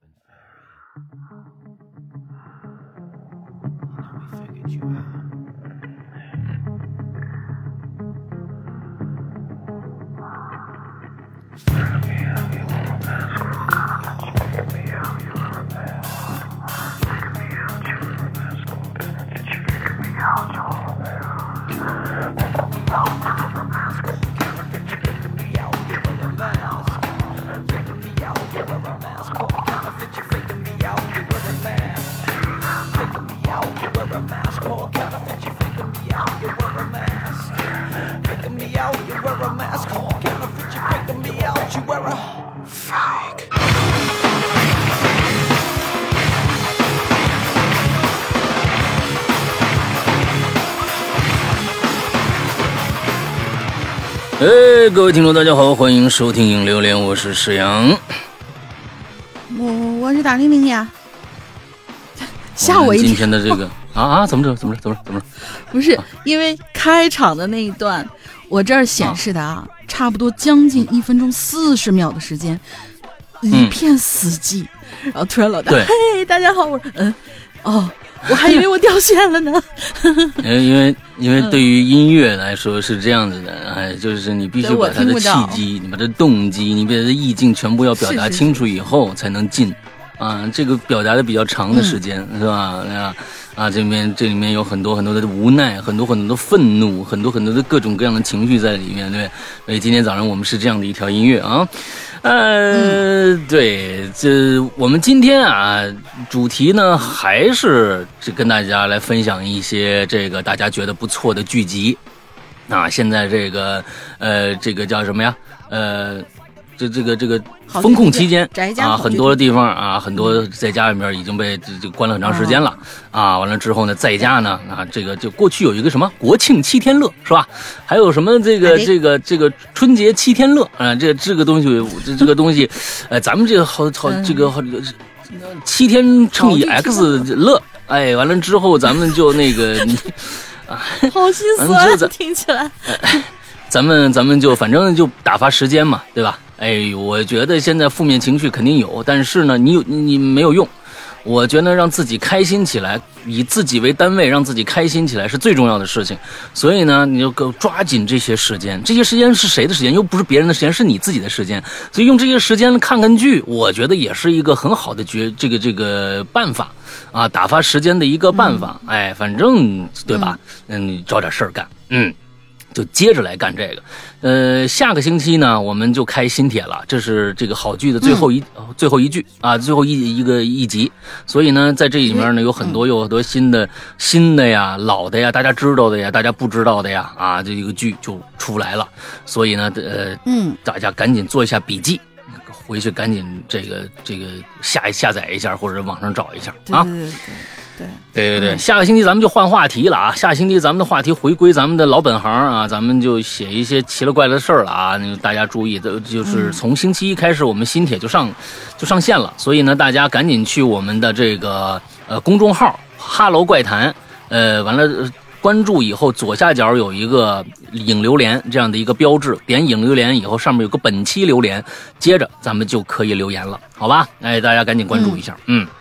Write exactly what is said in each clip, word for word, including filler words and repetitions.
哎，各位听众大家好，欢迎收听影榴莲，我是石阳。 我我是大玲玲呀，吓我一跳。 今天的这个啊啊，怎么着？怎么着？怎么着？怎么着？ 不是、啊、因为开场的那一段，我这儿显示的啊，啊差不多将近一分钟四十秒的时间，一片死寂，嗯、然后突然老大，嘿，大家好，我说嗯，哦。我还以为我掉线了呢。 因为因为对于音乐来说是这样子的，哎，就是你必须把它的契机，你把它的动机，你把它的意境全部要表达清楚以后才能进。啊，这个表达的比较长的时间、嗯、是吧？啊啊，这里面这里面有很多很多的无奈，很多很多的愤怒，很多很多的各种各样的情绪在里面，对。所以今天早上我们是这样的一条音乐啊。呃，对，这我们今天啊，主题呢还是跟大家来分享一些这个大家觉得不错的剧集。啊，现在这个呃，这个叫什么呀？呃。这这个这个封控期间啊，很多的地方啊，很多在家里面已经被这这关了很长时间了、哦、啊。完了之后呢，在家呢啊，这个就过去有一个什么国庆七天乐是吧？还有什么这个这个这个春节七天乐啊？这这个东西这这个东西，呃，咱们这个好好这个好七天乘以 X 乐，哎，完了之后咱们就那个啊，好心酸，听起来。 咱们咱们就反正就打发时间嘛，对吧？哎，我觉得现在负面情绪肯定有，但是呢，你有你没有用。我觉得让自己开心起来，以自己为单位，让自己开心起来是最重要的事情。所以呢，你就抓紧这些时间，这些时间是谁的时间？又不是别人的时间，是你自己的时间。所以用这些时间看看剧，我觉得也是一个很好的绝这个这个办法啊，打发时间的一个办法。嗯、哎，反正对吧？嗯，找点事儿干，嗯。就接着来干这个，呃，下个星期呢，我们就开新帖了，这是这个好剧的最后一、嗯、最后一剧啊，最后一一个一集，所以呢，在这里面呢，有很多有很多新的、嗯、新的呀、老的呀，大家知道的呀，大家不知道的呀，啊，这一个剧就出来了，所以呢，呃，嗯，大家赶紧做一下笔记，回去赶紧这个这个下下载一下，或者网上找一下啊。 对对对对对对对对，下个星期咱们就换话题了啊！下个星期咱们的话题回归咱们的老本行啊，咱们就写一些奇了怪的事儿了啊！大家注意，就是从星期一开始，我们新帖就上就上线了，所以呢，大家赶紧去我们的这个呃公众号“哈喽怪谈”，呃，完了关注以后，左下角有一个影榴莲这样的一个标志，点影榴莲以后，上面有个本期榴莲，接着咱们就可以留言了，好吧？哎，大家赶紧关注一下，嗯。嗯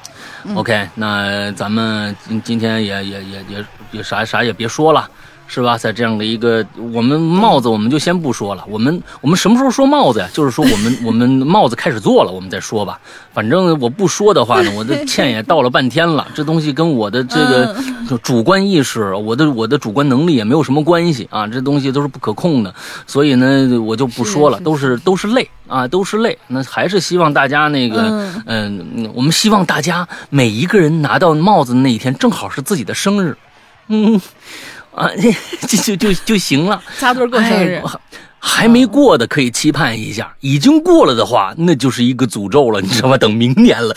OK， 那咱们今今天也也也也也啥啥也别说了，是吧？在这样的一个，我们帽子我们就先不说了，我们我们什么时候说帽子呀？就是说我们我们帽子开始做了，我们再说吧。反正我不说的话呢，我的歉也道了半天了，这东西跟我的这个主观意识，我的我的主观能力也没有什么关系啊，这东西都是不可控的，所以呢，我就不说了，都是都是累。啊，都是累，那还是希望大家那个，嗯、呃，我们希望大家每一个人拿到帽子的那一天，正好是自己的生日，嗯，啊，就就就就行了， 插队过生日。 哎，还没过的可以期盼一下，已经过了的话，那就是一个诅咒了，你知道吗？等明年了。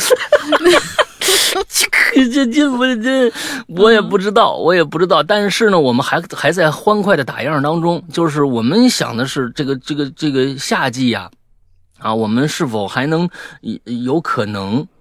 这这这我这我也不知道，我也不知道。但是呢，我们还还在欢快的打样当中，就是我们想的是这个这个这个夏季呀、啊。啊，我们是否还能有可能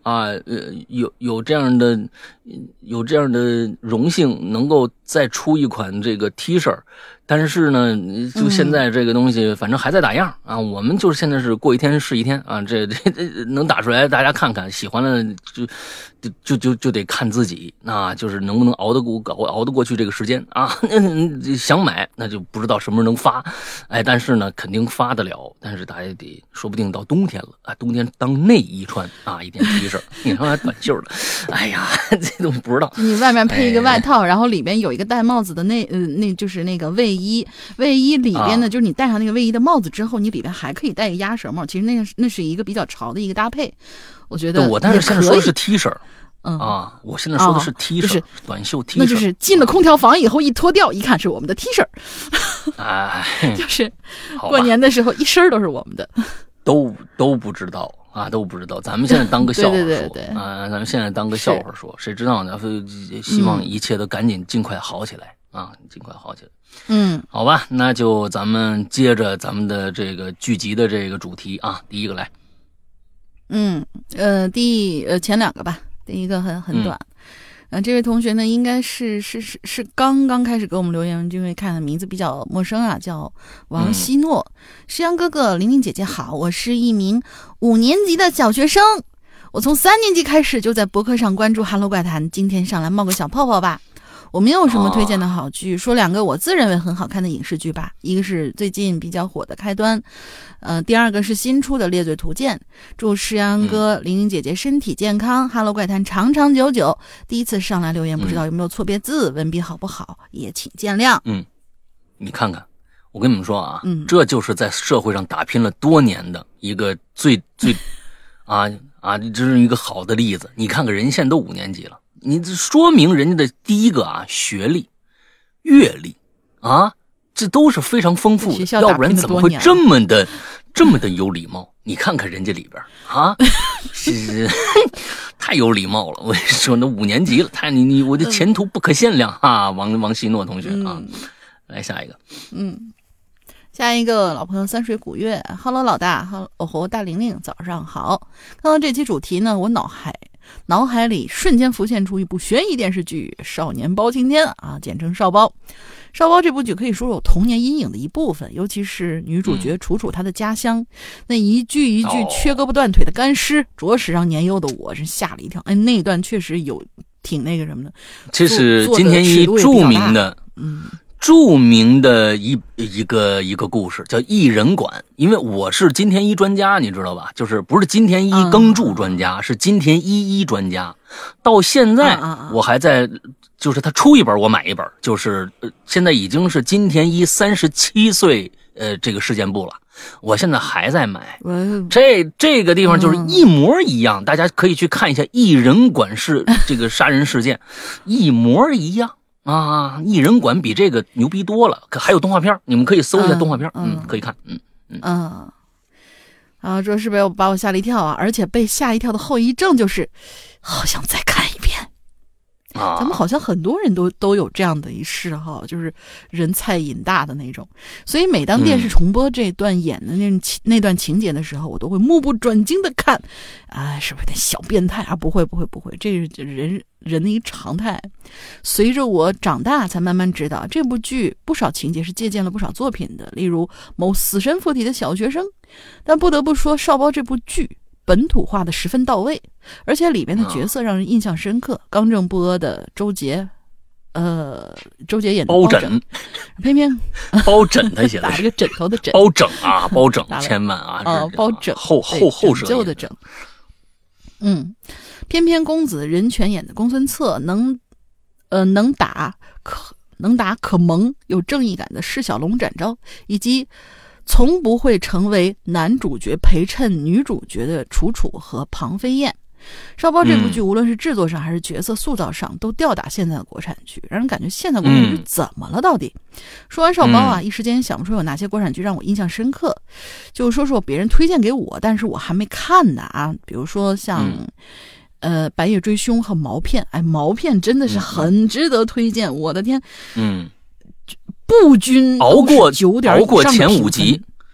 啊，呃，有有这样的有这样的荣幸，能够再出一款这个 T 恤，但是呢，就现在这个东西，反正还在打样、嗯、啊。我们就是现在是过一天是一天啊，这这这能打出来，大家看看，喜欢了就就就就就得看自己啊，就是能不能熬得过熬熬得过去这个时间啊。想买那就不知道什么时候能发，哎，但是呢，肯定发得了，但是大家得说不定到冬天了啊，冬天当内衣穿啊，一件 T 恤。你看还短袖的，哎呀，这东西不知道。 你外面配一个外套，哎、然后里边有一个戴帽子的那呃那就是那个卫衣，卫衣里边呢、啊、就是你戴上那个卫衣的帽子之后，你里边还可以戴一个鸭舌帽。其实那个那是一个比较潮的一个搭配，我觉得。 我但是现在说的是 T 恤。 嗯啊，我现在说的是 T 恤、哦就是，短袖 T 恤， 那就是进了空调房以后一脱掉，一看是我们的 T 恤， 哎， 就是过年的时候一身都是我们的， 都都不知道啊，都不知道。咱们现在当个笑话说对对对对啊，咱们现在当个笑话说，谁知道呢？希望一切都赶紧尽快好起来、嗯、啊，尽快好起来。 嗯， 好吧，那就咱们接着咱们的这个剧集的这个主题啊，第一个来。 嗯，呃，第呃前两个吧。第一个很很短，嗯、呃，这位同学呢，应该是是是是刚刚开始给我们留言，因为看的名字比较陌生啊，叫王希诺。诗阳哥哥、玲玲姐姐好，我是一名五年级的小学生，我从三年级开始就在博客上关注《哈喽怪谈》，今天上来冒个小泡泡吧。我没有什么推荐的好剧，说两个我自认为很好看的影视剧吧。一个是最近比较火的《开端》，呃，第二个是新出的《猎罪图鉴》。祝诗阳哥、玲玲姐姐身体健康，哈喽怪谈长长久久。第一次上来留言，不知道有没有错别字，文笔好不好，也请见谅。 嗯，你看看，我跟你们说啊， 嗯， 这就是在社会上打拼了多年的一个最最啊啊，这是一个好的例子。你看看人现在都五年级了。你这说明人家的第一个啊，学历、阅历啊，这都是非常丰富的，要不然怎么会这么的、这么的有礼貌？你看看人家里边啊，是太有礼貌了。我跟你说，那五年级了，太你你我的前途不可限量啊！王王希诺同学啊， 嗯、 来下一个， 嗯，下一个老朋友三水古月 ，Hello 老大，哈哦吼大玲玲，早上好。看到这期主题呢，我脑海。脑海里瞬间浮现出一部悬疑电视剧《少年包青天》啊，简称少包。少包这部剧可以说有童年阴影的一部分，尤其是女主角楚楚她的家乡、嗯、那一句一句缺胳膊断腿的干尸、哦、着实让年幼的我是吓了一跳。哎，那一段确实有挺那个什么的。 这是金田一著名的， 嗯。 著名的一一个一个故事叫异人馆，因为我是金田一专家，你知道吧？就是不是金田一耕助专家，嗯、是金田一一专家。到现在我还在，就是他出一本我买一本，就是呃现在已经是金田一三十七岁呃这个事件部了。我现在还在买，这这个地方就是一模一样，大家可以去看一下异人馆是这个杀人事件，一模一样。啊，异人馆比这个牛逼多了，可还有动画片，你们可以搜一下动画片，嗯，嗯可以看，嗯嗯嗯。啊，这是被我把我吓了一跳啊！而且被吓一跳的后遗症就是，好想再看一遍。 啊， 咱们好像很多人都都有这样的一嗜好，就是人菜瘾大的那种。所以每当电视重播这段演的那、嗯、那段情节的时候，我都会目不转睛的看，啊，是不是有点小变态啊？不会不会不会，这是人人的一常态。随着我长大，才慢慢知道这部剧不少情节是借鉴了不少作品的，例如某死神附体的小学生。但不得不说，少包这部剧本土化的十分到位，而且里边的角色让人印象深刻。嗯、刚正不阿的周杰，呃，周杰演的包拯，偏偏包拯他写的打这个枕头的枕， 包拯啊，包拯千万啊， 哦，包拯后后后者的拯，嗯，偏偏公子任泉演的公孙策能，呃，能打可能打可萌有正义感的释小龙展昭，以及从不会成为男主角陪衬女主角的楚楚和庞飞燕。少包这部剧无论是制作上还是角色塑造上都吊打现在的国产剧，让人感觉现在国产剧怎么了到底。说完少包啊，一时间想不出有哪些国产剧让我印象深刻，就说说别人推荐给我但是我还没看的啊，比如说像呃白夜追凶和毛片。哎，毛片真的是很值得推荐，我的天， 嗯， 步均熬过九点熬过前五集，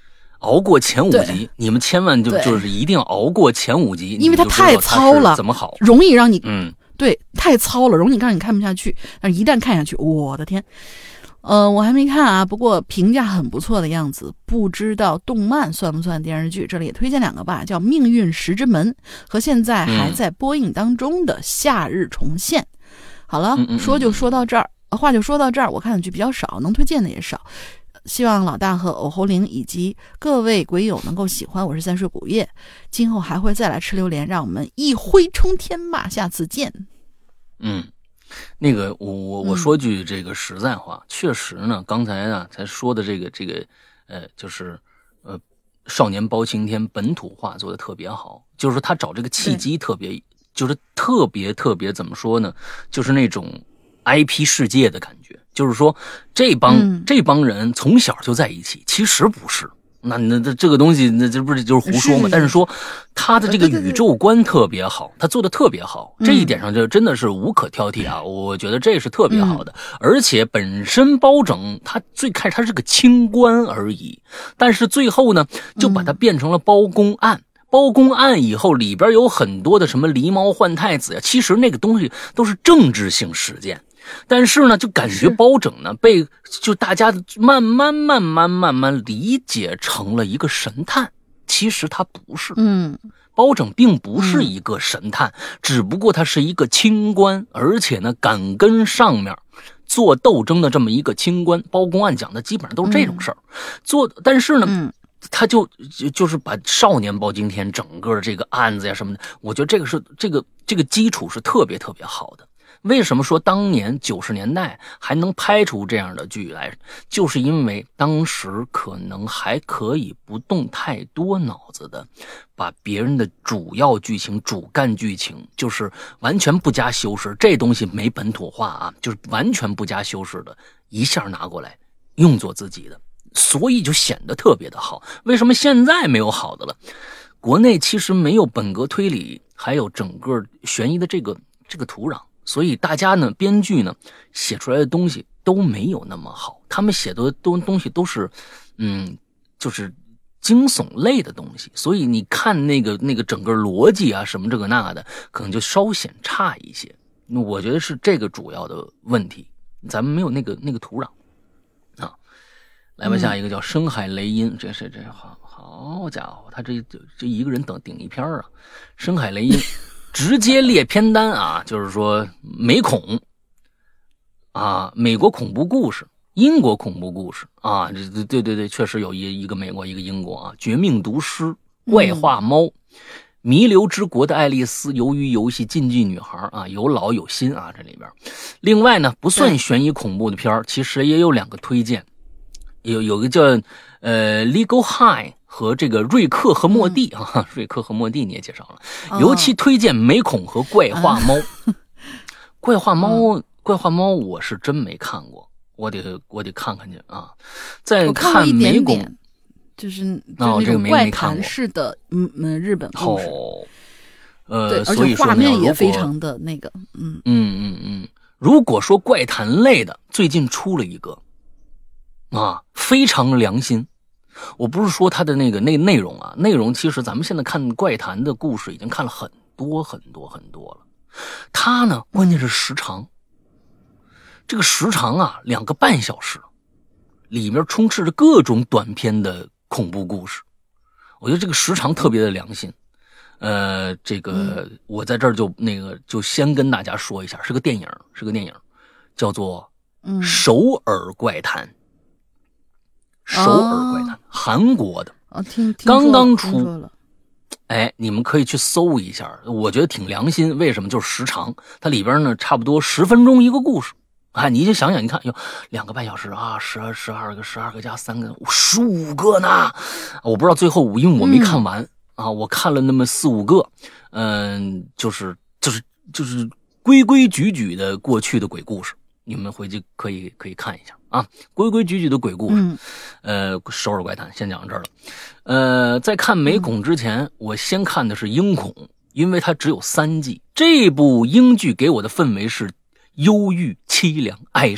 熬过前五集，你们千万就就是一定要熬过前五集， 因为它太糙了， 怎么好， 容易让你嗯， 对，太糙了，容易让你看不下去。但是一旦看下去，我的天！呃，我还没看啊，不过评价很不错的样子。不知道动漫算不算电视剧？这里也推荐两个吧，叫《命运石之门》和现在还在播映当中的《夏日重现》。好了，说就说到这儿，话就说到这儿。我看的剧比较少，能推荐的也少。希望老大和偶猴灵以及各位鬼友能够喜欢。我是三水古月，今后还会再来吃榴莲，让我们一挥冲天吧！下次见。 嗯。那个我我我说句这个实在话，嗯、确实呢，刚才呢才说的这个这个呃，就是呃，少年包青天本土化做的特别好，就是他找这个契机特别，就是特别特别怎么说呢，就是那种 I P 世界的感觉，就是说这帮、嗯、这帮人从小就在一起，其实不是。那那这个东西，那这不是就是胡说吗？但是说他的这个宇宙观特别好，他做的特别好，这一点上就真的是无可挑剔啊！我觉得这是特别好的，而且本身包拯他最开始他是个清官而已，但是最后呢，就把它变成了包公案。包公案以后里边有很多的什么狸猫换太子呀，其实那个东西都是政治性事件。但是呢，就感觉包拯呢被就大家慢慢慢慢慢慢理解成了一个神探，其实他不是。 嗯， 包拯并不是一个神探，嗯、只不过他是一个清官，而且呢敢跟上面做斗争的这么一个清官。包公案讲的基本上都是这种事儿，嗯、做但是呢。 嗯他就就是把少年包青天整个这个案子呀什么的，我觉得这个是这个这个基础是特别特别好的。为什么说当年九十年代还能拍出这样的剧来，就是因为当时可能还可以不动太多脑子的，把别人的主要剧情、主干剧情，就是完全不加修饰，这东西没本土化啊，就是完全不加修饰的，一下拿过来用作自己的。所以就显得特别的好。为什么现在没有好的了？国内其实没有本格推理还有整个悬疑的这个这个土壤，所以大家呢编剧呢写出来的东西都没有那么好，他们写的东东西都是嗯就是惊悚类的东西，所以你看那个那个整个逻辑啊什么这个那的可能就稍显差一些。我觉得是这个主要的问题，咱们没有那个那个土壤啊。来吧，下一个叫深海雷音，这是这好好家伙，他这这一个人等顶一篇啊！深海雷音直接列片单啊，就是说美恐啊，美国恐怖故事，英国恐怖故事啊，这对对对，确实有一一个美国一个英国啊，绝命毒师、怪话猫、嗯、弥留之国的爱丽丝、鱿鱼游戏、禁忌女孩啊，有老有新啊，这里边。另外呢，不算悬疑恐怖的片儿，其实也有两个推荐。有有个叫呃 Legal High 和这个瑞克和莫蒂啊，嗯、瑞克和莫蒂你也介绍了，尤其推荐美恐和怪话猫。哦、怪话猫，嗯、怪话猫，我是真没看过，我得我得看看去啊。再看美恐， 就是哦，这个怪谈式的嗯嗯日本故事。 哦，呃， 对，而且画面也非常的那个，嗯嗯嗯嗯。如果说怪谈类的，最近出了一个。啊，非常良心。我不是说它的那个那内容啊，内容其实咱们现在看怪谈的故事已经看了很多很多很多了。它呢，关键是时长，这个时长啊，两个半小时，里面充斥着各种短篇的恐怖故事。我觉得这个时长特别的良心。呃，这个我在这儿就那个就先跟大家说一下，是个电影，是个电影，叫做《首尔怪谈》。首尔怪谈，哦、韩国的， 哦、听听刚刚出，哎，你们可以去搜一下，我觉得挺良心。为什么？就是时长，它里边呢差不多十分钟一个故事，哎，你就想想，你看，哟，两个半小时啊，十二十二个，十二个加三个，十五个呢。我不知道最后，因为我没看完、嗯、啊，我看了那么四五个，嗯，就是就是就是规规矩矩的过去的鬼故事。你们回去可以可以看一下啊，规规矩矩的鬼故事。 嗯、 呃，首尔怪谈先讲到这儿了。呃，在看美恐之前，嗯、我先看的是英恐，因为它只有三季。这部英剧给我的氛围是忧郁、凄凉、哀伤，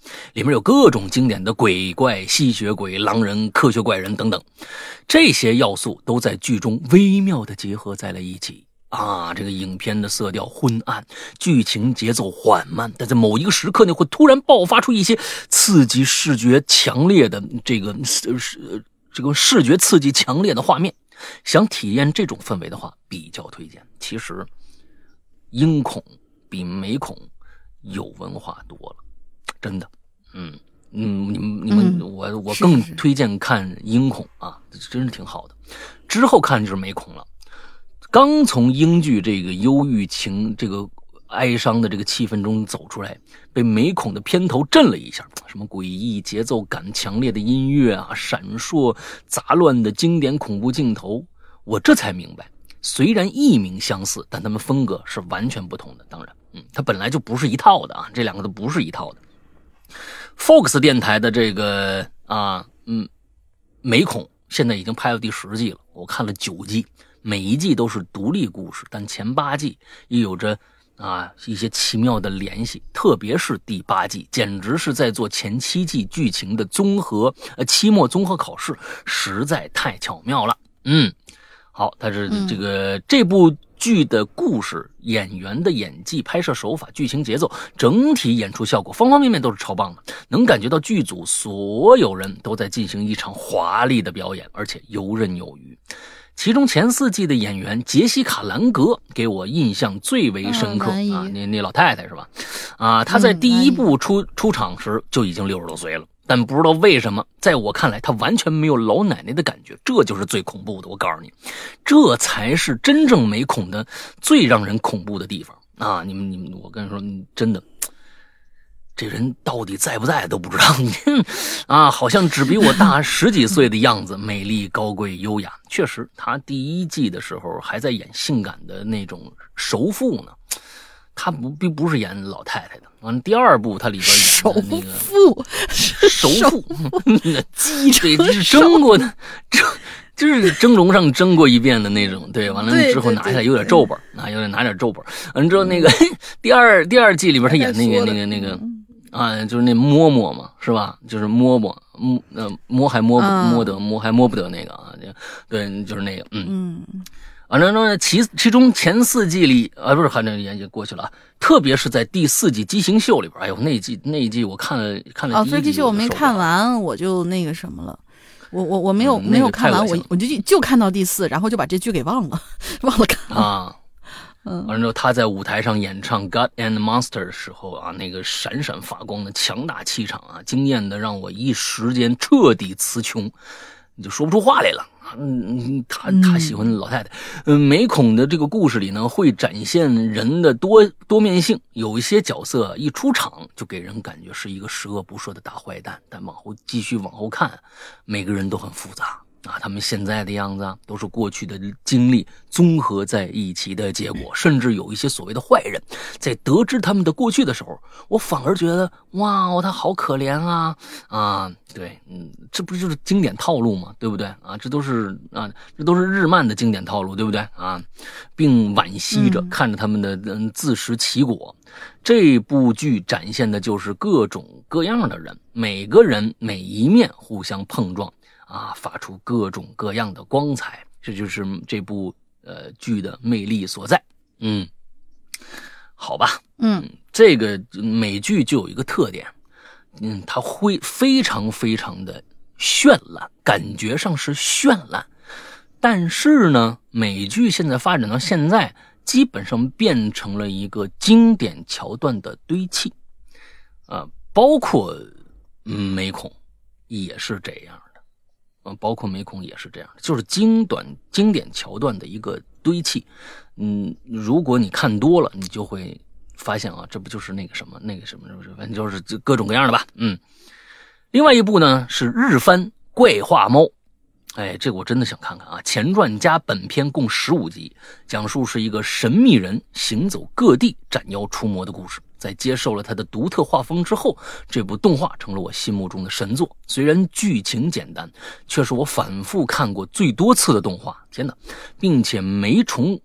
里面有各种经典的鬼怪、吸血鬼、狼人、科学怪人等等，这些要素都在剧中微妙地结合在了一起。啊，这个影片的色调昏暗，剧情节奏缓慢，但在某一个时刻呢，会突然爆发出一些刺激视觉强烈的这个视这个视觉刺激强烈的画面。想体验这种氛围的话，比较推荐。其实，英恐比美恐有文化多了，真的。嗯嗯，你们你们，嗯、我我更推荐看英恐啊，真是挺好的。之后看就是美恐了。刚从英剧这个忧郁情、这个哀伤的这个气氛中走出来，被美恐的片头震了一下，什么诡异、节奏感强烈的音乐啊，闪烁杂乱的经典恐怖镜头，我这才明白，虽然译名相似，但他们风格是完全不同的。当然，嗯，它本来就不是一套的啊，这两个都不是一套的。Fox 电台的这个啊，嗯，美恐现在已经拍到第十季了，我看了九季。每一季都是独立故事，但前八季也有着啊一些奇妙的联系，特别是第八季，简直是在做前七季剧情的综合呃期末综合考试，实在太巧妙了。嗯，好，它是这个、嗯、这部剧的故事、演员的演技、拍摄手法、剧情节奏、整体演出效果，方方面面都是超棒的，能感觉到剧组所有人都在进行一场华丽的表演，而且游刃有余。其中前四季的演员杰西卡·兰格给我印象最为深刻、哦、啊，那那老太太是吧？啊，她在第一部出、嗯、出场时就已经六十多岁了，但不知道为什么，在我看来，她完全没有老奶奶的感觉，这就是最恐怖的。我告诉你，这才是真正美恐的最让人恐怖的地方啊！你们你们，我跟你说，真的。这人到底在不在都不知道，啊，好像只比我大十几岁的样子，美丽、高贵、优雅。确实，他第一季的时候还在演性感的那种熟妇呢，他不并不是演老太太的。完，第二部他里边演的那个熟妇，鸡腿是蒸过的，蒸就是蒸笼上蒸过一遍的那种。对，完了之后拿下来有点皱巴，啊，有点拿点皱巴。完之后那个第二第二季里边他演那个那个那个。啊，就是那摸摸嘛，是吧？就是摸摸，摸呃摸还摸不、uh, 摸得，摸还摸不得那个啊，对，就是那个，嗯嗯。反正呢，其其中前四季里啊，不是，反正也也过去了。特别是在第四季《畸形秀》里边，哎呦，那一季那一季我看了看了第一季。哦，《畸形秀》 我没看完，我就那个什么了。我我我没有、嗯、没有看完，我我就就看到第四，然后就把这剧给忘了，忘了看啊。完了之后，他在舞台上演唱《God and Monster》的时候啊，那个闪闪发光的强大气场啊，惊艳的让我一时间彻底词穷，你就说不出话来了。嗯，他他喜欢老太太。嗯，美恐的这个故事里呢，会展现人的多多面性，有一些角色一出场就给人感觉是一个十恶不赦的大坏蛋，但往后继续往后看，每个人都很复杂。啊，他们现在的样子啊，都是过去的经历综合在一起的结果。甚至有一些所谓的坏人，在得知他们的过去的时候，我反而觉得，哇，他好可怜啊！啊，对，嗯，这不就是经典套路吗？对不对？啊，这都是啊，这都是日漫的经典套路，对不对？啊，并惋惜着看着他们的嗯自食其果。这部剧展现的就是各种各样的人，每个人每一面互相碰撞。啊，发出各种各样的光彩，这就是这部呃剧的魅力所在。嗯，好吧， 嗯， 这个美剧就有一个特点，嗯，它会非常非常的绚烂，感觉上是绚烂，但是呢，美剧现在发展到现在，基本上变成了一个经典桥段的堆砌，啊、呃，包括嗯美恐也是这样。包括美恐也是这样，就是经短经典桥段的一个堆砌。嗯，如果你看多了，你就会发现啊，这不就是那个什么那个什么，反正就是各种各样的吧。嗯，另外一部呢是日番《怪话猫》，哎，这个我真的想看看啊。前传加本片共十五集，讲述是一个神秘人行走各地斩妖除魔的故事。在接受了他的独特画风之后，这部动画成了我心目中的神作。虽然剧情简单，却是我反复看过最多次的动画。天哪，并且每重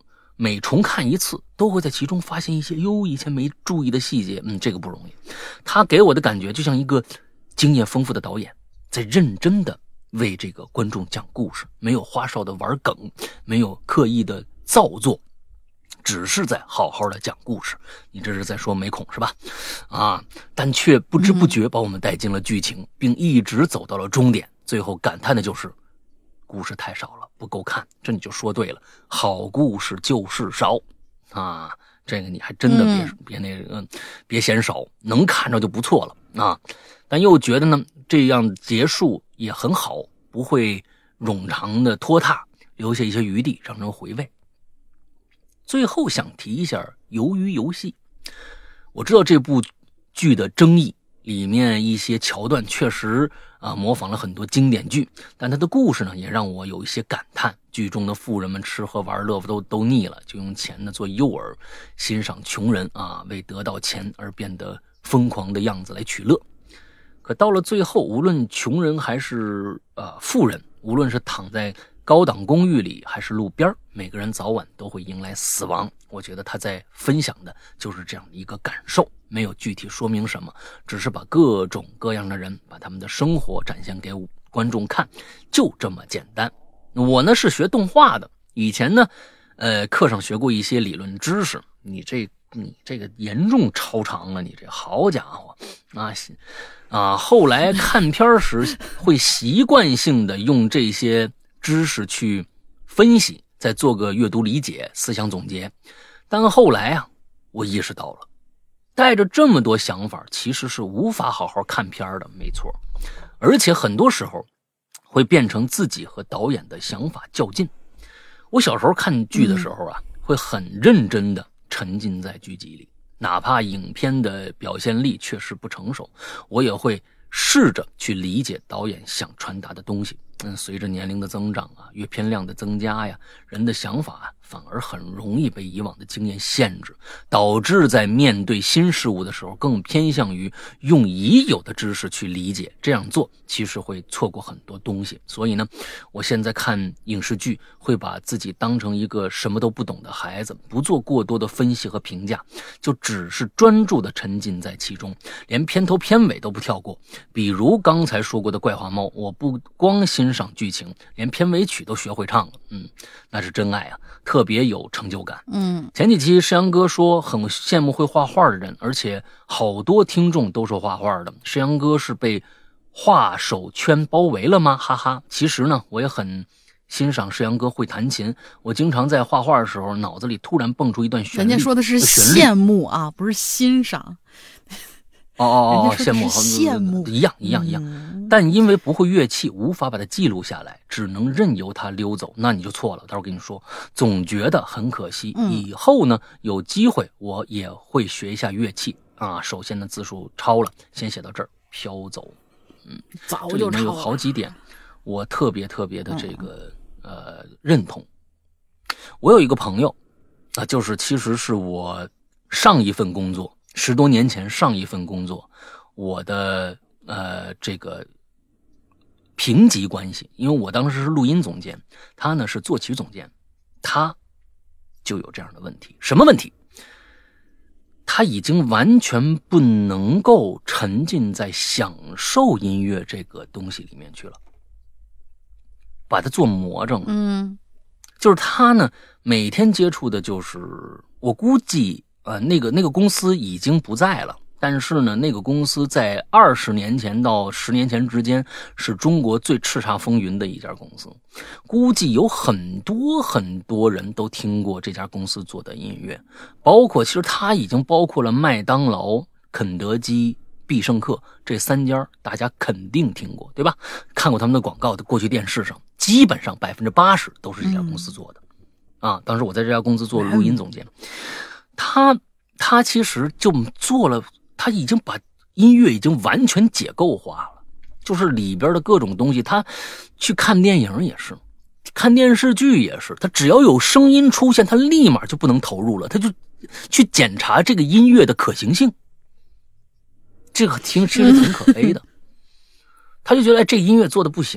每重看一次，都会在其中发现一些哟以前没注意的细节。嗯，这个不容易。他给我的感觉就像一个经验丰富的导演，在认真的为这个观众讲故事，没有花哨的玩梗，没有刻意的造作，只是在好好的讲故事。你这是在说美恐是吧？啊，但却不知不觉把我们带进了剧情，并一直走到了终点。最后感叹的就是故事太少了，不够看。这你就说对了，好故事就是少啊！这个你还真的别、嗯、别那个、嗯、别嫌少，能看着就不错了啊！但又觉得呢，这样结束也很好，不会冗长的拖沓，留下一些余地让人回味。最后想提一下《鱿鱼游戏》，我知道这部剧的争议，里面一些桥段确实啊模仿了很多经典剧，但它的故事呢也让我有一些感叹。剧中的富人们吃喝玩乐都都腻了，就用钱呢做诱饵，欣赏穷人啊为得到钱而变得疯狂的样子来取乐。可到了最后，无论穷人还是呃富人，无论是躺在高档公寓里还是路边，每个人早晚都会迎来死亡。我觉得他在分享的就是这样的一个感受，没有具体说明什么，只是把各种各样的人把他们的生活展现给观众看，就这么简单。我呢是学动画的，以前呢呃课上学过一些理论知识，你这你这个严重超常了，你这好家伙啊啊！后来看片时会习惯性的用这些知识去分析，再做个阅读理解、思想总结。但后来啊，我意识到了，带着这么多想法，其实是无法好好看片的，没错。而且很多时候会变成自己和导演的想法较劲。我小时候看剧的时候啊，嗯、会很认真的沉浸在剧集里，哪怕影片的表现力确实不成熟，我也会试着去理解导演想传达的东西。嗯，随着年龄的增长啊，阅片量的增加呀，人的想法啊，反而很容易被以往的经验限制，导致在面对新事物的时候，更偏向于用已有的知识去理解。这样做其实会错过很多东西。所以呢，我现在看影视剧会把自己当成一个什么都不懂的孩子，不做过多的分析和评价，就只是专注的沉浸在其中，连片头片尾都不跳过。比如刚才说过的怪话猫，我不光欣赏剧情，连片尾曲都学会唱了。嗯，那是真爱啊，特别有成就感。 嗯， 前几期石阳哥说很羡慕会画画的人，而且好多听众都是画画的。石阳哥是被画手圈包围了吗？哈哈。其实呢，我也很欣赏石阳哥会弹琴，我经常在画画的时候，脑子里突然蹦出一段旋律。 人家说的是羡慕啊，不是欣赏。 哦哦哦，羡慕羡慕一样一样一样、嗯，但因为不会乐器，无法把它记录下来，只能任由它溜走。那你就错了，待会儿跟你说，总觉得很可惜。 嗯、 以后呢，有机会我也会学一下乐器啊。首先呢，字数超了，先写到这儿，飘走。嗯， 早就超了。 这里面有好几点，我特别特别的这个、嗯、呃认同。我有一个朋友啊，就是其实是我上一份工作。十多年前上一份工作，我的呃这个评级关系，因为我当时是录音总监，他呢是作曲总监，他就有这样的问题。什么问题？他已经完全不能够沉浸在享受音乐这个东西里面去了，把他做魔怔了。 嗯， 就是他呢每天接触的就是我估计呃，那个那个公司已经不在了，但是呢，那个公司在二十年前到十年前之间是中国最叱咤风云的一家公司，估计有很多很多人都听过这家公司做的音乐，包括其实它已经包括了麦当劳、肯德基、必胜客这三家，大家肯定听过，对吧？看过他们的广告，过去电视上基本上百分之八十都是这家公司做的、嗯、啊。当时我在这家公司做录音总监。他他其实就做了，他已经把音乐已经完全解构化了，就是里边的各种东西，他去看电影也是，看电视剧也是，他只要有声音出现，他立马就不能投入了，他就去检查这个音乐的可行性。这个听其实挺可悲的，他就觉得哎，这音乐做的不行，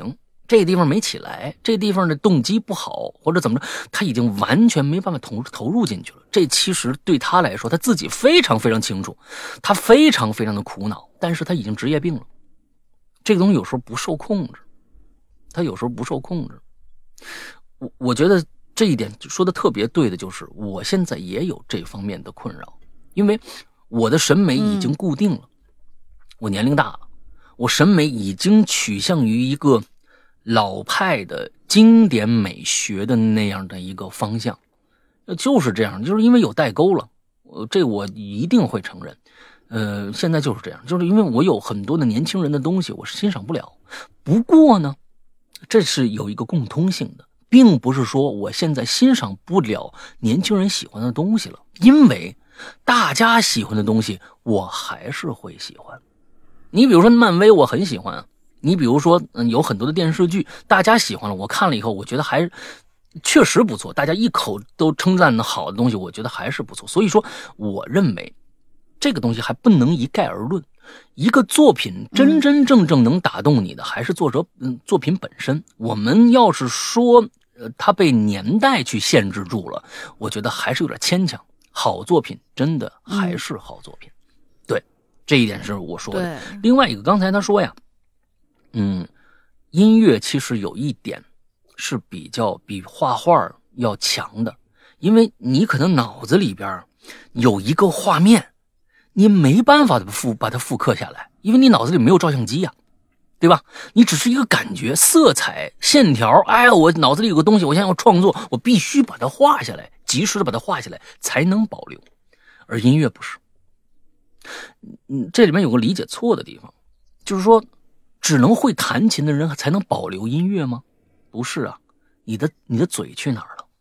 这个地方没起来，这个地方的动机不好，或者怎么着，他已经完全没办法投投入进去了。这其实对他来说，他自己非常非常清楚，他非常非常的苦恼，但是他已经职业病了。这个东西有时候不受控制，他有时候不受控制。我我觉得这一点说的特别对的就是，我现在也有这方面的困扰，因为我的审美已经固定了，嗯、我年龄大了，我审美已经取向于一个老派的经典美学的那样的一个方向，就是这样，就是因为有代沟了，呃，这我一定会承认。呃，现在就是这样，就是因为我有很多的年轻人的东西，我是欣赏不了。不过呢，这是有一个共通性的，并不是说我现在欣赏不了年轻人喜欢的东西了，因为大家喜欢的东西，我还是会喜欢。你比如说漫威，我很喜欢啊。你比如说，嗯，有很多的电视剧，大家喜欢了，我看了以后，我觉得还确实不错，大家一口都称赞的好的东西，我觉得还是不错。所以说，我认为这个东西还不能一概而论。一个作品真真正正能打动你的，还是作者嗯作品本身。我们要是说，呃，它被年代去限制住了，我觉得还是有点牵强。好作品真的还是好作品，嗯、对，这一点是我说的。另外一个，刚才他说呀。嗯，音乐其实有一点是比较比画画要强的，因为你可能脑子里边有一个画面，你没办法复把它复刻下来，因为你脑子里没有照相机呀、啊，对吧？你只是一个感觉，色彩、线条，哎呀，我脑子里有个东西，我现在要创作，我必须把它画下来，及时的把它画下来，才能保留。而音乐不是，嗯，这里面有个理解错的地方，就是说。只能会弹琴的人才能保留音乐吗？不是啊，你的你的嘴去哪儿了？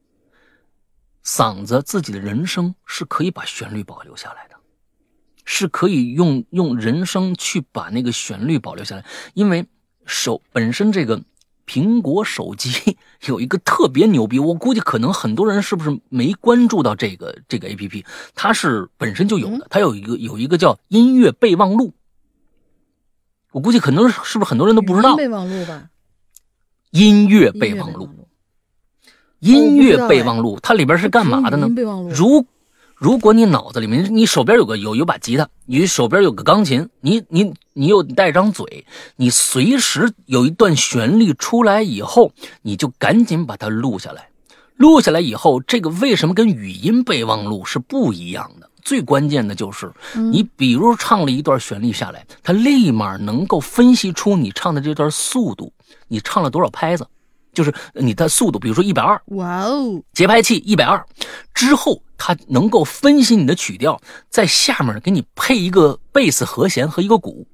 嗓子自己的人声是可以把旋律保留下来的，是可以用用人声去把那个旋律保留下来。因为手本身这个苹果手机有一个特别牛逼，我估计可能很多人是不是没关注到这个这个 A P P， 它是本身就有的，它有一个有一个叫音乐备忘录。我估计可能是不是很多人都不知道备忘录吧？ 音乐备忘录，音乐备忘录，它里边是干嘛的呢？如如果你脑子里面，你手边有个有有把吉他，你手边有个钢琴，你你你有带张嘴，你随时有一段旋律出来以后，你就赶紧把它录下来。录下来以后，这个为什么跟语音备忘录是不一样的？最关键的就是，你比如唱了一段旋律下来，它立马能够分析出你唱的这段速度，你唱了多少拍子，就是你的速度，比如说一百二， 哇哦， 节拍器一百二，之后它能够分析你的曲调，在下面给你配一个贝斯和弦和一个鼓。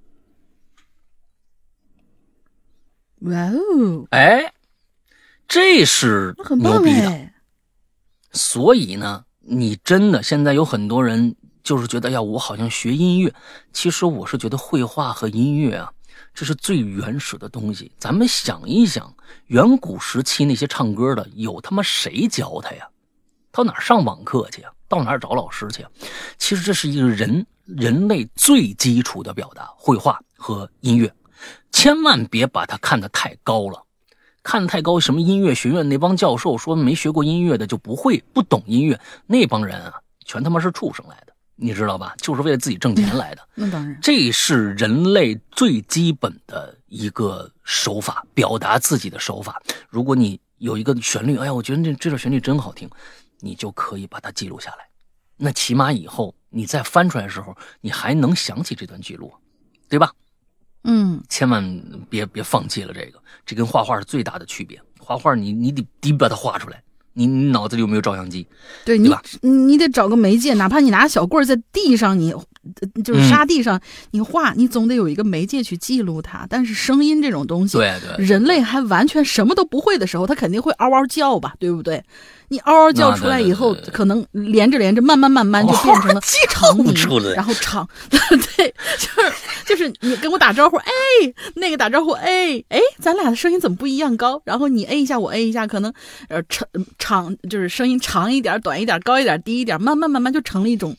哇哦， 哎，这是牛逼的。 哎、 所以呢。你真的现在有很多人就是觉得呀，我好像学音乐，其实我是觉得绘画和音乐啊，这是最原始的东西。咱们想一想，远古时期那些唱歌的，有他妈谁教他呀？到哪儿上网课去呀？到哪儿找老师去呀？其实这是一个人人类最基础的表达，绘画和音乐，千万别把它看得太高了。看得太高，什么音乐学院那帮教授说没学过音乐的就不会不懂音乐，那帮人啊，全他妈是畜生来的，你知道吧？就是为了自己挣钱来的。 那当然， 这是人类最基本的一个手法，表达自己的手法。如果你有一个旋律，哎呀，我觉得这这段旋律真好听，你就可以把它记录下来。那起码以后你再翻出来的时候，你还能想起这段记录，对吧？ 嗯， 千万别别放弃了这个，这跟画画是最大的区别。画画你你得得把它画出来，你你脑子里有没有照相机？ 对， 对吧？ 你你得找个媒介，哪怕你拿小棍在地上，你就是沙地上，嗯、你画，你总得有一个媒介去记录它。但是声音这种东西， 对对， 人类还完全什么都不会的时候，他肯定会嗷嗷叫吧，对不对？你嗷嗷叫出来以后， 对对对对可能连着连着，慢慢慢慢就变成了长鸣，然后长，对，就是就是你跟我打招呼，哎，那个打招呼，哎哎，咱俩的声音怎么不一样高？然后你 A 一下，我 A 一下，可能呃长长就是声音长一点、短一点、高一点、低一点，慢慢慢慢就成了一种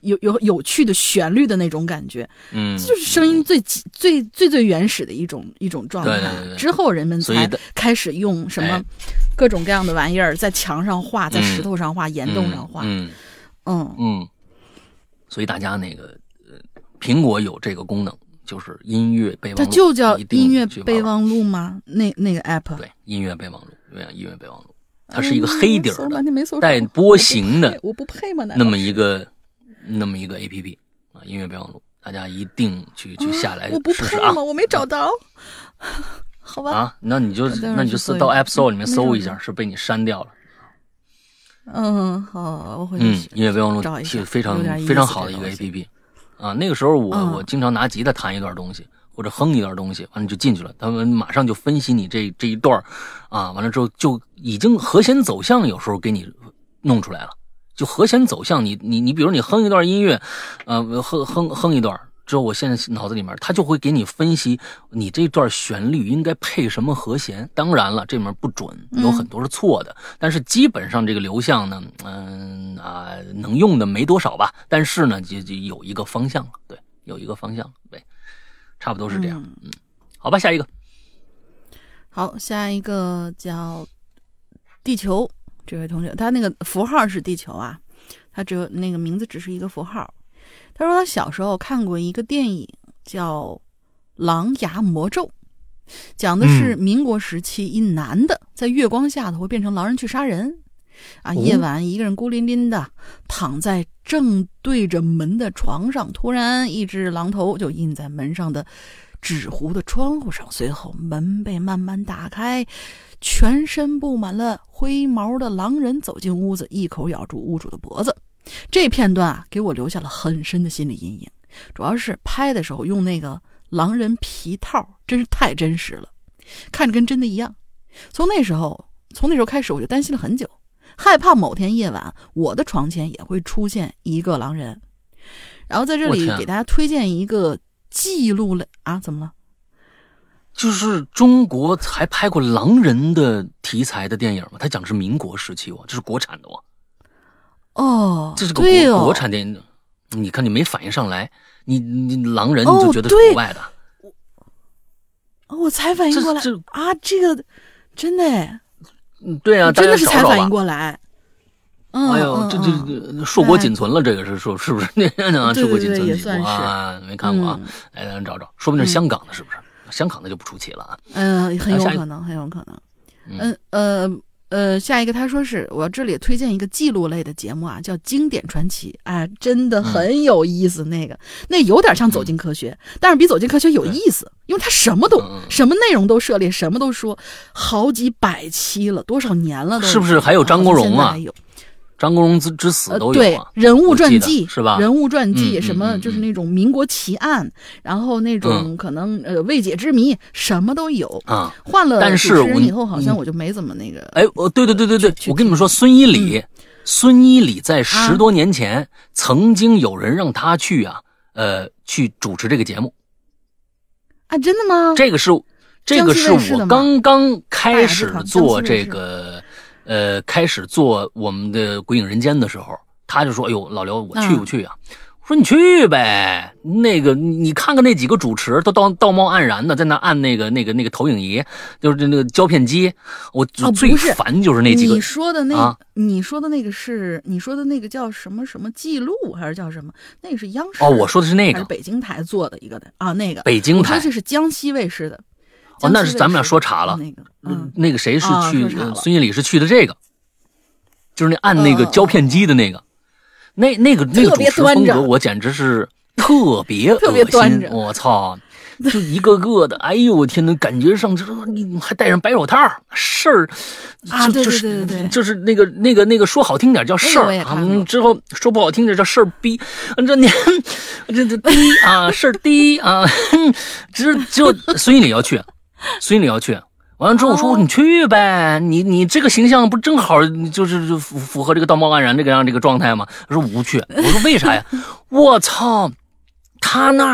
有有有趣的旋律的那种感觉， 嗯， 这就是声音最最最最原始的一种一种状态。 对对对， 之后人们才开始用什么各种各样的玩意儿在墙上画，在石头上画，岩洞上画。 嗯嗯嗯，所以大家那个呃，苹果有这个功能，就是音乐备忘录， 它就叫音乐备忘录吗？那那个 app 对，音乐备忘录，对，音乐备忘录。它是一个黑底儿的、 嗯、 带波形的， 我不配吗？ 那么一个那么一个 A P P 啊，音乐备忘录，大家一定去去下来试试啊！ 我不配吗？我没找到，好吧？ 啊，那你就那你就到 App Store 里面搜一下，是被你删掉了。 嗯，好，我会嗯，音乐备忘录是非常非常好的一个 A P P 啊。那个时候我、嗯、我经常拿吉他弹一段东西。或者哼一段东西，完了就进去了，他们马上就分析你这这一段啊，完了之后就已经和弦走向有时候给你弄出来了，就和弦走向你你你比如你哼一段音乐，呃哼哼哼一段之后，我现在脑子里面他就会给你分析你这段旋律应该配什么和弦。当然了，这里面不准，有很多是错的，嗯、但是基本上这个流向呢，嗯啊能用的没多少吧，但是呢就就有一个方向了，对，有一个方向，对。差不多是这样，嗯，好吧，下一个， 好，下一个叫地球这位同学，他那个符号是地球啊，他只有那个名字只是一个符号。他说他小时候看过一个电影叫《狼牙魔咒》，讲的是民国时期一男的在月光下头会变成狼人去杀人。啊！夜晚一个人孤零零的躺在正对着门的床上，突然一只狼头就印在门上的纸糊的窗户上，随后门被慢慢打开，全身布满了灰毛的狼人走进屋子，一口咬住屋主的脖子。这片段啊，给我留下了很深的心理阴影，主要是拍的时候用那个狼人皮套，真是太真实了，看着跟真的一样。从那时候，从那时候开始，我就担心了很久。害怕某天夜晚我的床前也会出现一个狼人。然后在这里给大家推荐一个记录类啊，怎么了？ 就是中国还拍过狼人的题材的电影吗？它讲的是民国时期哦，这是国产的哦。 哦， 这是个 国,、 哦、 国产电影。你看你没反应上来，你你狼人你就觉得是国外的。 哦、我才反应过来啊，这个真的哎。 嗯，对啊， 真的是才反应过来。嗯， 哎呦，这这硕果仅存了，这个是说是不是？那硕果仅存几部啊？没看过啊？来，咱找找，说不定是香港的，是不是？香港的就不出奇了啊。 嗯，很有可能，很有可能。嗯呃呃，下一个他说是我这里推荐一个记录类的节目啊，叫《经典传奇》。哎，真的很有意思，那个那有点像《走进科学》，但是比《走进科学》有意思。因为他什么都什么内容都涉猎，什么都说，好几百期了，多少年了都是不是？还有张国荣啊？张国荣之之死都有、啊呃、对，人物传记是吧？ 人物传记、 嗯、 什么、嗯、就是那种民国奇案，嗯、然后那种可能、嗯、呃未解之谜，什么都有啊。 换了但是主持人以后，好像我就没怎么那个。 哎，哦，对对对对对，我跟你们说，孙一礼，嗯、孙一礼在十多年前、啊、曾经有人让他去啊，呃，去主持这个节目。 啊，真的吗？ 这个是，这个是我刚刚开始做这个，呃，开始做我们的《鬼影人间》的时候，他就说：“哎呦，老刘，我去不去啊？”嗯、我说：“你去呗。那个，你看看那几个主持都道道貌岸然的，在那按那个那个那个投影仪，就是那个胶片机。我最烦就是那几个。 哦、你说的那， 啊、 你说的那个是你说的那个叫什么什么记录还是叫什么？那个是央视哦，我说的是那个， 还是北京台做的一个的啊？那个北京台， 我说这是江西卫视的。 哦，那是咱们俩说岔了。 那个，嗯， 那个谁是去？ 啊、 孙一礼是去的这个，就是那按那个胶片机的那个，呃、那那个那个主持风格，我简直是特别恶心， 特别端着。 我操！就一个个的，哎呦我天哪，感觉上这你还戴上白手套，事儿啊，对对对对对， 就是那个那个那个说好听点叫事儿啊，之后说不好听点叫事儿逼，这你这这低啊事儿低啊，只只有孙一礼要去，孙一礼要去。完了之后我说、哦、你去呗，你你这个形象不正好就是符符合这个道貌岸然这个样这个状态吗？他说我不去，我说为啥呀？我操，他那儿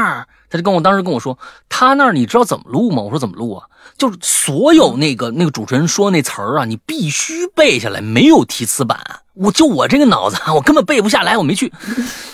他就跟我当时跟我说，他那儿你知道怎么录吗？我说怎么录啊？就是所有那个那个主持人说那词儿啊，你必须背下来，没有提词板。我就我这个脑子，我根本背不下来，我没去。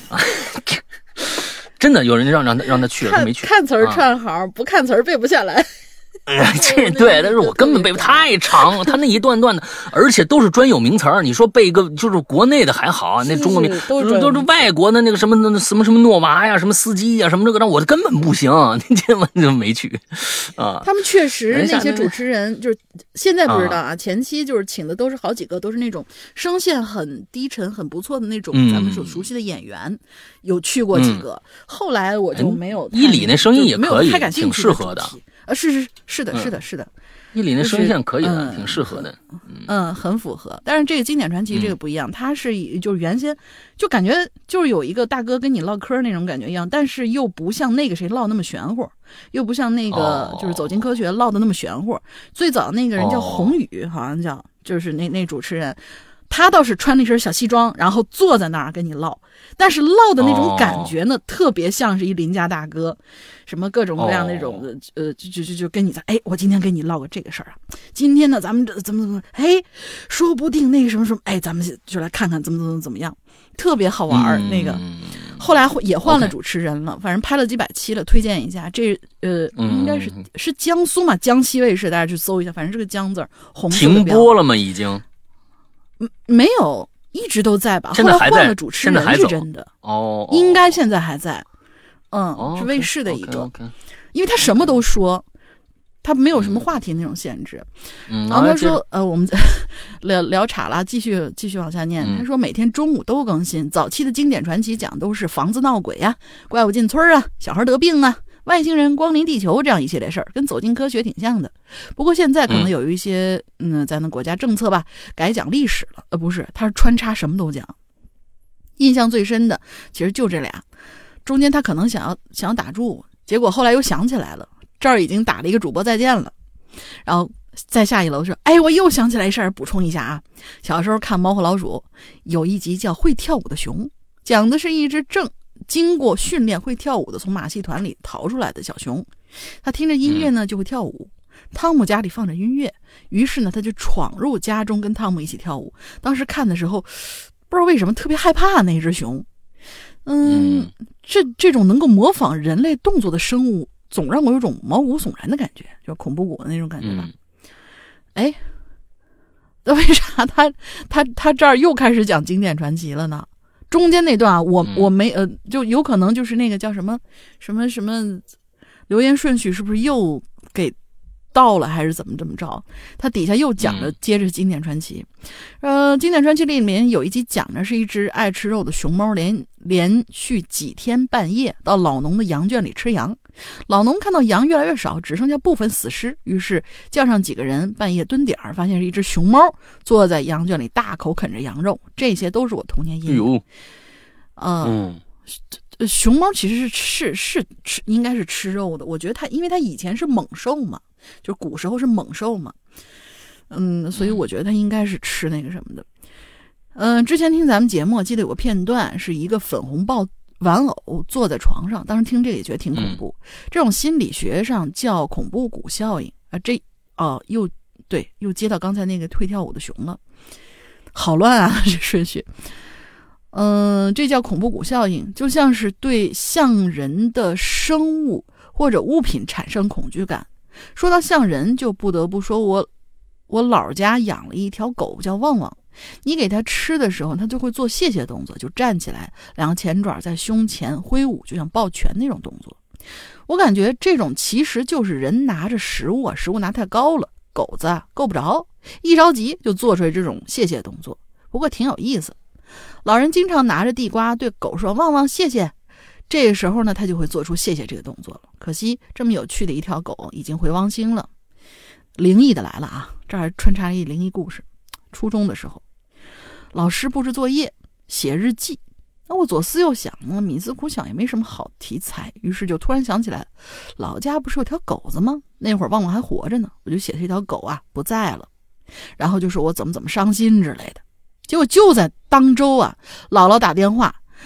真的有人让让他让他去了，他没去。 看词儿串行、啊，不看词儿背不下来。 这对，但是我根本背不太长，他那一段段的，而且都是专有名词儿。你说背一个，就是国内的还好，那中国名都是都是外国的那个什么什么什么诺娃呀，什么司机呀，什么这个，让我根本不行，你这我就没去啊。 他们确实那些主持人就是现在不知道啊，前期就是请的都是好几个，都是那种声线很低沉、很不错的那种咱们所熟悉的演员，有去过几个。后来我就没有。 伊里那声音也可以， 太感兴趣， 挺适合的。 啊，是是是的，是的，是的， 伊里那声线可以的，挺适合的， 嗯，很符合。但是这个经典传奇这个不一样，它是以就是原先就感觉就是有一个大哥跟你唠嗑那种感觉一样，但是又不像那个谁唠那么玄乎，又不像那个就是走进科学唠的那么玄乎。最早那个人叫宏宇，好像叫就是那那主持人。他倒是穿那身小西装，然后坐在那儿跟你唠，但是唠的那种感觉呢，哦、特别像是一邻家大哥，什么各种各样那种的，哦、呃，就就就就跟你在，哎，我今天跟你唠个这个事儿啊，今天呢，咱们这怎么怎么，哎，说不定那个什么什么，哎，咱们就来看看怎么怎么怎么样，特别好玩儿、嗯、那个。后来也换了主持人了， okay. 反正拍了几百期了，推荐一下。这呃，应该是是江苏嘛，江西卫视，大家去搜一下，反正这个江字儿红色的停播了吗？已经。 没有，一直都在吧？ 后来换了主持人是真的哦， 应该现在还在。嗯， 哦、 是卫视的一个， okay, okay, okay. 因为他什么都说，他没有什么话题那种限制。 嗯， 然后他说，呃，我们聊聊岔了，继续继续往下念。 嗯、 他说每天中午都更新，早期的经典传奇讲都是房子闹鬼呀、啊，怪物进村啊，小孩得病啊。外星人光临地球这样一系列事儿，跟走进科学挺像的。不过现在可能有一些，嗯，咱的国家政策吧，改讲历史了。呃，不是，他是穿插什么都讲。印象最深的其实就这俩，中间他可能想要想要打住，结果后来又想起来了，这儿已经打了一个主播再见了。然后再下一楼说，哎，我又想起来一事儿，补充一下啊，小时候看《猫和老鼠》，有一集叫《会跳舞的熊》，讲的是一只正。经过训练会跳舞的从马戏团里逃出来的小熊，他听着音乐呢就会跳舞。汤姆家里放着音乐，于是呢他就闯入家中跟汤姆一起跳舞。当时看的时候不知道为什么特别害怕那只熊。嗯，这这种能够模仿人类动作的生物总让我有种毛骨悚然的感觉，就是恐怖谷的那种感觉吧。哎、嗯，那为啥他他他这儿又开始讲经典传奇了呢？中间那段啊，我我没呃，就有可能就是那个叫什么什么什么留言顺序是不是又给到了，还是怎么怎么着？他底下又讲着，接着经典传奇。呃，经典传奇里面有一集讲的是一只爱吃肉的熊猫连连续几天半夜到老农的羊圈里吃羊。老农看到羊越来越少，只剩下部分死尸，于是叫上几个人半夜蹲点儿，发现是一只熊猫坐在羊圈里大口啃着羊肉。这些都是我童年阴影。呃、嗯，熊猫其实是是是吃，应该是吃肉的。我觉得它，因为它以前是猛兽嘛，就古时候是猛兽嘛，嗯，所以我觉得它应该是吃那个什么的。嗯、呃，之前听咱们节目，记得有个片段是一个粉红豹玩偶坐在床上，当时听这个也觉得挺恐怖。嗯、这种心理学上叫恐怖谷效应啊。这哦，又对，又接到刚才那个会跳舞的熊了，好乱啊，这顺序。嗯、呃，这叫恐怖谷效应，就像是对像人的生物或者物品产生恐惧感。说到像人，就不得不说我我姥家养了一条狗叫旺旺。你给它吃的时候，它就会做谢谢动作，就站起来，两个前爪在胸前挥舞，就像抱拳那种动作。我感觉这种其实就是人拿着食物啊，食物拿太高了，狗子啊够不着，一着急就做出来这种谢谢动作。不过挺有意思，老人经常拿着地瓜对狗说旺旺谢谢，这个时候呢，它就会做出谢谢这个动作了。可惜这么有趣的一条狗已经回汪星了。灵异的来了啊，这儿还穿插一灵异故事。初中的时候，老师布置作业写日记，那我左思右想呢，冥思苦想也没什么好题材，于是就突然想起来，老家不是有条狗子吗？那会儿旺旺还活着呢，我就写这条狗啊不在了，然后就说我怎么怎么伤心之类的。结果就在当周啊，姥姥打电话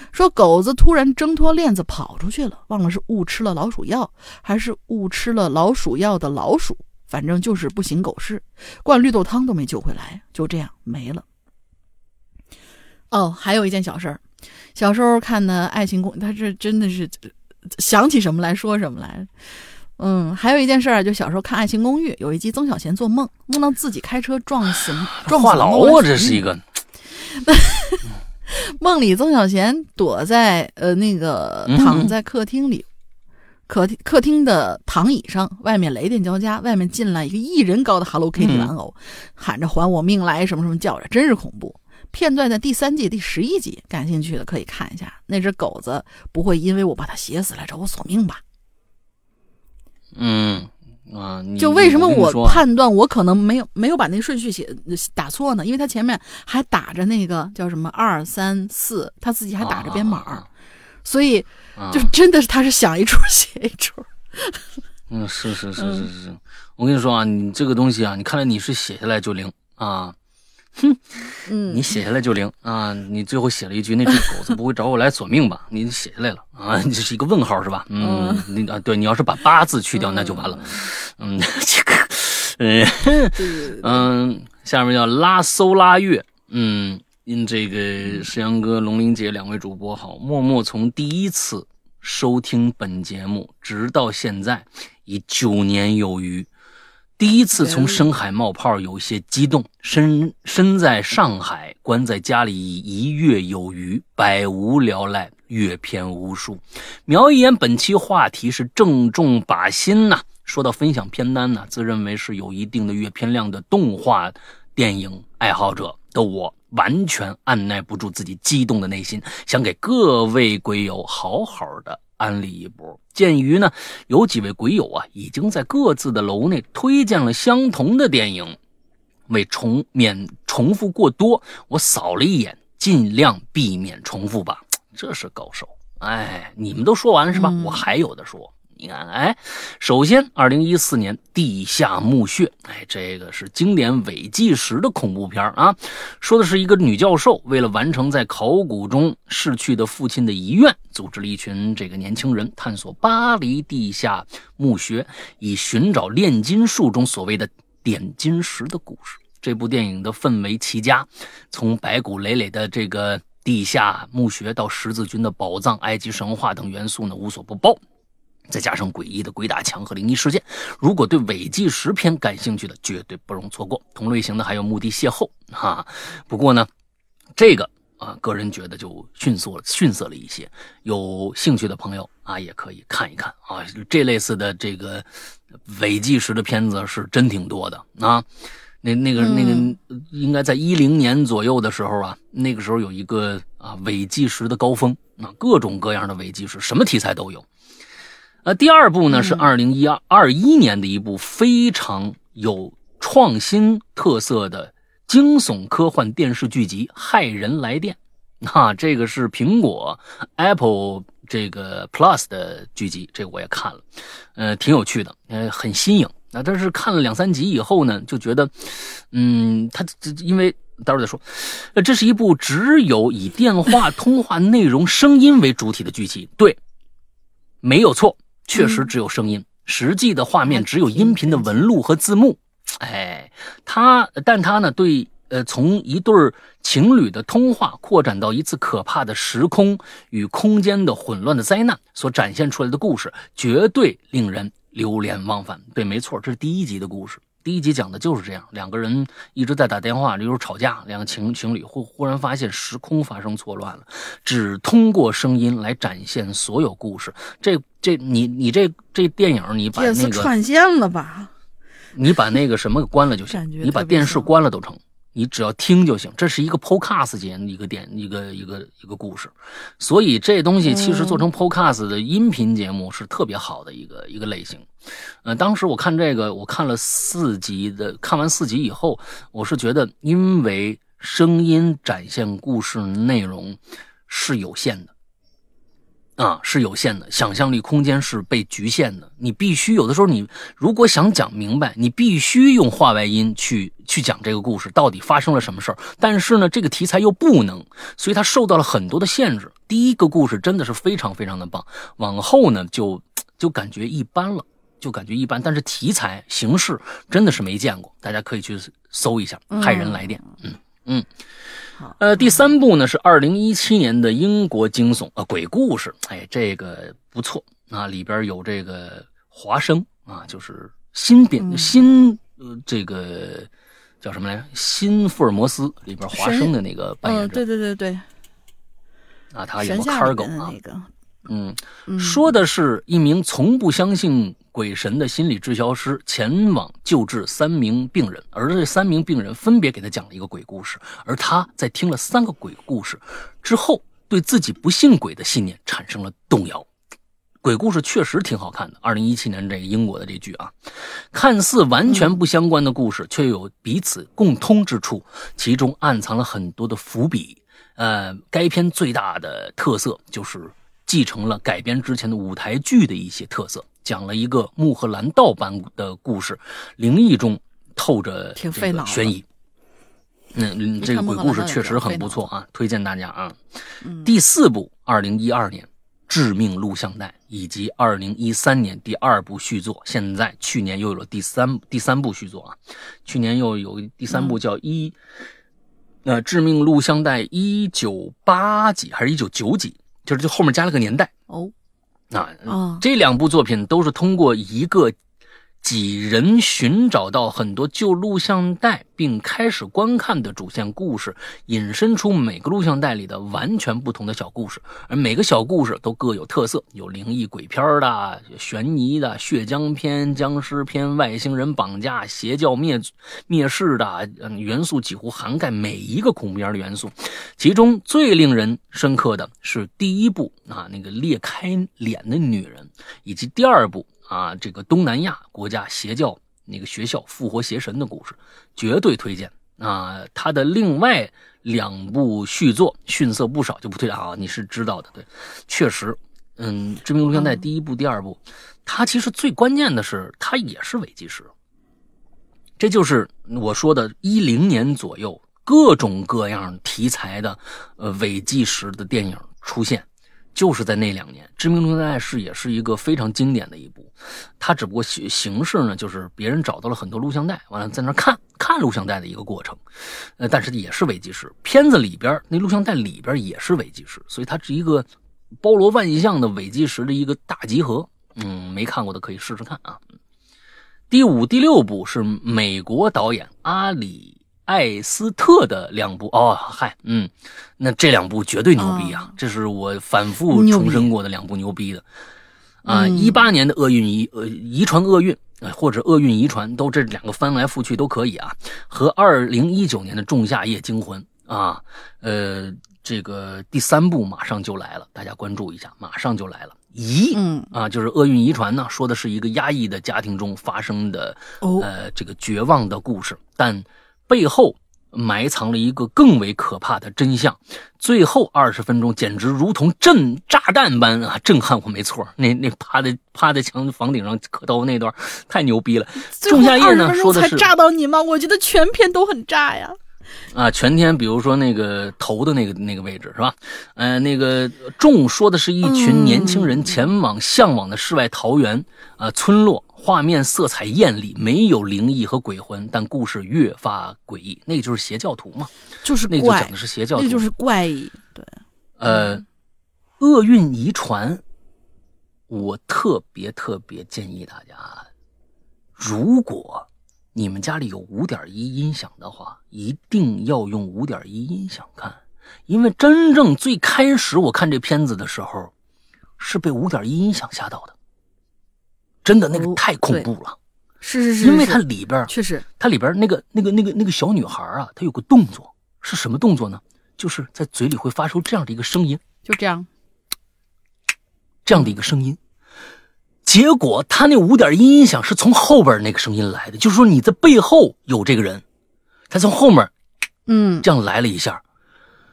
说狗子突然挣脱链子跑出去了，忘了是误吃了老鼠药还是误吃了老鼠药的老鼠，反正就是不省狗事，灌绿豆汤都没救回来，就这样没了。哦，还有一件小事儿，小时候看的《爱情公寓》，他这真的是想起什么来说什么来。嗯，还有一件事儿，就小时候看《爱情公寓》，有一集曾小贤做梦，梦到自己开车撞死撞死话痨啊，这是一个。 梦里曾小贤躲在呃那个躺在客厅里，客厅客厅的躺椅上，外面雷电交加，外面进来一个一人高的 Hello Kitty 玩偶，嗯、喊着还我命来什么什么叫着，真是恐怖。片段在第三季第十一集，感兴趣的可以看一下。那只狗子不会因为我把它写死来找我索命吧？ 嗯啊， 就为什么我判断我可能没有没有把那顺序写打错呢？因为他前面还打着那个叫什么二三四，他自己还打着编码，啊、所以就真的是他是想一出写一出。 嗯，是是是是是，嗯、我跟你说啊，你这个东西啊，你看来你是写下来就灵啊。哼， 嗯， 你写下来就灵啊！你最后写了一句，那只狗子不会找我来索命吧？你写下来了啊，这是一个问号是吧？嗯，你啊，对，你要是把八字去掉，那就完了。嗯，这个，嗯嗯，下面叫拉搜拉月，嗯，因这个石阳哥、龙玲姐两位主播好，默默从第一次收听本节目直到现在已九年有余。第一次从深海冒泡，有些激动。身身在上海，关在家里已一月有余，百无聊赖，阅片无数。瞄一眼本期话题是正中靶心呐、啊。说到分享片单呢、啊，自认为是有一定的阅片量的动画电影爱好者的我，完全按耐不住自己激动的内心，想给各位鬼友好好的安利一波。鉴于呢，有几位鬼友啊，已经在各自的楼内推荐了相同的电影，为重免重复过多，我扫了一眼，尽量避免重复吧。这是高手。哎，你们都说完了是吧？嗯、我还有的说。你看，哎，首先，二零一四年《地下墓穴》，哎，这个是经典伪纪实的恐怖片啊，说的是一个女教授为了完成在考古中逝去的父亲的遗愿，组织了一群这个年轻人探索巴黎地下墓穴，以寻找炼金术中所谓的点金石的故事。这部电影的氛围奇佳，从白骨累累的这个地下墓穴到十字军的宝藏、埃及神话等元素呢，无所不包。再加上诡异的鬼打墙和灵异事件，如果对伪纪实片感兴趣的，绝对不容错过。同类型的还有墓地邂逅哈，不过呢，这个啊，个人觉得就逊色了，逊色了一些。有兴趣的朋友啊，也可以看一看啊。这类似的这个伪纪实的片子是真挺多的啊。那那个那个，应该在一零年左右的时候啊，那个时候有一个啊伪纪实的高峰啊，各种各样的伪纪实，什么题材都有。呃，第二部呢是二零二一年的一部非常有创新特色的惊悚科幻电视剧集《骇人来电》啊，这个是苹果 Apple 这个 Plus 的剧集，这个我也看了，呃，挺有趣的，呃，很新颖。那但是看了两三集以后呢，就觉得，嗯，它因为待会儿再说，呃，这是一部只有以电话通话内容声音为主体的剧集，对，没有错。确实只有声音，实际的画面只有音频的纹路和字幕。哎，他，但他呢，对，呃，从一对情侣的通话扩展到一次可怕的时空与空间的混乱的灾难所展现出来的故事，绝对令人流连忘返。对，没错，这是第一集的故事。第一集讲的就是这样，两个人一直在打电话，就是吵架，两个情情侣忽忽然发现时空发生错乱了，只通过声音来展现所有故事。这这你你这这电影你把那个这次串线了吧？ 你把那个什么关了就行，你把电视关了都成。你只要听就行，这是一个 podcast 节一个点一个一个一个故事，所以这东西其实做成 podcast 的音频节目是特别好的一个一个类型。呃，当时我看这个，我看了四集的，看完四集以后，我是觉得因为声音展现故事内容是有限的， 啊是有限的，想象力空间是被局限的。你必须有的时候，你如果想讲明白，你必须用话外音去去讲这个故事到底发生了什么事儿。但是呢，这个题材又不能，所以它受到了很多的限制。第一个故事真的是非常非常的棒，往后呢就就感觉一般了，就感觉一般。但是题材形式真的是没见过，大家可以去搜一下《骇人来电》。嗯嗯。呃，第三部呢是二零一七年的英国惊悚呃鬼故事，哎，这个不错啊，里边有这个华生啊，就是新变、嗯、新呃这个叫什么来着？新福尔摩斯里边华生的那个扮演者， 嗯、对对对对， 啊，他有个坎儿狗啊， 那个嗯，说的是一名从不相信鬼神的心理治疗师前往救治三名病人，而这三名病人分别给他讲了一个鬼故事，而他在听了三个鬼故事之后，对自己不信鬼的信念产生了动摇。鬼故事确实挺好看的，二零一七年这个英国的这剧啊，看似完全不相关的故事，却有彼此共通之处，其中暗藏了很多的伏笔。呃，该片最大的特色就是继承了改编之前的舞台剧的一些特色，讲了一个穆赫兰道般的故事，灵异中透着这个悬疑。嗯，这个鬼故事确实很不错啊，推荐大家啊。嗯、第四部，二零一二年《致命录像带》，以及二零一三年第二部续作，现在去年又有了第三第三部续作啊，去年又有第三部叫一。嗯呃，致命录像带一九八几还是一九九几，就是就后面加了个年代哦。 啊，哦、这两部作品都是通过一个几人寻找到很多旧录像带，并开始观看的主线故事，引申出每个录像带里的完全不同的小故事，而每个小故事都各有特色，有灵异鬼片的、悬疑的、血浆片、僵尸片、外星人绑架、邪教灭灭世的，元素几乎涵盖每一个恐怖片的元素。其中最令人深刻的是第一部啊，那个裂开脸的女人，以及第二部啊，这个东南亚国家邪教那个学校复活邪神的故事，绝对推荐啊！他的另外两部续作逊色不少，就不推荐啊，你是知道的，对，确实，嗯，致命录像带第一部、第二部，它其实最关键的是，它也是伪纪实，这就是我说的，一零年左右，各种各样题材的呃伪纪实的电影出现。就是在那两年，《致命录像带》是也是一个非常经典的一部，它只不过形式呢，就是别人找到了很多录像带，完了在那看看录像带的一个过程，呃，但是也是伪纪实。片子里边那录像带里边也是伪纪实，所以它是一个包罗万象的伪纪实的一个大集合。嗯，没看过的可以试试看啊。第五、第六部是美国导演阿里艾斯特的两部哦，嗨，嗯，那这两部绝对牛逼啊！哦、这是我反复重申过的两部牛逼的啊！一八、呃、年的厄运遗呃遗传厄运呃或者厄运遗传，都这两个翻来覆去都可以啊。和二零一九年的仲夏夜惊魂啊，呃，这个第三部马上就来了，大家关注一下，马上就来了。遗嗯啊，就是厄运遗传呢，说的是一个压抑的家庭中发生的、哦、呃这个绝望的故事，但背后埋藏了一个更为可怕的真相，最后二十分钟简直如同震炸弹般啊，震撼我没错。那那趴在趴在墙房顶上磕头那段太牛逼了。仲夏夜呢说的是才炸到你吗？我觉得全片都很炸呀。 啊，全天比如说那个头的那个那个位置是吧？呃，那个仲说的是一群年轻人前往向往的世外桃源啊、呃、村落。画面色彩艳丽，没有灵异和鬼魂，但故事越发诡异。那个就是邪教徒嘛， 就是怪， 那个就讲的是邪教徒， 那就是怪异。对， 呃，厄运遗传，我特别特别建议大家，如果你们家里有五点一音响的话，一定要用五点一音响看，因为真正最开始我看这片子的时候，是被五点一音响吓到的。真的那个太恐怖了，哦、 是是是， 因为它里边确实， 它里边那个那个那个那个小女孩啊，她有个动作，是什么动作呢？就是在嘴里会发出这样的一个声音， 就这样， 这样的一个声音。结果他那五点一音响是从后边那个声音来的，就是说你在背后有这个人，他从后面， 嗯， 这样来了一下。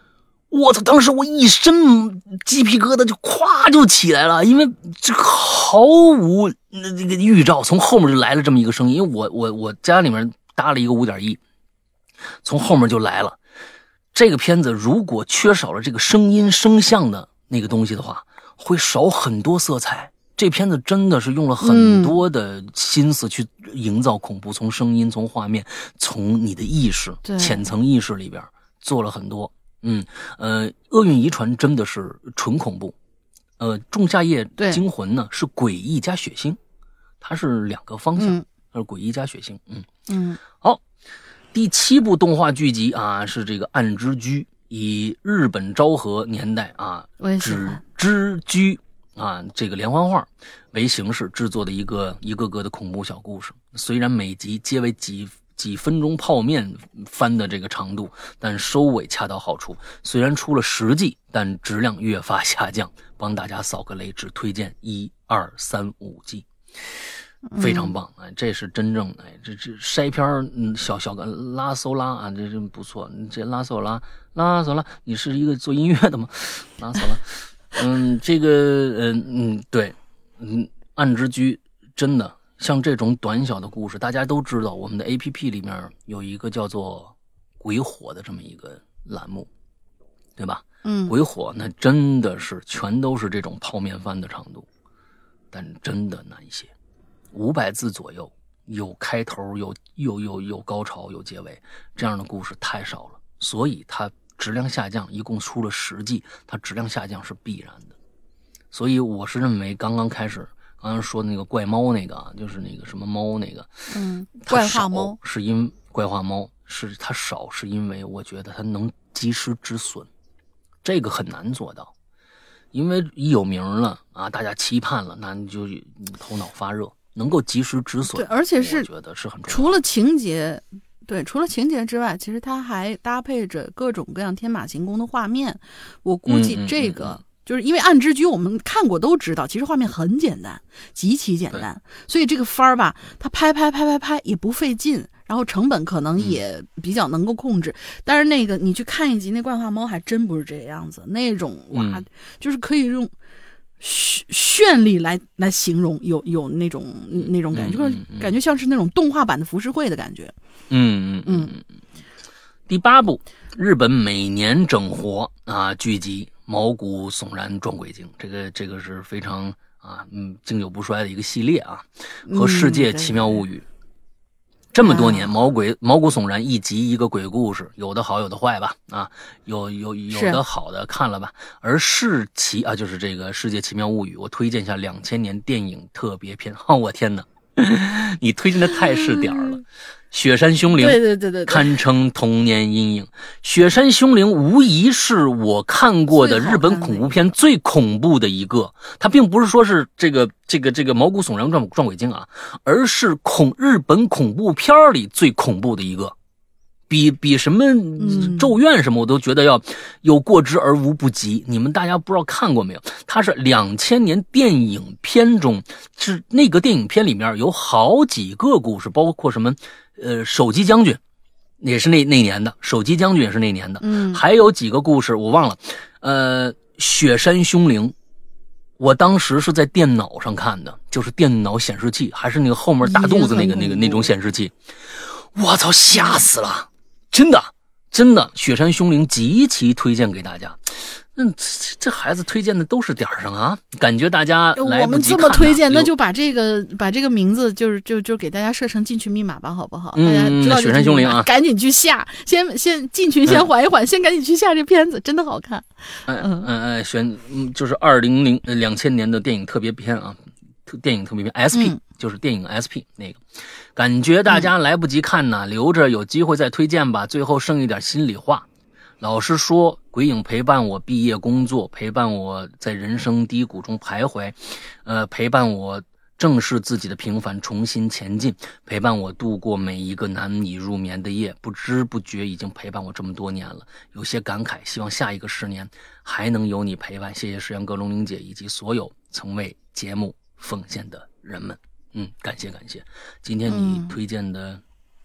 我操！当时我一身鸡皮疙瘩就咵就起来了，因为这毫无那这个预兆，从后面就来了这么一个声音。因为我我我家里面搭了一个五点一，从后面就来了。这个片子如果缺少了这个声音声像的那个东西的话，会少很多色彩。这片子真的是用了很多的心思去营造恐怖，嗯、从声音、从画面、从你的意识、浅层意识里边做了很多。嗯，呃，厄运遗传真的是纯恐怖，呃，仲夏夜惊魂呢是诡异加血腥，它是两个方向，它是诡异加血腥。嗯嗯， 好，第七部动画剧集啊是这个《暗之居》，以日本昭和年代啊纸之居啊这个连环画为形式制作的一个一个个的恐怖小故事，虽然每集皆为几。几分钟泡面番的这个长度，但收尾恰到好处。虽然出了十季，但质量越发下降。帮大家扫个雷，只推荐一二三五季，非常棒！哎，这是真正哎，这这筛片嗯，小小个拉搜拉啊，这真不错。这拉搜拉拉搜拉，你是一个做音乐的吗？拉搜拉，嗯，这个嗯嗯对，嗯，暗之居真的。像这种短小的故事，大家都知道，我们的 A P P 里面有一个叫做“鬼火”的这么一个栏目，对吧？ 嗯， 鬼火那真的是全都是这种泡面番的长度，但真的难些，五百字左右，有开头，有有有有高潮，有结尾，这样的故事太少了，所以它质量下降。一共出了十季，它质量下降是必然的。所以我是认为，刚刚开始。刚刚说的那个怪猫那个啊，就是那个什么猫那个， 嗯，怪话猫是因怪话猫是它少，是因为我觉得它能及时止损，这个很难做到，因为一有名了啊，大家期盼了，那你就你头脑发热，能够及时止损， 对，而且是我觉得是很重要。 除了情节，对，除了情节之外，其实它还搭配着各种各样天马行空的画面，我估计这个。 嗯嗯嗯嗯就是因为《暗之居》我们看过都知道，其实画面很简单，极其简单，所以这个番儿吧，它拍拍拍拍拍也不费劲，然后成本可能也比较能够控制。嗯、但是那个你去看一集那怪话猫还真不是这样子，那种哇，嗯、就是可以用绚绚丽来来形容，有有那种那种感觉，就是、嗯、感觉像是那种动画版的浮世绘的感觉。 嗯嗯嗯嗯。第八部，日本每年整活啊剧集。毛骨悚然撞鬼经，这个这个是非常啊，嗯，经久不衰的一个系列啊，和《世界奇妙物语》嗯、这么多年，毛鬼毛骨悚然一集一个鬼故事，有的好有的坏吧，啊，有有有的好的看了吧，而世奇啊，就是这个《世界奇妙物语》，我推荐一下两千年电影特别篇，哈、哦，我天哪，你推荐的太是点儿了。雪山凶灵， 对对对对， 堪称童年阴影。雪山凶灵无疑是我看过的日本恐怖片最恐怖的一个。它并不是说是这个这个这个毛骨悚然撞撞鬼经啊，而是恐日本恐怖片里最恐怖的一个。比比什么咒怨什么，我都觉得要有过之而无不及。你们大家不知道看过没有？它是两千年电影片中，是那个电影片里面有好几个故事，包括什么呃手机将军，也是那那年的，手机将军也是那年的， 嗯， 还有几个故事我忘了，呃，雪山凶灵。我当时是在电脑上看的，就是电脑显示器，还是那个后面大肚子那个那个那种显示器。我操，吓死了！真的，真的，雪山凶灵极其推荐给大家。嗯，这这孩子推荐的都是点儿上啊，感觉大家来不及看、啊、 我们这么推荐，那就把这个把这个名字就是就就给大家设成进群密码吧，好不好？ 嗯、 大家知道雪山凶灵啊， 赶紧去下，先先进群先缓一缓，嗯、先赶紧去下这片子，真的好看。 嗯嗯嗯，选嗯就是二零零两千年的电影特别篇啊，电影特别篇 S P、嗯、就是电影 S P 那个。感觉大家来不及看呢、嗯、留着有机会再推荐吧。最后剩一点心里话，老实说，鬼影陪伴我毕业工作，陪伴我在人生低谷中徘徊，呃，陪伴我正视自己的平凡，重新前进，陪伴我度过每一个难以入眠的夜，不知不觉已经陪伴我这么多年了，有些感慨，希望下一个十年还能有你陪伴。谢谢石阳哥、龙玲姐以及所有曾为节目奉献的人们。嗯，感谢感谢。今天你推荐的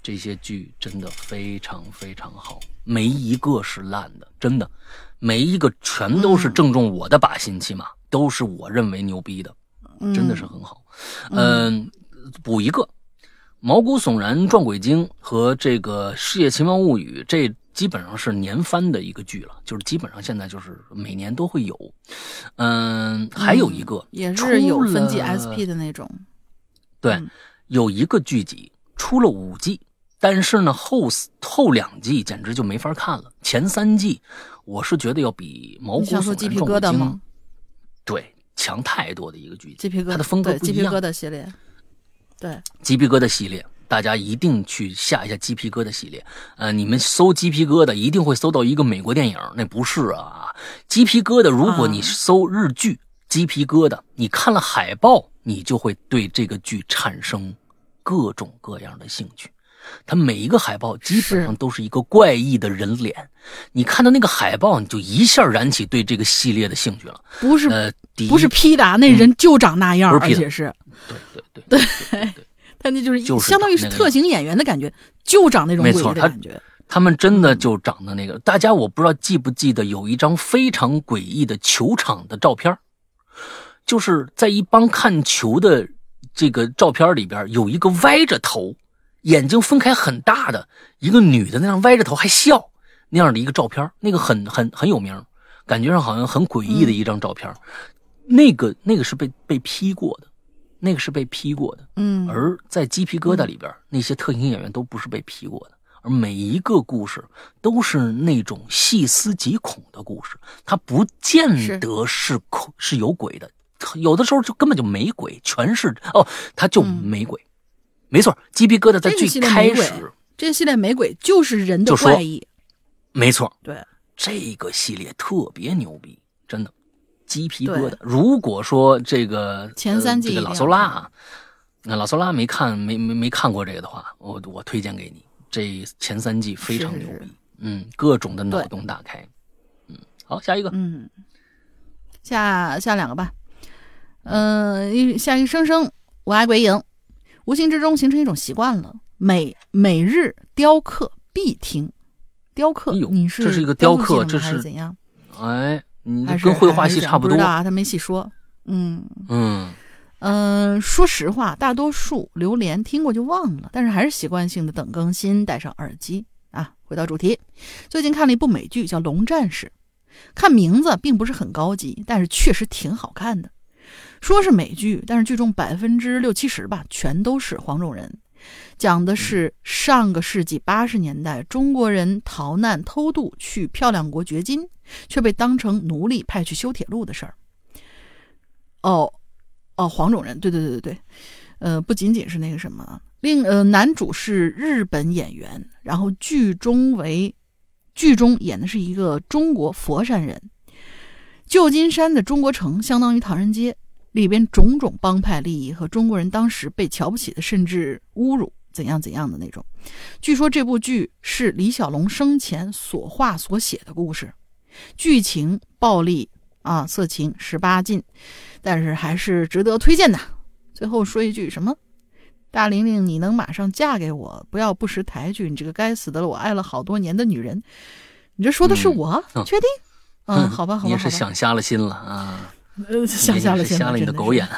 这些剧真的非常非常好，没一个是烂的，真的，每一个全都是正中我的靶心，起码都是我认为牛逼的，真的是很好。嗯，呃、补一个。毛骨悚然撞鬼经和这个世界奇妙物语，这基本上是年番的一个剧了，就是基本上现在就是每年都会有。嗯，还有一个、 嗯、也是有分季 S P 的那种。 对、嗯，有一个剧集出了五季，但是呢后后两季简直就没法看了。前三季我是觉得要比毛骨悚然撞鬼经对强太多的一个剧集， 鸡皮疙瘩它的风格不一样。 鸡皮疙瘩系列。对， 鸡皮疙瘩系列，大家一定去下一下鸡皮疙瘩系列。呃，你们搜鸡皮疙瘩，一定会搜到一个美国电影，那不是啊。鸡皮疙瘩，如果你搜日剧、啊、鸡皮疙瘩，你看了海报，你就会对这个剧产生各种各样的兴趣。它每一个海报基本上都是一个怪异的人脸，你看到那个海报，你就一下燃起对这个系列的兴趣了。 不是， 呃， 不是 P 的，那人就长那样， 嗯、 而且是， 对对对对对对， 他那就是就是相当于是特型演员的感觉，就长那种诡异的感觉。 他们真的就长的那个，大家我不知道记不记得有一张非常诡异的球场的照片，就是在一帮看球的这个照片里边，有一个歪着头。眼睛分开很大的一个女的，那样歪着头还笑那样的一个照片，那个很很很有名，感觉上好像很诡异的一张照片。嗯、那个那个是被被 P 过的，那个是被 P 过的。 嗯， 而在鸡皮疙瘩里边，嗯、那些特型演员都不是被 P 过的，而每一个故事都是那种细思极恐的故事，它不见得是恐 是, 是有鬼的，有的时候就根本就没鬼，全是哦，它就没鬼。嗯没错，鸡皮疙瘩在最开始， 这个系列没鬼，就是人的怪异。 没错， 对， 这个系列特别牛逼，真的。鸡皮疙瘩，如果说这个前三季、 呃、这个老搜拉，那老搜拉没看没没没看过这个的话，我我推荐给你，这前三季非常牛逼， 是是嗯，各种的脑洞大开。嗯，好，下一个， 嗯，下下两个吧，嗯、呃，下一个生生，我爱鬼影。无形之中形成一种习惯了，每每日雕刻必听。雕刻，你是这是一个雕刻，这是怎样？ 哎，你跟绘画系差不多。 不知道啊，他没细说。嗯嗯嗯、呃，说实话，大多数榴莲听过就忘了，但是还是习惯性的等更新，戴上耳机啊。回到主题，最近看了一部美剧叫《龙战士》，看名字并不是很高级，但是确实挺好看的。说是美剧，但是剧中百分之六七十吧，全都是黄种人，讲的是上个世纪八十年代中国人逃难偷渡去漂亮国掘金，却被当成奴隶派去修铁路的事儿。哦哦，黄种人，对对对对对，呃，不仅仅是那个什么，另呃，男主是日本演员，然后剧中为剧中演的是一个中国佛山人。旧金山的中国城相当于唐人街，里边种种帮派利益和中国人当时被瞧不起的甚至侮辱怎样怎样的那种。据说这部剧是李小龙生前所画所写的故事，剧情暴力啊，色情十八禁，但是还是值得推荐的。最后说一句什么，大玲玲你能马上嫁给我，不要不识抬举，你这个该死的我爱了好多年的女人。你这说的是我、嗯、确定嗯，好吧，好吧， 你也是想瞎了心了啊！ 呃，想瞎了心， 瞎了你的狗眼。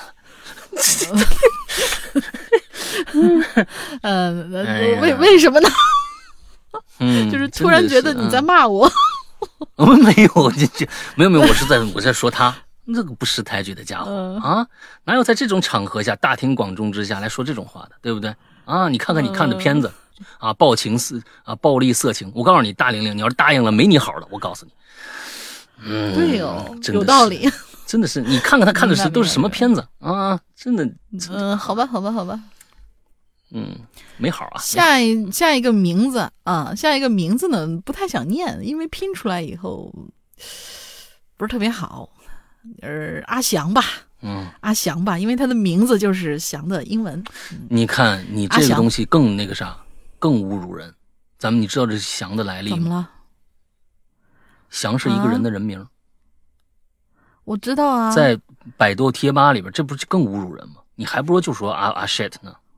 呃，为为什么呢？ 嗯， 就是突然觉得你在骂我。 我们没有，这这没有没有，我是在我在说他这个不识抬举的家伙、 嗯、 啊，哪有在这种场合下大庭广众之下来说这种话的，对不对？啊，你看看你看的片子、嗯、啊，暴情色啊，暴力色情，我告诉你，大玲玲，你要是答应了，没你好的，我告诉你。嗯， 对哦，有道理， 真的是，你看看他看的是都是什么片子啊？真的， 嗯、呃，好吧，好吧，好吧， 嗯，没好啊。 下一下一个名字啊，下一个名字呢不太想念，因为拼出来以后不是特别好。呃，阿翔吧， 嗯， 阿翔吧，因为他的名字就是翔的英文。 嗯、你看，你这个东西更那个啥，更侮辱人。咱们你知道这翔的来历吗？ 怎么了？ 翔是一个人的人名、啊、 我知道啊， 在百度贴吧里边，这不是更侮辱人吗？你还不如就说啊啊 shit 呢，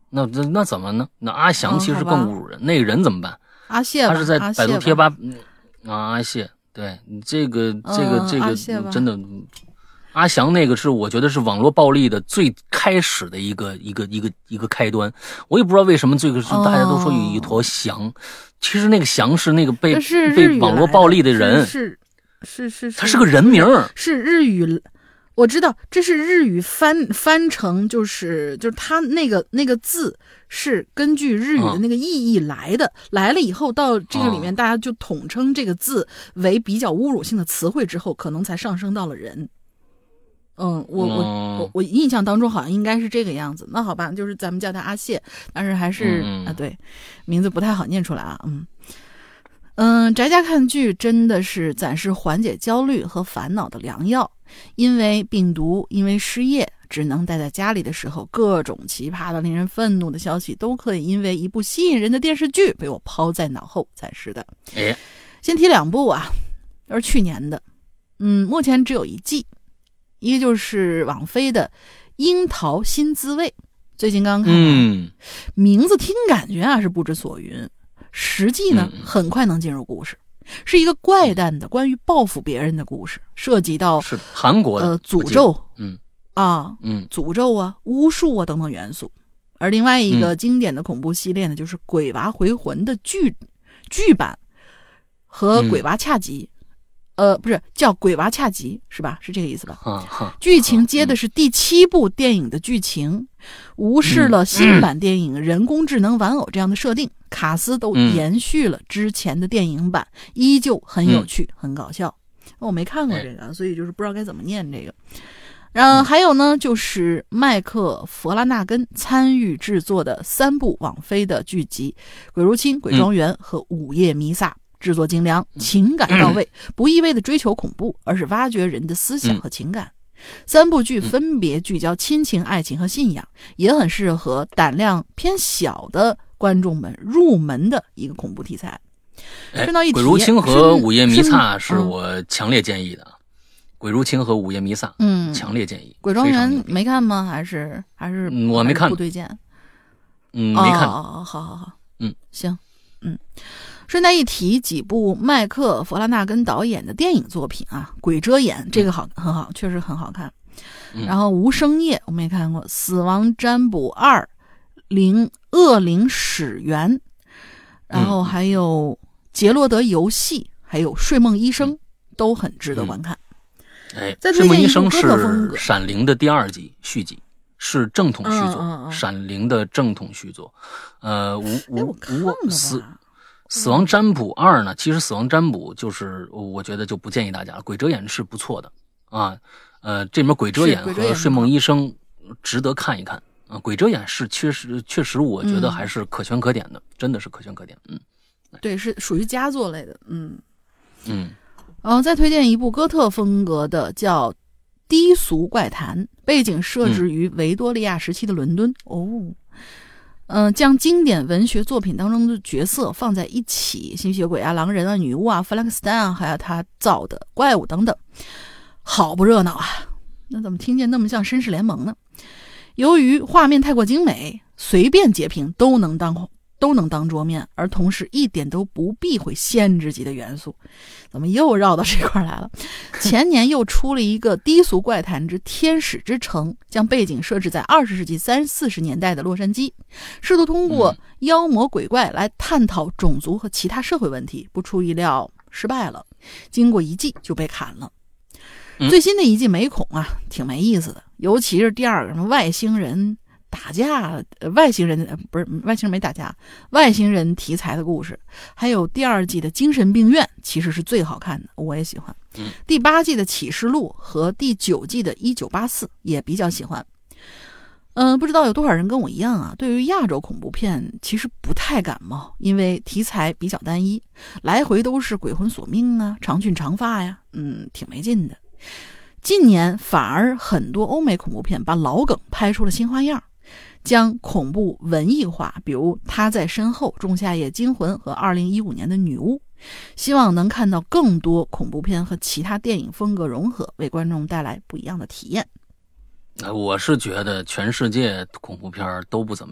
那那那怎么呢？那阿翔其实更侮辱人，嗯、那个人怎么办？ 阿谢， 他是在百度贴吧啊，阿谢，对你这个这个、嗯、这个真的，阿翔那个是我觉得是网络暴力的最开始的一个一个一个一个开端。我也不知道为什么这个是大家都说有一坨翔，哦、其实那个翔是那个被被网络暴力的人， 是是是是， 他是个人名， 是日语。我知道这是日语翻翻成就是就是它那个那个字是根据日语的那个意义来的，嗯、来了以后到这个里面，大家就统称这个字为比较侮辱性的词汇之后，可能才上升到了人。嗯，我我我我印象当中好像应该是这个样子。那好吧，就是咱们叫他阿谢，但是还是、嗯、啊，对，名字不太好念出来啊，嗯。嗯，宅家看剧真的是暂时缓解焦虑和烦恼的良药。因为病毒，因为失业，只能待在家里的时候，各种奇葩的、令人愤怒的消息都可以因为一部吸引人的电视剧被我抛在脑后。暂时的， 哎， 先提两部啊，都是去年的，嗯，目前只有一季，一个就是网飞的《樱桃新滋味》，最近刚看完， 嗯， 名字听感觉啊是不知所云，实际呢、嗯、很快能进入故事。是一个怪诞的关于报复别人的故事，涉及到是韩国的呃诅咒， 嗯啊， 嗯， 诅咒啊、巫术啊等等元素。而另外一个经典的恐怖系列呢，嗯、就是《鬼娃回魂》的剧剧版和《鬼娃恰吉》嗯，呃，不是叫《鬼娃恰吉》是吧？是这个意思吧？ 啊、 剧情接的是第七部电影的剧情，无视了新版电影人工智能玩偶这样的设定。卡斯都延续了之前的电影版，嗯、依旧很有趣、嗯、很搞笑。我没看过这个，所以就是不知道该怎么念这个。然后还有呢，就是麦克弗拉纳根参与制作的三部网飞的剧集《鬼入侵》《鬼庄园》和《午夜弥撒》，制作精良，情感到位，不一味的追求恐怖，而是挖掘人的思想和情感。三部剧分别聚焦亲情、爱情和信仰，也很适合胆量偏小的观众们入门的一个恐怖题材。顺道一提， 鬼入侵和午夜弥撒是我强烈建议的。嗯、鬼入侵和午夜弥撒，嗯，强烈建议。 鬼庄园没看吗？还是还是、 嗯、我没看， 不推荐。 嗯，没看。 哦，好好好， 嗯， 行，嗯。顺带一提，几部麦克弗拉纳根导演的电影作品啊，《鬼遮眼》这个好、嗯、很好，确实很好看。 嗯、 然后《无声夜》我没看过，《死亡占卜二》、灵恶灵始源，然后还有《杰罗德游戏》，还有《睡梦医生》，嗯、都很值得观看。 哎， 再睡梦医生是《闪灵》的第二集续集。是正统续作， 嗯嗯嗯、 闪灵的正统续作。呃，无无无死死亡占卜二呢？其实死亡占卜就是我觉得就不建议大家了。鬼遮眼是不错的啊，呃，这里面鬼遮眼和睡梦医生值得看一看啊。鬼遮眼是确实确实我觉得还是可圈可点的，嗯、真的是可圈可点。嗯， 对，是属于佳作类的。嗯嗯， 然后再推荐一部哥特风格的叫《低俗怪谈》，背景设置于维多利亚时期的伦敦。嗯、哦，嗯、呃，将经典文学作品当中的角色放在一起，吸血鬼啊、狼人啊、女巫啊、弗兰克斯坦啊，还有他造的怪物等等，好不热闹啊！那怎么听见那么像绅士联盟呢？由于画面太过精美，随便截屏都能当都能当桌面，而同时一点都不避讳限制级的元素。怎么又绕到这块来了？前年又出了一个低俗怪谈之天使之城，将背景设置在二十世纪三四十年代的洛杉矶，试图通过妖魔鬼怪来探讨种族和其他社会问题，不出意料失败了，经过一季就被砍了。最新的一季美恐啊，挺没意思的，尤其是第二个什么外星人打架，呃，外星人、呃、不是外星人没打架，外星人题材的故事，还有第二季的精神病院其实是最好看的，我也喜欢。 嗯、 第八季的启示录和第九季的一九八四也比较喜欢。嗯、呃，不知道有多少人跟我一样啊，对于亚洲恐怖片其实不太感冒，因为题材比较单一，来回都是鬼魂索命啊、长裙长发呀，嗯，挺没劲的。近年反而很多欧美恐怖片把老梗拍出了新花样，将恐怖文艺化，比如他在身后、仲夏夜惊魂和二零一五年的女巫，希望能看到更多恐怖片和其他电影风格融合，为观众带来不一样的体验。 我是觉得全世界恐怖片都不怎么样，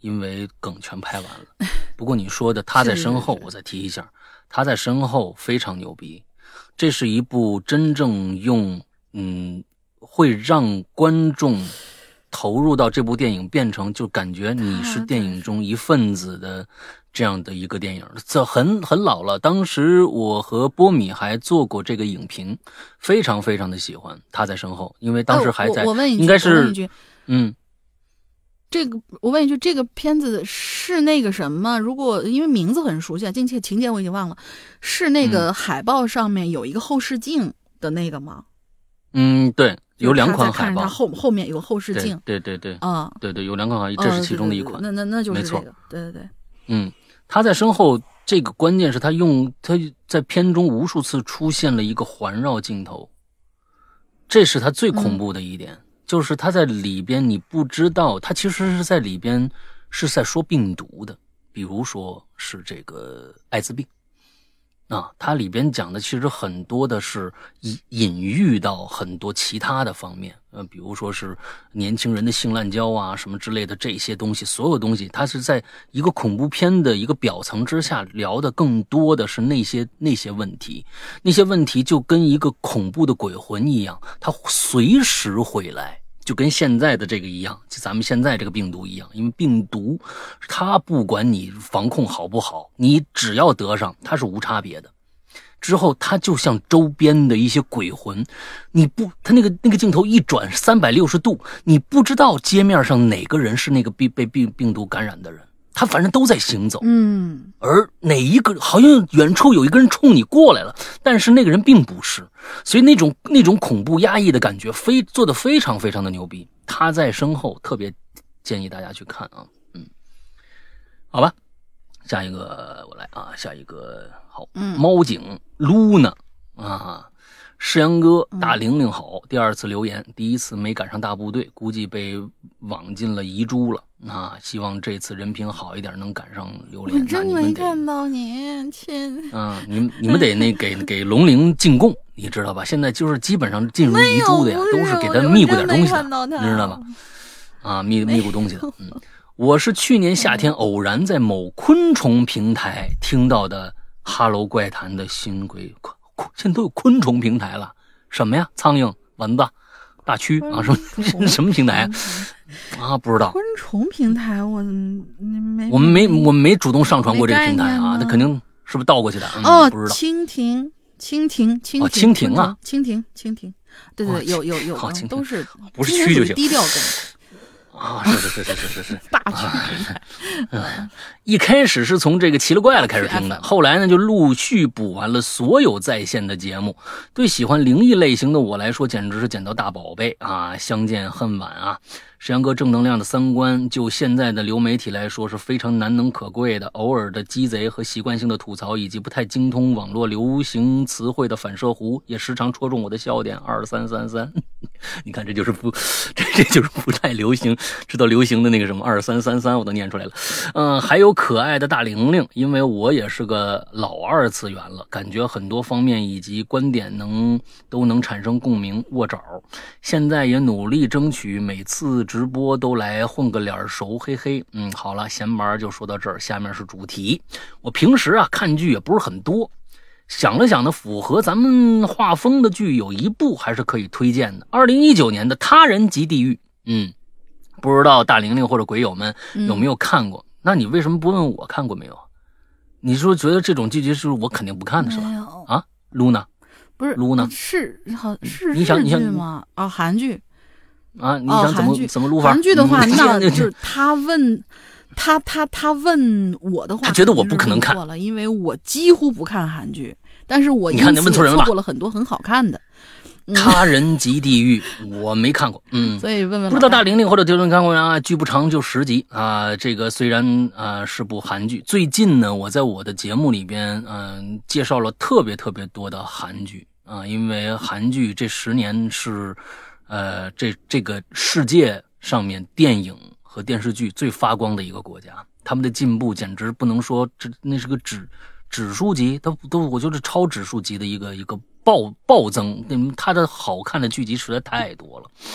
因为梗全拍完了。不过你说的他在身后，我再提一下，他在身后非常牛逼。这是一部真正用嗯会让观众投入到这部电影，变成就感觉你是电影中一份子的这样的一个电影。这很很老了，当时我和波米还做过这个影评，非常非常的喜欢他在身后，因为当时还在、 哦、我, 我问一句， 应该是我问一句嗯。 这个我问一句，这个片子是那个什么？如果因为名字很熟悉，近期情节我已经忘了，是那个海报上面有一个后视镜的那个吗？ 嗯，对，有两款海报， 看着它后后面有个后视镜， 对对对， 啊、 嗯，对对，有两款海报，这是其中的一款。 哦、对对对那那那就是这个， 对对对， 嗯，他在身后，这个关键是他用他在片中无数次出现了一个环绕镜头，这是他最恐怖的一点。嗯，就是他在里边，你不知道他其实是在里边是在说病毒的，比如说是这个艾滋病啊，它里边讲的其实很多的是隐隐喻到很多其他的方面，呃，比如说是年轻人的性滥交啊什么之类的这些东西，所有东西它是在一个恐怖片的一个表层之下聊的，更多的是那些那些问题，那些问题就跟一个恐怖的鬼魂一样，它随时会来。就跟现在的这个一样，就咱们现在这个病毒一样，因为病毒它不管你防控好不好，你只要得上它是无差别的，之后它就像周边的一些鬼魂，你不它那个那个镜头一转三百六十度，你不知道街面上哪个人是那个被被病病毒感染的人，他反正都在行走， 嗯， 而哪一个好像远处有一个人冲你过来了，但是那个人并不是，所以那种那种恐怖压抑的感觉非做得非常非常的牛逼。他在身后，特别建议大家去看啊，嗯，好吧，下一个我来啊，下一个好， 嗯， 猫警 Luna 啊。世阳哥大玲玲好，第二次留言，第一次没赶上大部队，估计被网进了遗珠了啊！希望这次人品好一点，能赶上榴莲。 我真没看到你，亲。 嗯，你们你们得那给给龙陵进贡，你知道吧？现在就是基本上进入遗珠的呀，都是给他密鼓点东西的，你知道吧？啊，密密鼓东西的。嗯，我是去年夏天偶然在某昆虫平台听到的《哈喽怪谈》的新规。现在都有昆虫平台了，什么呀？苍蝇、蚊子、大蛆啊？什么什么平台啊？啊，不知道。 昆虫平台，我没， 我们没，我们没主动上传过这个平台啊。它肯定是不是倒过去的？嗯、 哦， 不知道。 蜻蜓，蜻蜓，蜻蜓， 哦，蜻蜓啊， 蜻蜓，蜻蜓，对对，有有有，都是不是蛆就行， 低调梗。 啊，是是是是是是， 大蛆平台。 嗯，一开始是从这个奇了怪了开始听的，后来呢就陆续补完了所有在线的节目。对喜欢灵异类型的我来说，简直是捡到大宝贝啊！相见恨晚啊！石阳哥正能量的三观，就现在的流媒体来说是非常难能可贵的。偶尔的鸡贼和习惯性的吐槽，以及不太精通网络流行词汇的反射弧，也时常戳中我的笑点。二三三三，你看这就是不，这这就是不太流行，知道流行的那个什么二三三三，我都念出来了。嗯，还有可爱的大玲玲，因为我也是个老二次元了，感觉很多方面以及观点能都能产生共鸣，握爪。现在也努力争取每次直播都来混个脸熟，嘿嘿。嗯，好了，闲玩就说到这儿，下面是主题。我平时啊看剧也不是很多，想了想呢，符合咱们画风的剧有一部还是可以推荐的，二零一九年的《他人即地狱》。嗯，不知道大玲玲或者鬼友们有没有看过？嗯，那你为什么不问我看过没有？你说觉得这种剧集是我肯定不看的是吧？啊 ，Luna 不是 Luna 是好是你想日剧吗？啊，韩剧啊，你想怎么、 哦、 怎么撸法？ 韩剧的话， 嗯、 那就是他问他他他问我的话， 他觉得我不可能看了，因为我几乎不看韩剧，但是我你看你问错人了吧？ 错过了很多很好看的。 他人即地狱，我没看过，嗯， 所以问问不知道大玲玲或者丢人看过啊？剧不长，就十集啊。这个虽然啊是部韩剧，最近呢，我在我的节目里边嗯、呃、介绍了特别特别多的韩剧啊，因为韩剧这十年是呃这这个世界上面电影和电视剧最发光的一个国家，他们的进步简直不能说这那是个指指数级，都都我觉得超指数级的一个一个。暴暴增，它的好看的剧集实在太多了，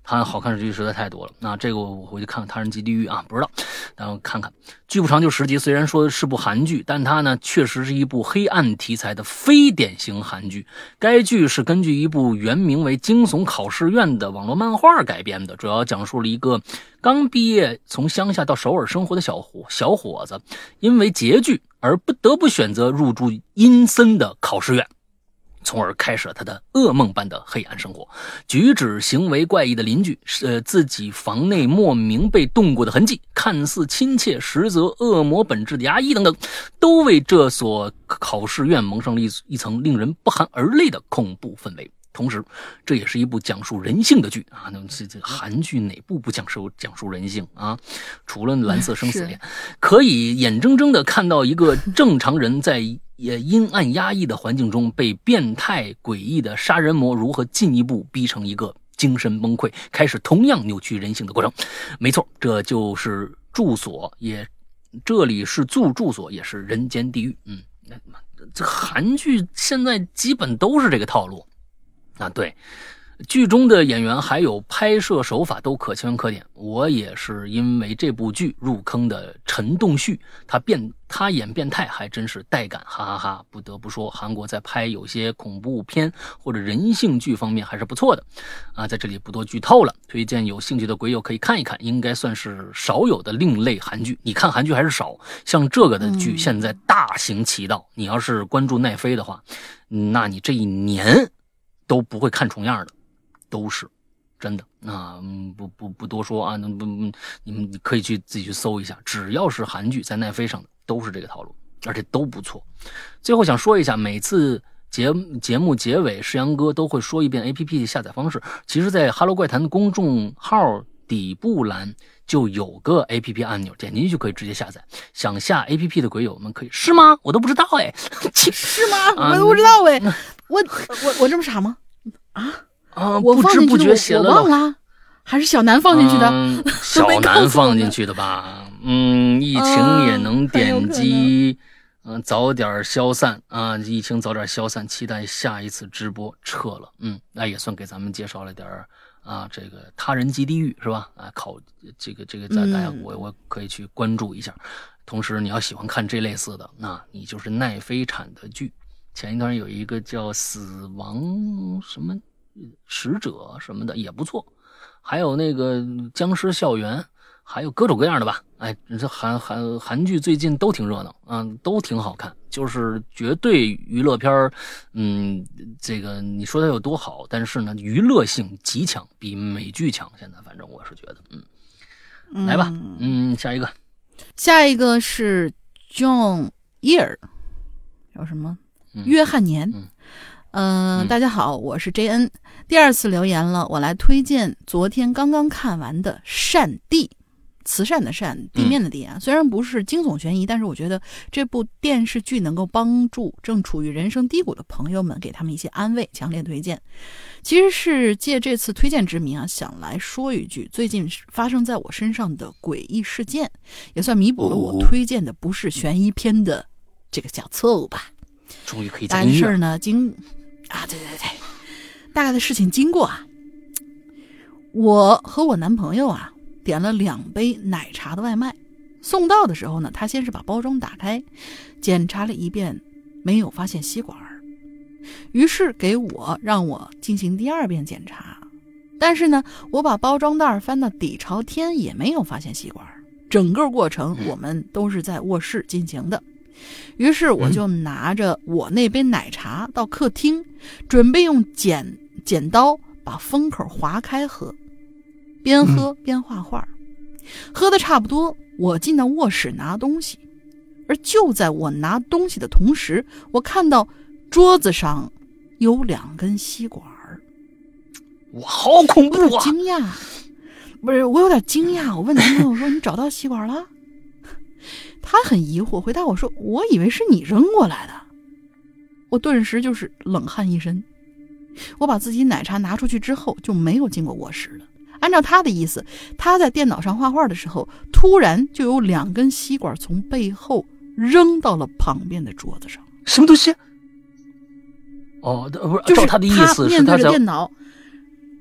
它好看的剧实在太多了。那这个我回去看看《他人即地狱》啊，不知道，然后看看。剧不长，就十集，虽然说是部韩剧，但它呢确实是一部黑暗题材的非典型韩剧。该剧是根据一部原名为《惊悚考试院》的网络漫画改编的，主要讲述了一个刚毕业从乡下到首尔生活的小伙小伙子，因为拮据而不得不选择入住阴森的考试院，从而开始了他的噩梦般的黑暗生活。举止行为怪异的邻居，呃，自己房内莫名被动过的痕迹，看似亲切实则恶魔本质的牙医等等，都为这所考试院蒙上了一一层令人不寒而栗的恐怖氛围。同时，这也是一部讲述人性的剧啊！那么这这韩剧哪部不讲述讲述人性啊？除了《蓝色生死恋》，可以眼睁睁的看到一个正常人在也阴暗压抑的环境中被变态诡异的杀人魔如何进一步逼成一个精神崩溃，开始同样扭曲人性的过程。没错，这就是住所，也这里是住住所，也是人间地狱。嗯，这韩剧现在基本都是这个套路。啊，对，剧中的演员还有拍摄手法都可圈可点。我也是因为这部剧入坑的陈栋旭，他变他演变态还真是带感，哈哈哈！不得不说，韩国在拍有些恐怖片或者人性剧方面还是不错的啊。在这里不多剧透了，推荐有兴趣的鬼友可以看一看，应该算是少有的另类韩剧。你看韩剧还是少，像这个的剧现在大行其道。嗯、你要是关注奈飞的话，那你这一年都不会看重样的，都是真的。那、嗯、不不不多说啊，那不你们可以去自己去搜一下，只要是韩剧在奈飞上的都是这个套路，而且都不错。最后想说一下，每次节节目结尾，世阳哥都会说一遍 A P P 的下载方式。其实，在哈喽怪谈的公众号底部栏就有个 A P P 按钮，点进去就可以直接下载。想下 A P P 的鬼友们可以是吗？我都不知道哎， 是吗？我都不知道哎。嗯我我我这么傻吗？啊啊！ 我放进去的，我我忘了，还是小南放进去的？ 嗯、小南放进去的吧？嗯，疫情也能点击，嗯、呃，早点消散啊！疫情早点消散，期待下一次直播。撤了，嗯，那也算给咱们介绍了点啊，这个他人即地狱是吧？啊，考这个这个，在大家我我可以去关注一下。同时，你要喜欢看这类似的，那你就是奈飞产的剧。前一段有一个叫死亡什么使者什么的也不错，还有那个僵尸校园，还有各种各样的吧。哎，这韩韩韩剧最近都挺热闹，嗯，都挺好看，就是绝对娱乐片儿。嗯，这个你说它有多好，但是呢，娱乐性极强，比美剧强。现在反正我是觉得，嗯，来吧，嗯，下一个， 下一个是 John Year， 有什么？约翰年，嗯、呃嗯，大家好，我是 J N， 第二次留言了，我来推荐昨天刚刚看完的《善地》，慈善的善，地面的地啊。嗯、虽然不是惊悚悬疑，但是我觉得这部电视剧能够帮助正处于人生低谷的朋友们，给他们一些安慰，强烈推荐。其实是借这次推荐之名啊，想来说一句最近发生在我身上的诡异事件，也算弥补了我推荐的不是悬疑片的这个小错误吧。 终于可以大概的事儿呢，经啊，对对对，大概的事情经过啊，我和我男朋友啊点了两杯奶茶的外卖，送到的时候呢，他先是把包装打开，检查了一遍，没有发现吸管，于是给我让我进行第二遍检查，但是呢，我把包装袋翻到底朝天，也没有发现吸管，整个过程我们都是在卧室进行的。于是我就拿着我那杯奶茶到客厅，准备用剪剪刀把封口划开喝，边喝边画画。喝的差不多，我进到卧室拿东西，而就在我拿东西的同时，我看到桌子上有两根吸管。 哇，好恐怖啊！ 惊讶，不是我有点惊讶。我问男朋友说：“你找到吸管了？”他很疑惑，回答我说：“我以为是你扔过来的。”我顿时就是冷汗一身。我把自己奶茶拿出去之后，就没有进过卧室了。按照他的意思，他在电脑上画画的时候，突然就有两根吸管从背后扔到了旁边的桌子上。 什么东西？哦，不是， 就是照他的意思是他面对着电脑，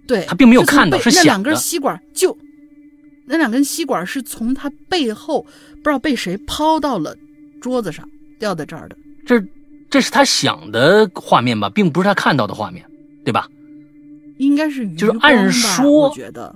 对， 他并没有看到，是那两根吸管就那两根吸管是从他背后不知道被谁抛到了桌子上，掉在这儿的。 这这是他想的画面吧，并不是他看到的画面，对吧？ 应该是余就是按说， 我觉得，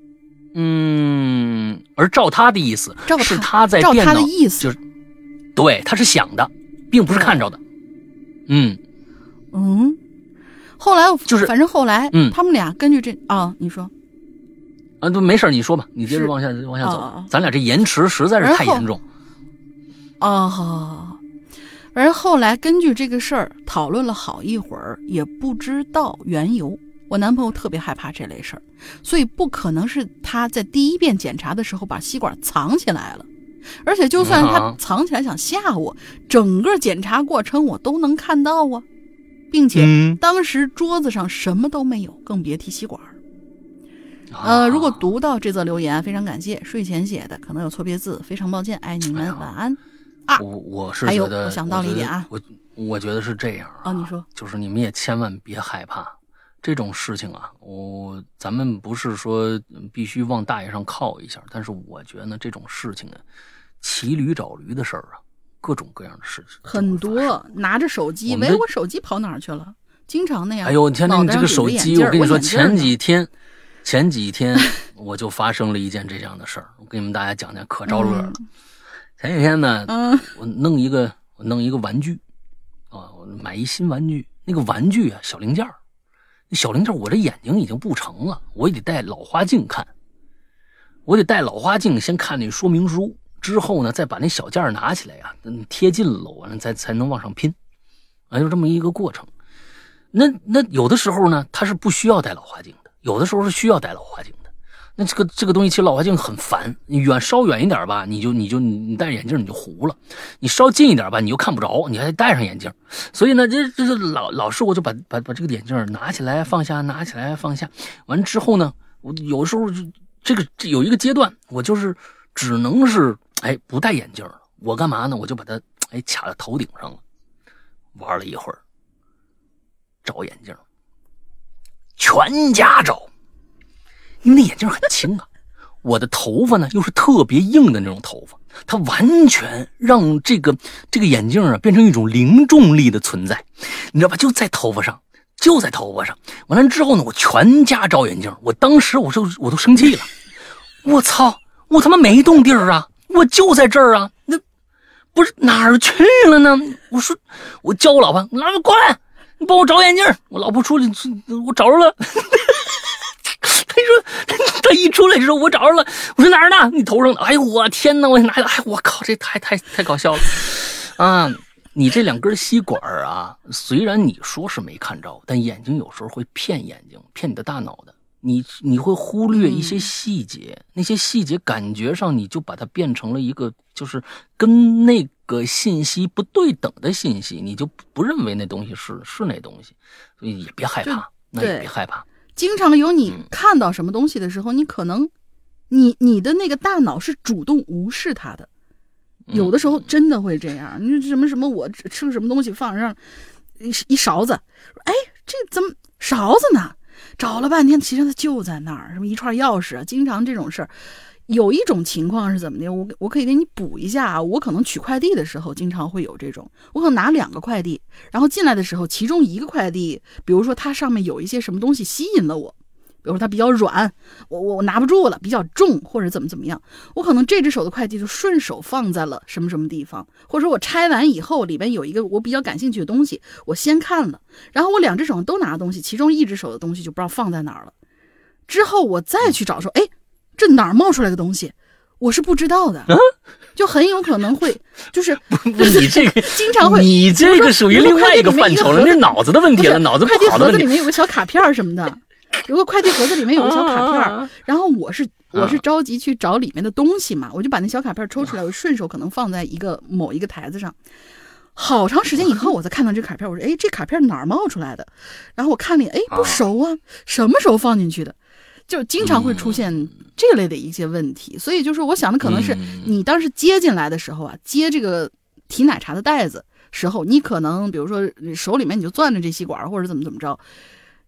嗯，而照他的意思， 照是他在照电脑他的意思， 就是对，他是想的，并不是看着的。嗯嗯，后来就是反正后来， 嗯， 他们俩根据这啊、哦，你说啊，都没事，你说吧，你接着往下往下走、 哦， 咱俩这延迟实在是太严重。 哦，好好好。反正后来根据这个事儿讨论了好一会儿，也不知道缘由。我男朋友特别害怕这类事儿，所以不可能是他在第一遍检查的时候把吸管藏起来了。而且就算他藏起来想吓我，嗯、整个检查过程我都能看到啊，并且当时桌子上什么都没有，更别提吸管。呃，如果读到这则留言，非常感谢，睡前写的，可能有错别字，非常抱歉，爱你们，晚安。啊， 我我是觉得， 我想到了一点啊， 我我觉得是这样啊，你说， 就是你们也千万别害怕这种事情啊。我咱们不是说必须往大爷上靠一下，但是我觉得呢，这种事情呢，骑驴找驴的事儿啊，各种各样的事情很多，拿着手机，喂，我手机跑哪儿去了？经常那样。 哎呦，天哪，你这个手机，我跟你说，前几天，前几天我就发生了一件这样的事儿，我跟你们大家讲讲，可招乐了。嗯前几天呢， 嗯， 我弄一个，我弄一个玩具，啊，我买一新玩具，那个玩具啊，小零件那小零件我这眼睛已经不成了，我也得戴老花镜看，我得戴老花镜先看那说明书，之后呢，再把那小件拿起来呀、啊，贴近了，完了才才能往上拼，啊，就这么一个过程。那那有的时候呢，它是不需要戴老花镜的，有的时候是需要戴老花镜的。那这个这个东西其实老花镜很烦，你远稍远一点吧，你就你就你戴着眼镜你就糊了；你稍近一点吧，你又看不着，你还得戴上眼镜。所以呢，这这是老老是我就把把把这个眼镜拿起来放下，拿起来放下。完之后呢，我有时候就这个这有一个阶段，我就是只能是哎不戴眼镜了。我干嘛呢？我就把它哎卡在头顶上了，玩了一会儿，找眼镜，全家找。因为那眼镜很轻啊，我的头发呢又是特别硬的那种头发，它完全让这个这个眼镜啊变成一种零重力的存在，你知道吧？就在头发上，就在头发上。完了之后呢，我全家找眼镜，我当时我就我都生气了，我操，我他妈没动地儿啊，我就在这儿啊，那不是哪儿去了呢？我说，我叫我老婆，老婆过来，你帮我找眼镜。我老婆出来，我找着了。他说，他一出来之后，我找着了。我说哪儿呢？你头上的。哎呦，我天哪！我拿来，哎，我靠，这太太太搞笑了啊！你这两根吸管啊，虽然你说是没看着，但眼睛有时候会骗眼睛，骗你的大脑的。你你会忽略一些细节，嗯、那些细节感觉上你就把它变成了一个，就是跟那个信息不对等的信息，你就不认为那东西是是那东西，所以也别害怕，那也别害怕。 经常有你看到什么东西的时候，嗯、你可能，你你的那个大脑是主动无视它的，有的时候真的会这样。你什么什么，我吃个什么东西放上一一勺子，哎，这怎么勺子呢？找了半天，其实它就在那儿，什么一串钥匙啊，经常这种事儿。有一种情况是怎么的？我我可以给你补一下啊。我可能取快递的时候，经常会有这种，我可能拿两个快递，然后进来的时候，其中一个快递，比如说它上面有一些什么东西吸引了我，比如说它比较软，我我拿不住了，比较重，或者怎么怎么样，我可能这只手的快递就顺手放在了什么什么地方，或者说我拆完以后，里边有一个我比较感兴趣的东西，我先看了，然后我两只手上都拿东西，其中一只手的东西就不知道放在哪儿了，之后我再去找说，哎。这哪儿冒出来的东西，我是不知道的， 啊、 就很有可能会就是不不你这个经常会， 你这个属于另外一个范畴了，那脑子的问题了，脑子不好的问题。 快递盒子里面有个小卡片什么的，有个快递盒子里面有个小卡片，啊、然后我是我是着急去找里面的东西嘛，我就把那小卡片抽出来，我顺手可能放在一个某一个台子上。好长时间以后，我才看到这卡片，我说：“哎，这卡片哪儿冒出来的？”然后我看了，哎，不熟啊，什么时候放进去的？就经常会出现这类的一些问题，嗯、所以就是我想的可能是你当时接进来的时候啊，接这个提奶茶的袋子时候，你可能比如说手里面你就攥着这吸管或者怎么怎么着，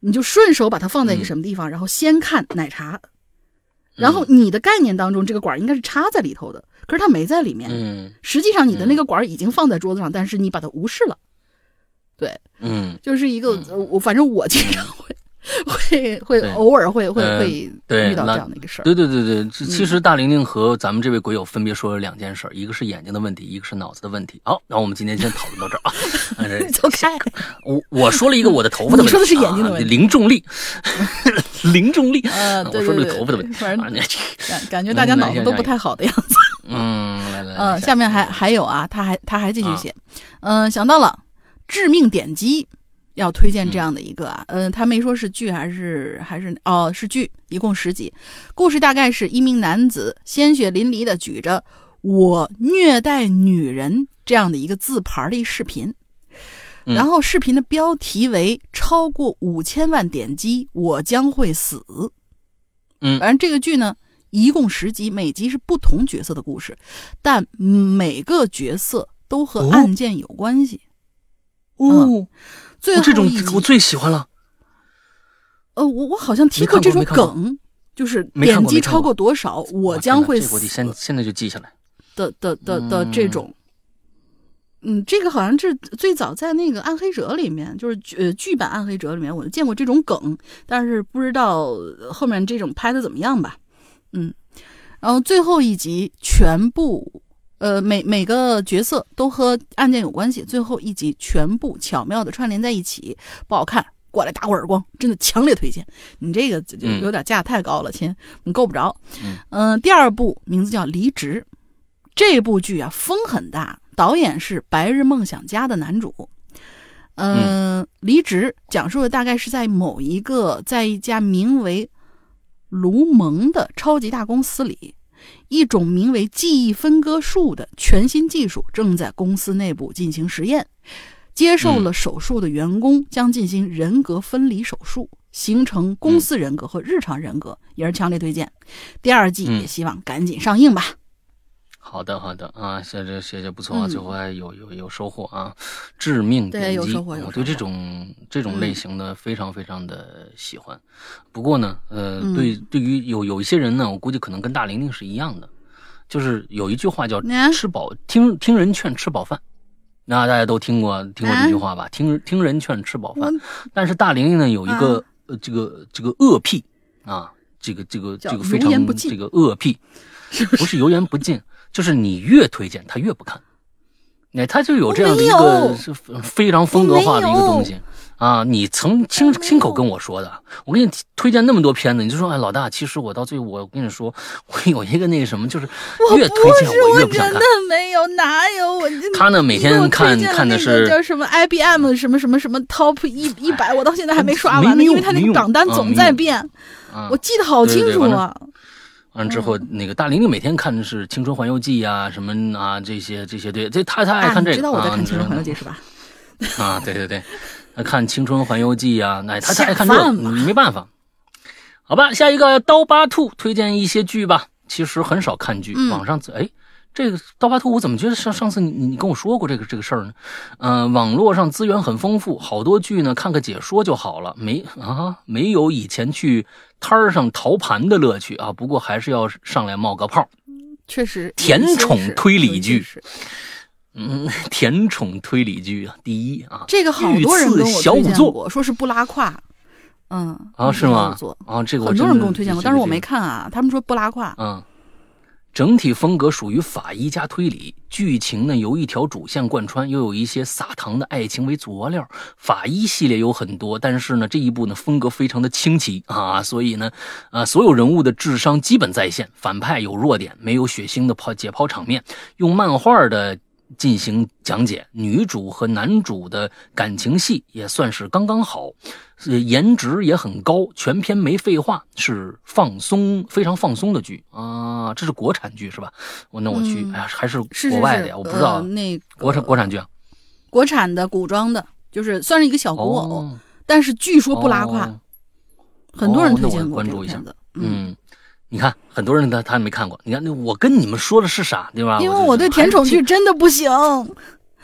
你就顺手把它放在一个什么地方，嗯、然后先看奶茶，然后你的概念当中这个管应该是插在里头的，可是它没在里面。 嗯， 实际上你的那个管已经放在桌子上，嗯、但是你把它无视了。对， 嗯， 就是一个、嗯、我反正我经常会。会会偶尔会会会遇到这样的一个事儿。 对对对对，其实大玲玲和咱们这位鬼友分别说了两件事，一个是眼睛的问题，一个是脑子的问题。好，那我们今天先讨论到这儿啊。 走开！ 我我说了一个我的头发的问题， 你说的是眼睛的问题， 零重力，零重力。 呃， 我说这个头发的问题， 反正感感觉大家脑子都不太好的样子。 嗯，来来， 嗯，下面还还有啊，他还他还继续写，嗯，想到了致命点击。要推荐这样的一个啊，嗯、呃，他没说是剧还是还是哦是剧，一共十集。故事大概是一名男子鲜血淋漓的举着“我虐待女人”这样的一个字牌的一视频， 嗯、 然后视频的标题为“超过五千万点击，我将会死”。 嗯， 反正这个剧呢，一共十集，每集是不同角色的故事，但每个角色都和案件有关系。 哦。 嗯哦最后这种我最喜欢了。 呃，我我好像听过这种梗，就是点击超过多少，我将会死。 我得现现在就记下来。 的的的的这种，嗯，这个好像是最早在那个《暗黑者》里面，就是呃剧版《暗黑者》里面，我就见过这种梗，但是不知道后面这种拍的怎么样吧。嗯，然后最后一集全部。呃，每每个角色都和案件有关系，最后一集全部巧妙的串联在一起，不好看，过来打我耳光，真的强烈推荐。你这个就有点价太高了，亲、嗯，你够不着。嗯、呃，第二部名字叫《离职》，这部剧啊风很大，导演是《白日梦想家》的男主。呃、嗯，离职讲述的大概是在某一个在一家名为卢蒙的超级大公司里。一种名为记忆分割术的全新技术正在公司内部进行实验，接受了手术的员工将进行人格分离手术，形成公司人格和日常人格，也是强烈推荐。第二季也希望赶紧上映吧。 好的好的啊，谢谢谢谢，不错啊，最后还有有有收获啊，致命点击， 对，有收获有收获。 我对这种这种类型的非常非常的喜欢。嗯、不过呢，呃， 嗯、 对对于有有一些人呢，我估计可能跟大玲玲是一样的，就是有一句话叫“吃饱、嗯、听听人劝吃饱饭”，那大家都听过听过这句话吧？嗯、听听人劝吃饱饭。但是大玲玲呢有一个、啊、呃这个这个恶癖啊，这个这个这个非常这个恶癖，不是油盐不进。就是你越推荐他越不看，哎，他就有这样的一个是非常风格化的一个东西啊！你曾亲亲口跟我说的，我给你推荐那么多片子，你就说哎，老大，其实我到最后我跟你说，我有一个那个什么，就是越推荐我越不想看。 我真的没有，哪有我？ 他呢每天看看的是叫什么 I B M 什么什么什么 Top 一一百，我到现在还没刷完呢，因为他那个榜单总在变， 啊、 我记得好清楚啊。 完之后，那个大玲玲每天看的是《青春环游记》啊，什么啊这些这些，对，这他他爱看这个。 啊、你知道我在看《青春环游记》是吧？ 啊，对对对，看《青春环游记》啊，那他他爱看这个，你没办法。好吧，下一个刀疤兔推荐一些剧吧。其实很少看剧， 嗯、 网上哎，这个刀疤兔我怎么觉得上上次你你跟我说过这个这个事儿呢？嗯、呃，网络上资源很丰富，好多剧呢看个解说就好了，没啊没有以前去摊儿上淘盘的乐趣啊。不过还是要上来冒个泡。 确实， 甜宠推理剧，嗯，甜宠推理剧啊，第一啊， 这个好多人跟我推荐过，说是布拉胯。嗯啊，是吗？啊，这个我很多人跟我推荐过，但是我没看啊。他们说布拉胯， 嗯，整体风格属于法医加推理，剧情呢由一条主线贯穿，又有一些撒糖的爱情为佐料。法医系列有很多，但是呢这一部呢风格非常的清奇啊，所以呢啊所有人物的智商基本在线，反派有弱点，没有血腥的抛解剖场面，用漫画的进行讲解，女主和男主的感情戏也算是刚刚好，颜值也很高，全篇没废话，是放松非常放松的剧啊。这是国产剧是吧？我那我去， 嗯、 哎呀，还是国外的呀？ 是是是我不知道、 呃、那个、 国产国产剧啊， 国产的古装的，就是算是一个小古偶， 哦、 但是据说不拉胯， 哦、 很多人推荐过关注一下。 嗯。 嗯你看，很多人他他没看过。你看，那我跟你们说的是啥，对吧？ 因为我对甜宠剧真的不行。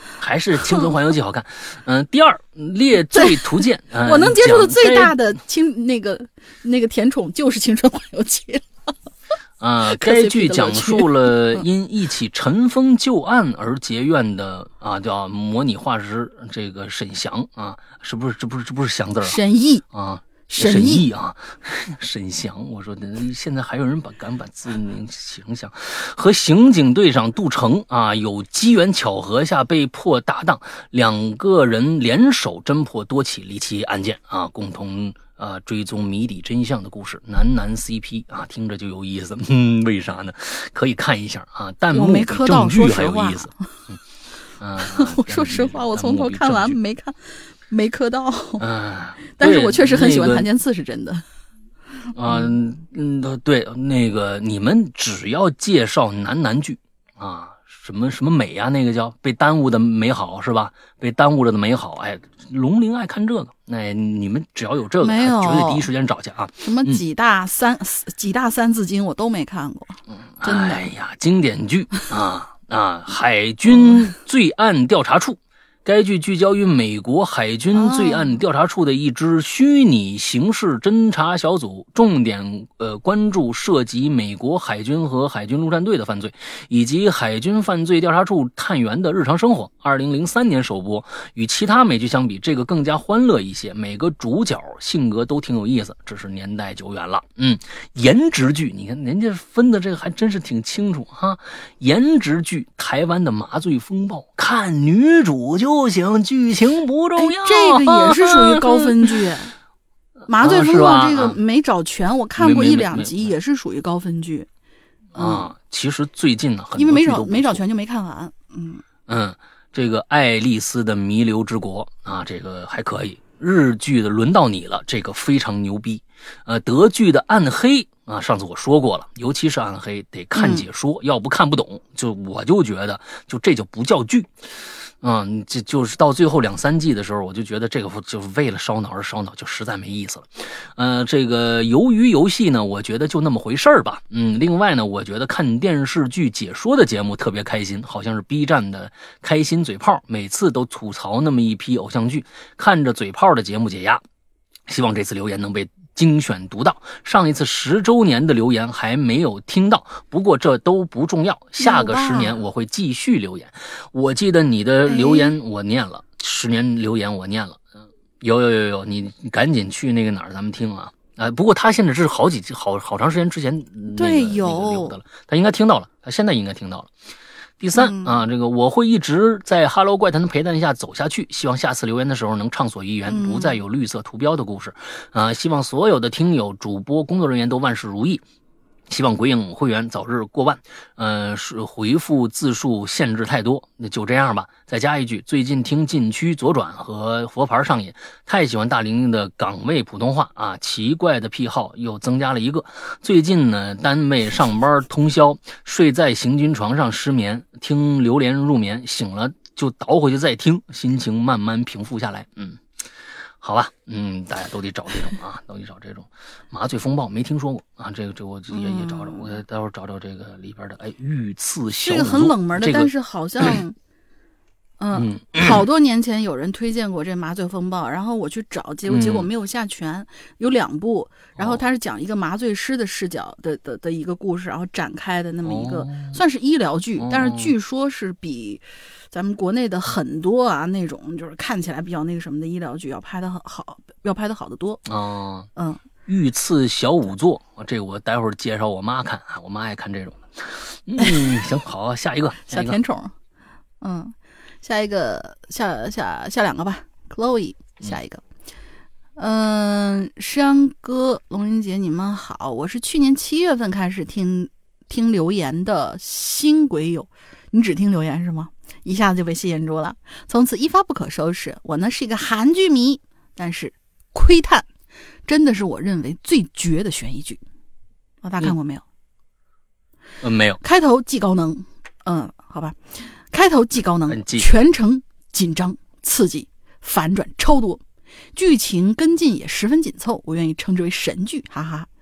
还是《青春环游记》好看。嗯、呃，第二《猎罪图鉴》呃， 我能接受的最大的青那个那个甜宠就是《青春环游记》了。 啊，该剧讲述了因一起尘封旧案而结怨的啊，叫模拟画师这个沈翔啊，是不是？这不是这不是祥字啊？ 沈毅啊， 沈毅啊，沈翔。我说的，现在还有人把敢把字名起成翔，和刑警队长杜成啊，有机缘巧合下被迫搭档，两个人联手侦破多起离奇案件啊，共同。啊，追踪谜底真相的故事，男男 C P 啊，听着就有意思。嗯，为啥呢？可以看一下啊，弹幕比正剧还有意思。嗯，啊、 我说实话，我从头看完没看，没磕到。 嗯， 但是我确实很喜欢谭健次，是真的。 嗯嗯，对，那个你们只要介绍男男剧啊。什么什么美啊，那个叫被耽误的美好是吧？被耽误了的美好，哎，龙玲爱看这个，那你们只要有这个， 没有绝对第一时间找去啊！ 什么几大三、嗯、几大三字经我都没看过，真的。 哎呀，经典剧啊啊！海军罪案调查处。该剧聚焦于美国海军罪案调查处的一支虚拟刑事侦查小组，重点呃关注涉及美国海军和海军陆战队的犯罪，以及海军犯罪调查处探员的日常生活。二零零三年首播，与其他美剧相比，这个更加欢乐一些，每个主角性格都挺有意思，只是年代久远了。嗯，颜值剧，你看人家分的这个还真是挺清楚哈。颜值剧，台湾的麻醉风暴，看女主就不行，剧情不重要。 哎、这个也是属于高分剧。麻醉风暴这个没找全，啊、我看过一两集，也是属于高分剧。 啊、嗯，其实最近呢，很多因为没找没找全就没看完。嗯嗯，这个《爱丽丝的弥留之国》啊，这个还可以。日剧的轮到你了，这个非常牛逼。呃，德剧的《暗黑》啊，上次我说过了，尤其是《暗黑》得看解说，嗯、要不看不懂。就我就觉得，就这就不叫剧。嗯，这就是到最后两三季的时候，我就觉得这个就是为了烧脑而烧脑，就实在没意思了。呃，这个鱿鱼游戏呢，我觉得就那么回事儿吧。嗯，另外呢，我觉得看电视剧解说的节目特别开心，好像是 B 站的开心嘴炮，每次都吐槽那么一批偶像剧，看着嘴炮的节目解压。希望这次留言能被精选读到。上一次十周年的留言还没有听到，不过这都不重要，下个十年我会继续留言。我记得你的留言我念了，十年留言我念了，有有有有，你赶紧去那个哪儿咱们听啊。呃，不过他现在是好几好好长时间之前、那个、 对有、 那个、留的了，他应该听到了，他现在应该听到了。第三、嗯、啊，这个我会一直在哈喽怪谈的陪伴下走下去，希望下次留言的时候能畅所欲言，不再有绿色图标的故事。啊，希望所有的听友、主播、工作人员都万事如意。希望鬼影会员早日过万。呃，是回复字数限制太多，那就这样吧。再加一句，最近听禁区左转和佛牌上瘾，太喜欢大玲玲的岗位普通话啊，奇怪的癖好又增加了一个。最近呢，单位上班通宵，睡在行军床上失眠，听榴莲入眠，醒了就倒回去再听，心情慢慢平复下来。嗯。好吧，嗯，大家都得找这种啊，都得找这种麻醉风暴，没听说过啊，这个这我也也找找，我待会儿找找这个里边的，哎，御赐小仵作， 这个很冷门的， 这个、 但是好像，嗯，嗯好多年前有人推荐过这麻醉风暴，然后我去找，结果结果没有下全，有两部，然后它是讲一个麻醉师的视角的的的一个故事，然后展开的那么一个，哦、算是医疗剧，但是据说是比。咱们国内的很多啊，那种就是看起来比较那个什么的医疗剧，要拍的好，要拍的好得多。 哦， 嗯， 御赐小仵作，这个我待会儿介绍我妈看啊，我妈爱看这种的。嗯，行，好，下一个， 小甜宠。嗯，下一个，下下下两个吧 ，Chloe， 下一个。嗯，山哥、龙云姐，你们好，我是去年七月份开始听听留言的新鬼友，你只听留言是吗？一下子就被吸引住了，从此一发不可收拾。我呢是一个韩剧迷，但是窥探真的是我认为最绝的悬疑剧。大家看过没有？ 嗯，没有。 开头既高能，嗯，好吧，开头既高能，全程紧张刺激，反转超多，剧情跟进也十分紧凑，我愿意称之为神剧，哈哈。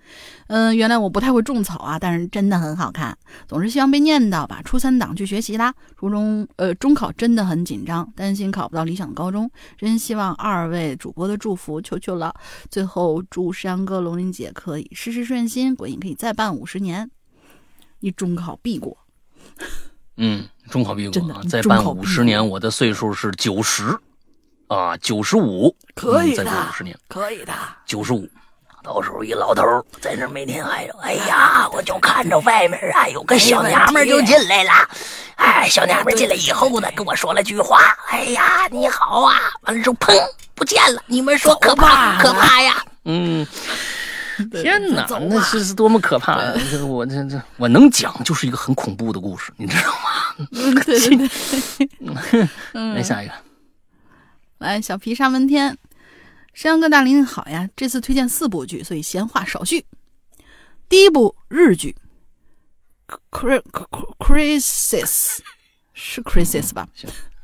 嗯，原来我不太会种草啊，但是真的很好看。总是希望被念叨把初三档去学习啦。初中呃中考真的很紧张，担心考不到理想高中，真希望二位主播的祝福，求求了。最后祝山哥、龙玲姐可以事事顺心，鬼影可以再办五十年，你中考必过。 嗯，中考必过， 真的再办五十年，我的岁数是九十啊，九十五， 可以的， 嗯、再过五十年， 可以的， 九十五。 到时候一老头在那每天还有，哎呀，我就看着外面啊有个小娘们就进来了，哎，小娘们进来以后呢，跟我说了句话，哎呀，你好啊，完了之后砰不见了，你们说可怕可怕呀？ 嗯，天哪，那是多么可怕！我这这我能讲就是一个很恐怖的故事，你知道吗？ 嗯，对对对。 来下一个， 来小皮沙文天。山羊哥大林好呀，这次推荐四部剧，所以闲话少叙。第一部日剧 Crisis 是 Crisis 吧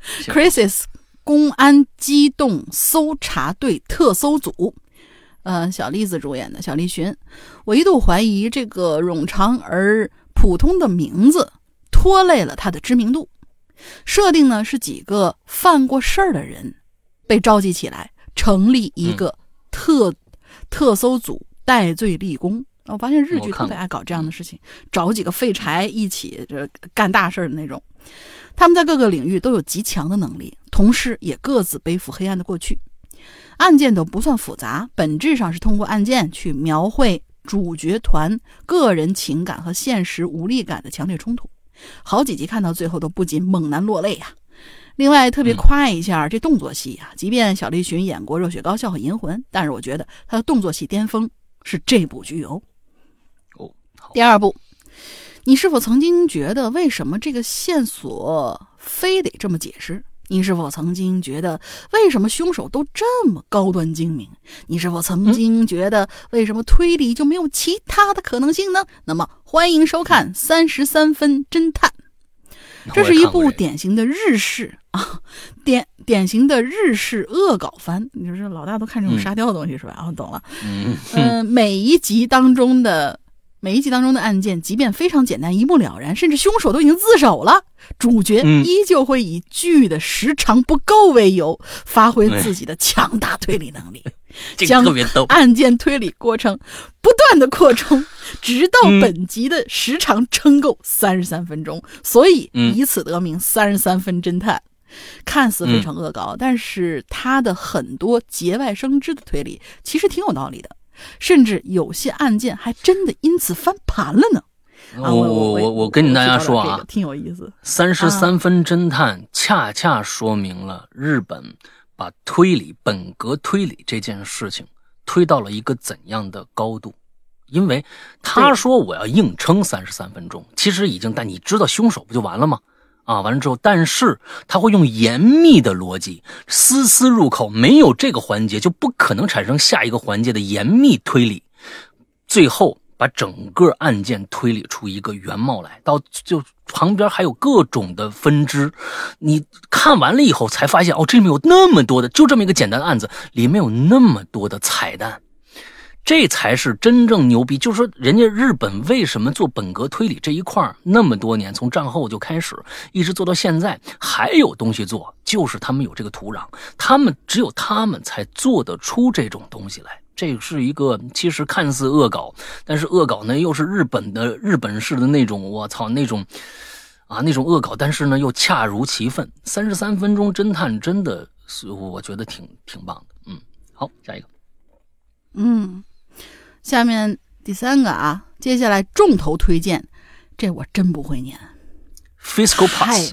Crisis 公安机动搜查队特搜组，呃，小栗子主演的，小栗旬。我一度怀疑这个冗长而普通的名字拖累了他的知名度。设定呢是几个犯过事儿的人被召集起来，成立一个特、嗯、特搜组戴罪立功。我发现日剧特别爱搞这样的事情，找几个废柴一起这干大事的那种。他们在各个领域都有极强的能力，同时也各自背负黑暗的过去。案件都不算复杂，本质上是通过案件去描绘主角团个人情感和现实无力感的强烈冲突。好几集看到最后都不禁猛然落泪啊。另外特别夸一下这动作戏啊，即便小栗旬演过《热血高校》和《银魂》，但是我觉得他的动作戏巅峰是这部剧哦。 哦， 第二部，你是否曾经觉得为什么这个线索非得这么解释？你是否曾经觉得为什么凶手都这么高端精明？你是否曾经觉得为什么推理就没有其他的可能性呢？那么欢迎收看三十三分侦探。这是一部典型的日式啊，典典型的日式恶搞番。你说老大都看这种沙雕的东西是吧？我、嗯哦、懂了。 嗯、 呃，每一集当中的每一集当中的案件，即便非常简单，一目了然，甚至凶手都已经自首了，主角依旧会以剧的时长不够为由，发挥自己的强大推理能力，将案件推理过程不断的扩充，直到本集的时长撑够三十三分钟，所以以此得名三十三分侦探。看似非常恶搞，但是他的很多节外生枝的推理其实挺有道理的，甚至有些案件还真的因此翻盘了呢。 啊、我我我我跟你大家说啊， 挺有意思。 三十三分侦探恰恰说明了日本把推理本格推理这件事情推到了一个怎样的高度。因为他说我要硬撑三十三分钟，其实已经，但你知道凶手不就完了吗？啊，完了之后，但是他会用严密的逻辑，丝丝入口，没有这个环节就不可能产生下一个环节的严密推理，最后把整个案件推理出一个原貌来，到就旁边还有各种的分支，你看完了以后才发现，哦，这里面有那么多的，就这么一个简单的案子，里面有那么多的彩蛋。这才是真正牛逼，就是说人家日本为什么做本格推理这一块那么多年，从战后就开始一直做到现在还有东西做，就是他们有这个土壤，他们只有他们才做得出这种东西来。这是一个其实看似恶搞，但是恶搞呢又是日本的日本式的那种，我操，那种啊那种恶搞，但是呢又恰如其分。三十三分钟侦探真的是我觉得挺挺棒的。嗯，好，下一个。 嗯。下面第三个啊，接下来重头推荐，这我真不会念。 Fiscal Pass。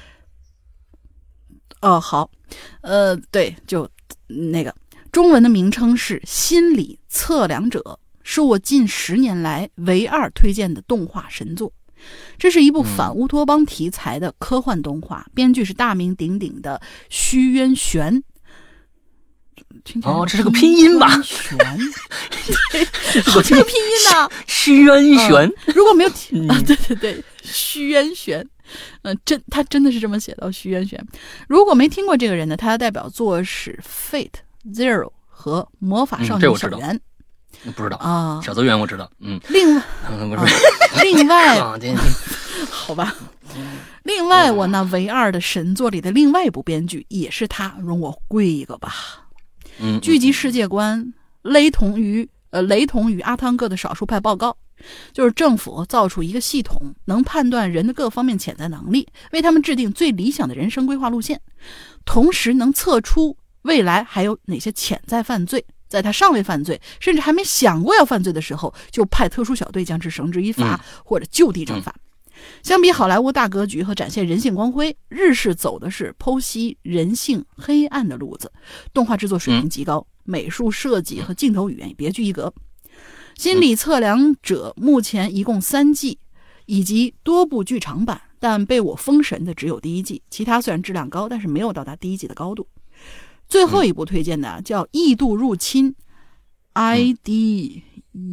哦，好，呃，对，就那个中文的名称是《心理测量者》，是我近十年来唯二推荐的动画神作。这是一部反乌托邦题材的科幻动画，嗯、编剧是大名鼎鼎的须渊玄。 哦，这是个拼音吧？ 玄，好像个拼音呢。 须渊玄、 嗯，如果没有听、嗯、啊，对对对，须渊玄，嗯、呃，真他真的是这么写的，须渊玄。如果没听过这个人呢，他的代表作是《Fate Zero》和《魔法少女小圆》。嗯不知道啊。 小泽圆我知道，嗯。 另外， 不是， 啊、另外， 啊、 好吧。另外，我那唯二的神作里的另外一部编剧也是他，容我跪一个吧。 嗯， 剧集世界观雷同于呃雷同于阿汤哥的少数派报告，就是政府造出一个系统，能判断人的各方面潜在能力，为他们制定最理想的人生规划路线，同时能测出未来还有哪些潜在犯罪，在他尚未犯罪甚至还没想过要犯罪的时候，就派特殊小队将之绳之以法、嗯、或者就地正法。相比好莱坞大格局和展现人性光辉，日式走的是剖析人性黑暗的路子，动画制作水平极高，美术设计和镜头语言也别具一格。心理测量者目前一共三季以及多部剧场版，但被我封神的只有第一季，其他虽然质量高，但是没有到达第一季的高度。最后一部推荐的叫《异度入侵》I D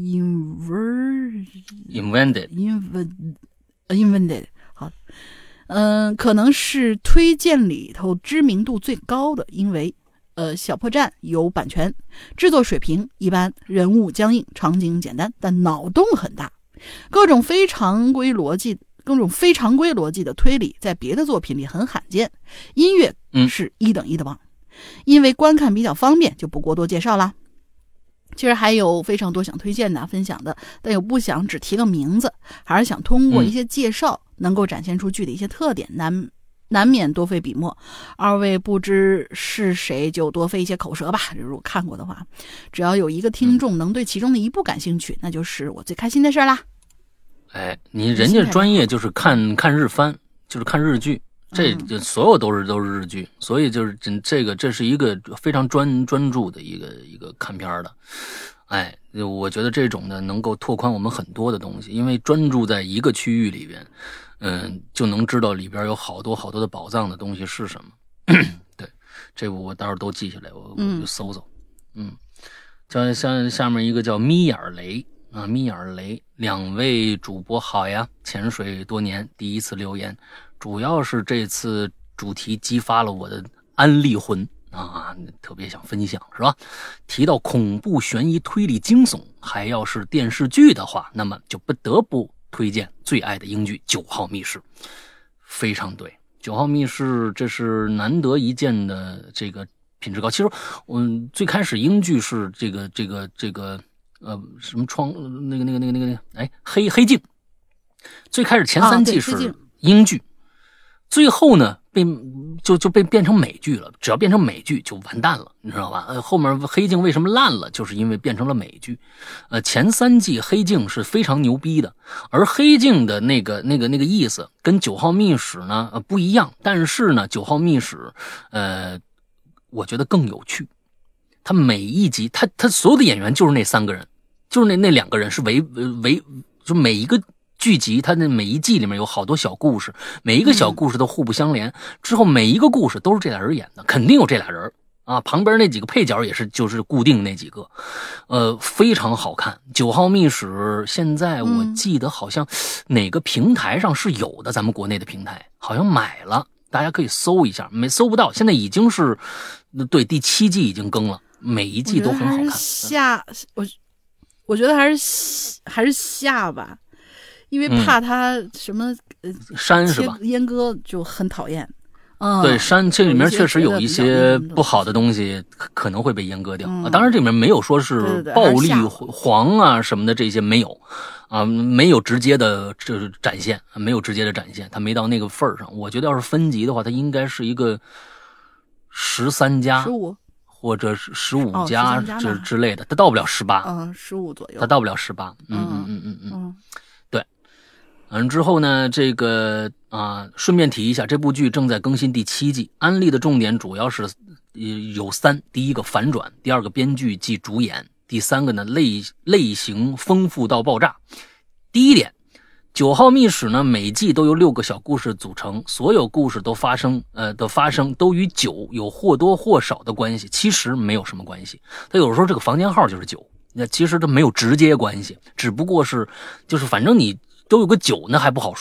Inver Invented Invented Invented 好，嗯、呃，可能是推荐里头知名度最高的，因为呃小破站有版权，制作水平一般，人物僵硬，场景简单，但脑洞很大，各种非常规逻辑。各种非常规逻辑的推理在别的作品里很罕见，音乐是一等一的棒、嗯、因为观看比较方便就不过多介绍啦。其实还有非常多想推荐的分享的，但又不想只提个名字，还是想通过一些介绍能够展现出剧的一些特点，难难免多费笔墨。二位不知是谁就多费一些口舌吧，如果看过的话，只要有一个听众能对其中的一部感兴趣，那就是我最开心的事啦。 哎，你人家专业就是看看日番，就是看日剧，这就所有都是都是日剧，所以就是这这个这是一个非常专专注的一个一个看片的。哎，我觉得这种呢能够拓宽我们很多的东西，因为专注在一个区域里边，嗯，就能知道里边有好多好多的宝藏的东西是什么。对，这我到时候都记下来，我我就搜搜。嗯，像像下面一个叫眯眼雷。啊，眯眼雷，两位主播好呀！潜水多年，第一次留言，主要是这次主题激发了我的安利魂啊，特别想分享，是吧？提到恐怖、悬疑、推理、惊悚，还要是电视剧的话，那么就不得不推荐最爱的英剧《九号密室》，非常对，《九号密室》这是难得一见的这个品质高。其实，嗯，最开始英剧是这个这个这个。呃，什么窗那个那个那个那个那个，哎，黑黑镜，最开始前三季是英剧，最后呢被就就被变成美剧了。只要变成美剧就完蛋了，你知道吧？呃，后面黑镜为什么烂了，就是因为变成了美剧。呃，前三季黑镜是非常牛逼的，而黑镜的那个那个那个意思跟九号密室呢呃不一样，但是呢，九号密室呃，我觉得更有趣。他每一集，他他所有的演员就是那三个人，就是那那两个人是为为，就每一个剧集，他那每一季里面有好多小故事，每一个小故事都互不相连。之后每一个故事都是这俩人演的，肯定有这俩人啊，旁边那几个配角也是就是固定那几个，呃，非常好看。九号密室现在我记得好像哪个平台上是有的，咱们国内的平台好像买了，大家可以搜一下，没搜不到，现在已经是对第七季已经更了。每一季都很好看。 下我我觉得还是还是下吧，因为怕他什么、 嗯、删是吧？ 阉割就很讨厌。嗯， 对，删这里面确实有一些不好的东西，可能会被阉割掉、嗯啊。当然，这里面没有说是暴力、黄啊什么的，这些没有啊，没有直接的这展现，没有直接的展现，他没到那个份儿上。我觉得要是分级的话，它应该是一个十三加。 十五。 或者是十五加之之类的，它到不了十八， 嗯，十五左右， 它到不了十八，嗯嗯嗯嗯嗯，对。完之后呢，这个啊，顺便提一下，这部剧正在更新第七季，安利的重点主要是呃有三：第一个反转，第二个编剧及主演，第三个呢类类型丰富到爆炸。第一点。九号密室呢，每季都由六个小故事组成，所有故事都发生，呃的发生都与酒有或多或少的关系，其实没有什么关系。他有时候这个房间号就是酒，那其实它没有直接关系，只不过是就是反正你都有个酒，那还不好说嘛。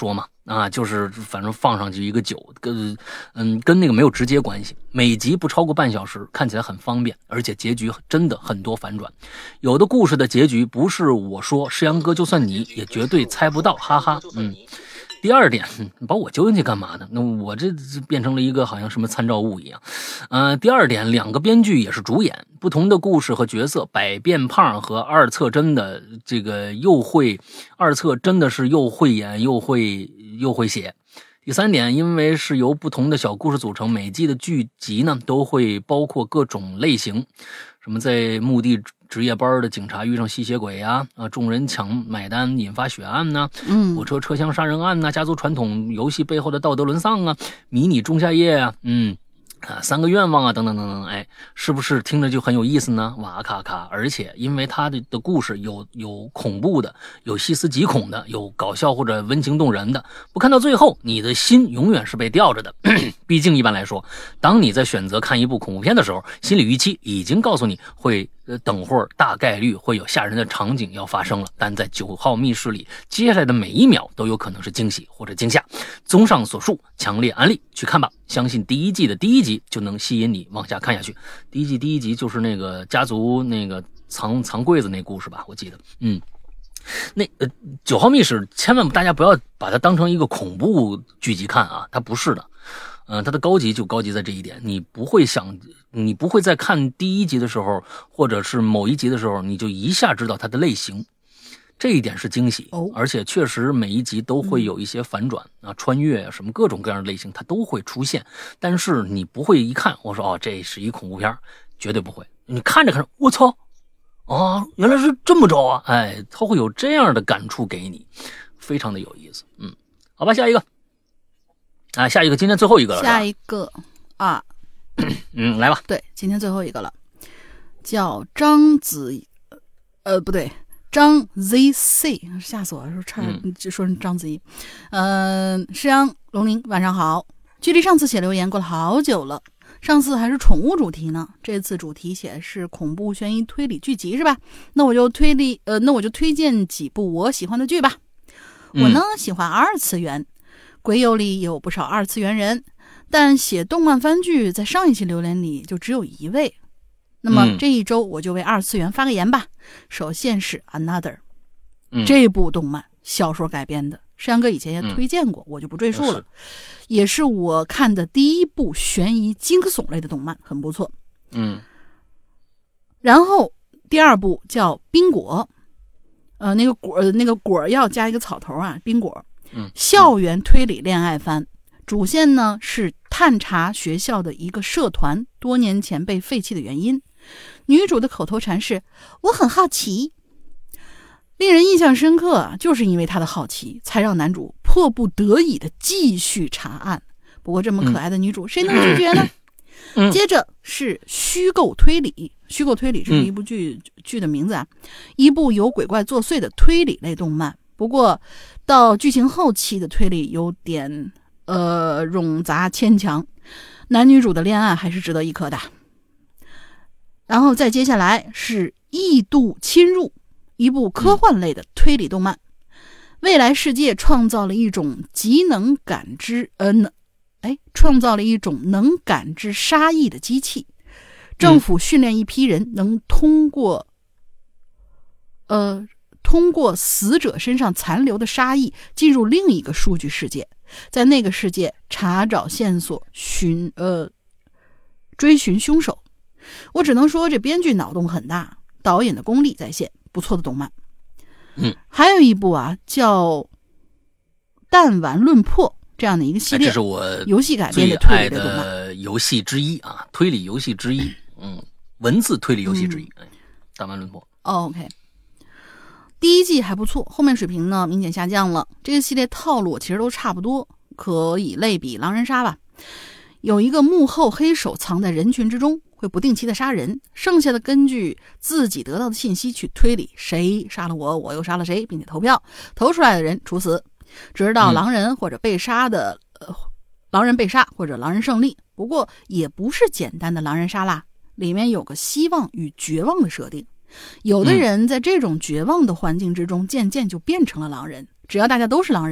啊，就是反正放上去一个酒，跟嗯跟那个没有直接关系。每集不超过半小时，看起来很方便，而且结局真的很多反转。有的故事的结局不是我说，石阳哥就算你也绝对猜不到，哈哈。嗯。第二点，你把我揪进去干嘛呢？那我这变成了一个好像什么参照物一样。呃，第二点，两个编剧也是主演，不同的故事和角色，百变胖和二侧真的这个又会，二侧真的是又会演又会又会写。第三点，因为是由不同的小故事组成，每季的剧集呢都会包括各种类型，什么在墓地值夜班的警察遇上吸血鬼呀、啊，啊，众人抢买单引发血案呐、啊， 嗯， 火车车厢杀人案呐、啊，家族传统游戏背后的道德沦丧啊，迷你仲夏夜啊，嗯。啊，三个愿望啊，等等等等，哎，是不是听着就很有意思呢？哇咔咔！而且因为他的的故事有有恐怖的，有细思极恐的，有搞笑或者温情动人的，不看到最后，你的心永远是被吊着的。毕竟一般来说，当你在选择看一部恐怖片的时候，心理预期已经告诉你会呃等会儿大概率会有吓人的场景要发生了。但在九号密室里，接下来的每一秒都有可能是惊喜或者惊吓。综上所述，强烈安利去看吧。相信第一季的第一集就能吸引你往下看下去。第一季第一集就是那个家族那个藏藏柜子那故事吧，我记得。嗯，那呃九号密室千万大家不要把它当成一个恐怖剧集看啊，它不是的。嗯、呃，它的高级就高级在这一点，你不会想，你不会在看第一集的时候，或者是某一集的时候，你就一下知道它的类型。这一点是惊喜，而且确实每一集都会有一些反转啊、穿越啊，什么各种各样的类型它都会出现，但是你不会一看我说哦这是一恐怖片，绝对不会。你看着看着，我操，啊原来是这么着啊，哎，它会有这样的感触给你，非常的有意思。嗯，好吧，下一个，啊下一个，今天最后一个了， 下一个啊， 嗯，来吧， 对，今天最后一个了，叫张子，呃不对。张 Z C 吓死我了，说差点就说成章子怡。嗯、呃，石阳龙鳞晚上好，距离上次写留言过了好久了，上次还是宠物主题呢，这次主题写的是恐怖悬疑推理剧集是吧？那我就推理呃，那我就推荐几部我喜欢的剧吧。我呢、嗯、喜欢二次元，鬼友里有不少二次元人，但写动漫番剧在上一期留言里就只有一位。那么这一周我就为二次元发个言吧。嗯、首先是 Another、嗯、这部动漫小说改编的，石阳哥以前也推荐过、嗯、我就不赘述了，也是我看的第一部悬疑惊悚类的动漫，很不错。 嗯， 然后第二部叫冰果，呃那个果那个果要加一个草头啊，冰果。 嗯， 校园推理恋爱番，主线呢是探查学校的一个社团多年前被废弃的原因。女主的口头禅是我很好奇，令人印象深刻，就是因为她的好奇才让男主迫不得已的继续查案。不过这么可爱的女主、嗯、谁能拒绝呢、嗯、接着是虚构推理，虚构推理这是一部剧、嗯、剧的名字啊，一部有鬼怪作祟的推理类动漫。不过到剧情后期的推理有点呃冗杂牵强，男女主的恋爱还是值得一磕的。然后再接下来是异度侵入，一部科幻类的推理动漫。未来世界创造了一种极能感知呃哎创造了一种能感知杀意的机器，政府训练一批人能通过呃通过死者身上残留的杀意进入另一个数据世界，在那个世界查找线索，寻呃追寻凶手。我只能说这编剧脑洞很大，导演的功力在线，不错的动漫。 嗯， 还有一部啊叫弹丸论破这样的一个系列， 这是我游戏改编的推理类动漫的游戏之一啊，推理游戏之一，嗯，文字推理游戏之一，嗯、弹丸论破。 哦 OK， 第一季还不错，后面水平呢明显下降了。这个系列套路其实都差不多，可以类比狼人杀吧。有一个幕后黑手藏在人群之中，会不定期的杀人，剩下的根据自己得到的信息去推理谁杀了我，我又杀了谁，并且投票，投出来的人处死，直到狼人或者被杀的、嗯、呃，狼人被杀或者狼人胜利。不过也不是简单的狼人杀啦，里面有个希望与绝望的设定。有的人在这种绝望的环境之中渐渐就变成了狼人，只要大家都是狼人，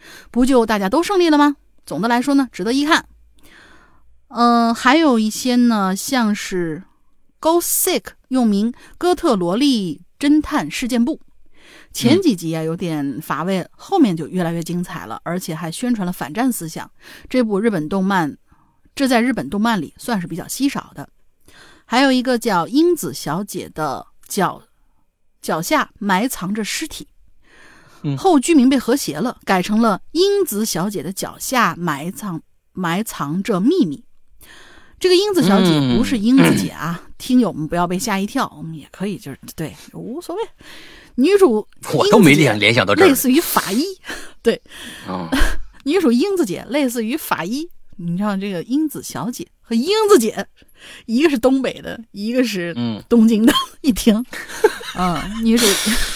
不就大家都胜利了吗？总的来说呢，值得一看。嗯、呃，还有一些呢，像是 Gossip 又名哥特萝莉侦探事件簿，前几集啊有点乏味，后面就越来越精彩了，而且还宣传了反战思想。这部日本动漫，这在日本动漫里算是比较稀少的。还有一个叫英子小姐的脚脚下埋藏着尸体，后剧名被和谐了，改成了英子小姐的脚下埋藏埋藏着秘密。这个英子小姐不是英子姐啊，嗯、听友们不要被吓一跳，我们也可以就是对无所谓。女主我都没联联想到这儿， 类似于法医，对，哦、女主英子姐类似于法医。你知道这个英子小姐和英子姐，一个是东北的，一个是东京的，嗯、一听，啊、嗯，女主。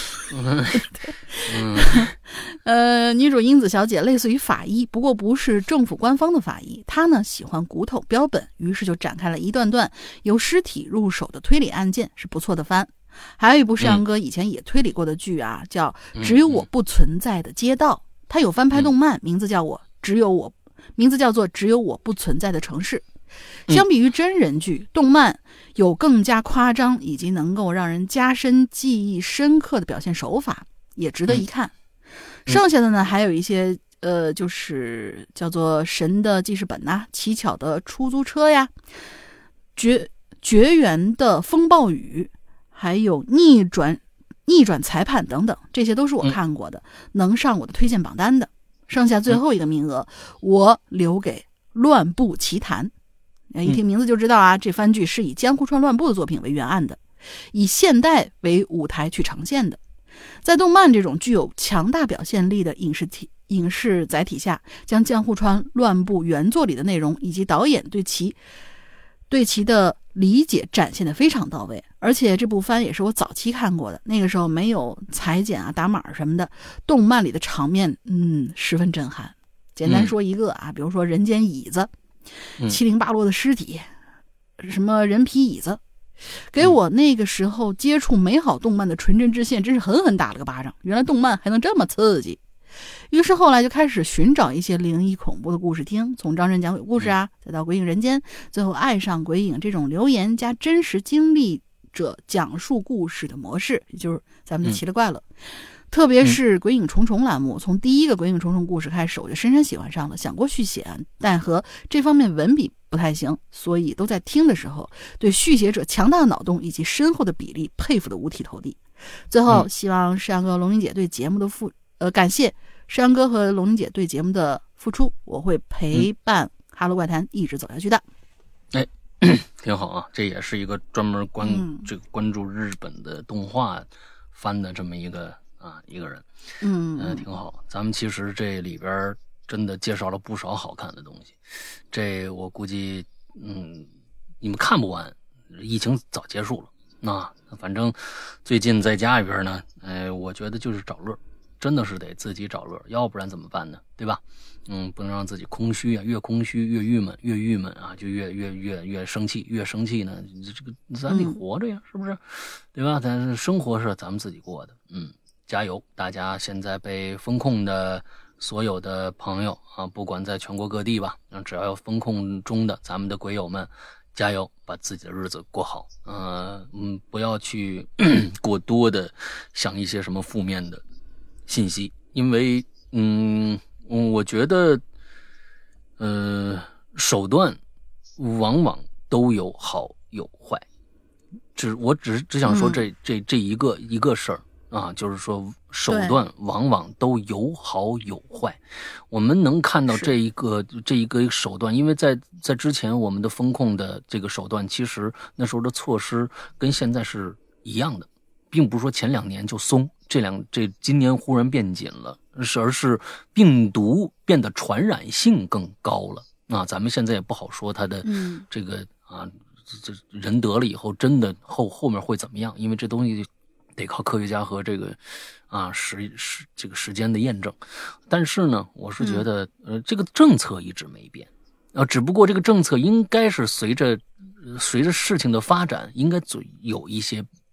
嗯，呃，女主英子小姐类似于法医，不过不是政府官方的法医。她呢喜欢骨头标本，于是就展开了一段段由尸体入手的推理案件，是不错的番。还有一部是杨哥以前也推理过的剧啊，叫《只有我不存在的街道》，它有翻拍动漫，名字叫我只有我，名字叫做《只有我不存在的城市》。相比于真人剧，动漫有更加夸张以及能够让人加深记忆深刻的表现手法，也值得一看。剩下的呢，还有一些呃，就是叫做神的记事本呐、啊，奇巧的出租车呀，绝绝缘的风暴雨，还有逆转逆转裁判等等，这些都是我看过的，能上我的推荐榜单的。剩下最后一个名额，我留给乱步奇谭。一听名字就知道啊，这番剧是以江户川乱步的作品为原案的，以现代为舞台去呈现的。在动漫这种具有强大表现力的影视体影视载体下，将江户川乱步原作里的内容以及导演对其对其的理解展现得非常到位。而且这部番也是我早期看过的，那个时候没有裁剪啊、打码什么的，动漫里的场面嗯十分震撼。简单说一个啊，比如说人间椅子、七零八落的尸体，什么人皮椅子，给我那个时候接触美好动漫的纯真之线真是狠狠打了个巴掌，原来动漫还能这么刺激。于是后来就开始寻找一些灵异恐怖的故事听，从张震讲鬼故事啊，再到鬼影人间，最后爱上鬼影这种留言加真实经历者讲述故事的模式，也就是咱们的奇了怪了。嗯特别是鬼影重重栏目，从第一个鬼影重重故事开始，我就深深喜欢上了，想过续写，但和这方面文笔不太行，所以都在听的时候对续写者强大的脑洞以及深厚的比例佩服的五体投地。最后希望世阳哥龙玲姐对节目的付呃感谢世阳哥和龙玲姐对节目的付出，我会陪伴哈喽怪谈一直走下去的。 哎，挺好啊，这也是一个专门关、嗯、这个关注日本的动画番的这么一个啊，一个人，嗯、呃，挺好。咱们其实这里边真的介绍了不少好看的东西，这我估计，嗯，你们看不完，疫情早结束了。那反正最近在家里边呢，哎，我觉得就是找乐，真的是得自己找乐，要不然怎么办呢？对吧？嗯，不能让自己空虚啊，越空虚越郁闷，越郁闷啊，就越越越越生气，越生气呢，这个咱得活着呀，嗯、是不是？对吧？但是生活是咱们自己过的，嗯。加油！大家现在被封控的所有的朋友啊，不管在全国各地吧，只要有封控中的咱们的鬼友们，加油，把自己的日子过好。呃，嗯，不要去过多的想一些什么负面的信息，因为嗯，我觉得呃，手段往往都有好有坏。只我只只想说这、嗯、这这一个一个事儿。啊，就是说手段往往都有好有坏，我们能看到这一个这一个手段，因为在在之前我们的风控的这个手段，其实那时候的措施跟现在是一样的，并不是说前两年就松，这两这今年忽然变紧了，是而是病毒变得传染性更高了。啊，咱们现在也不好说它的这个、嗯、啊，这人得了以后真的后后面会怎么样，因为这东西得靠科学家和这个啊时时这个时间的验证，但是呢，我是觉得、嗯、呃这个政策一直没变，啊，只不过这个政策应该是随着、呃、随着事情的发展，应该有一些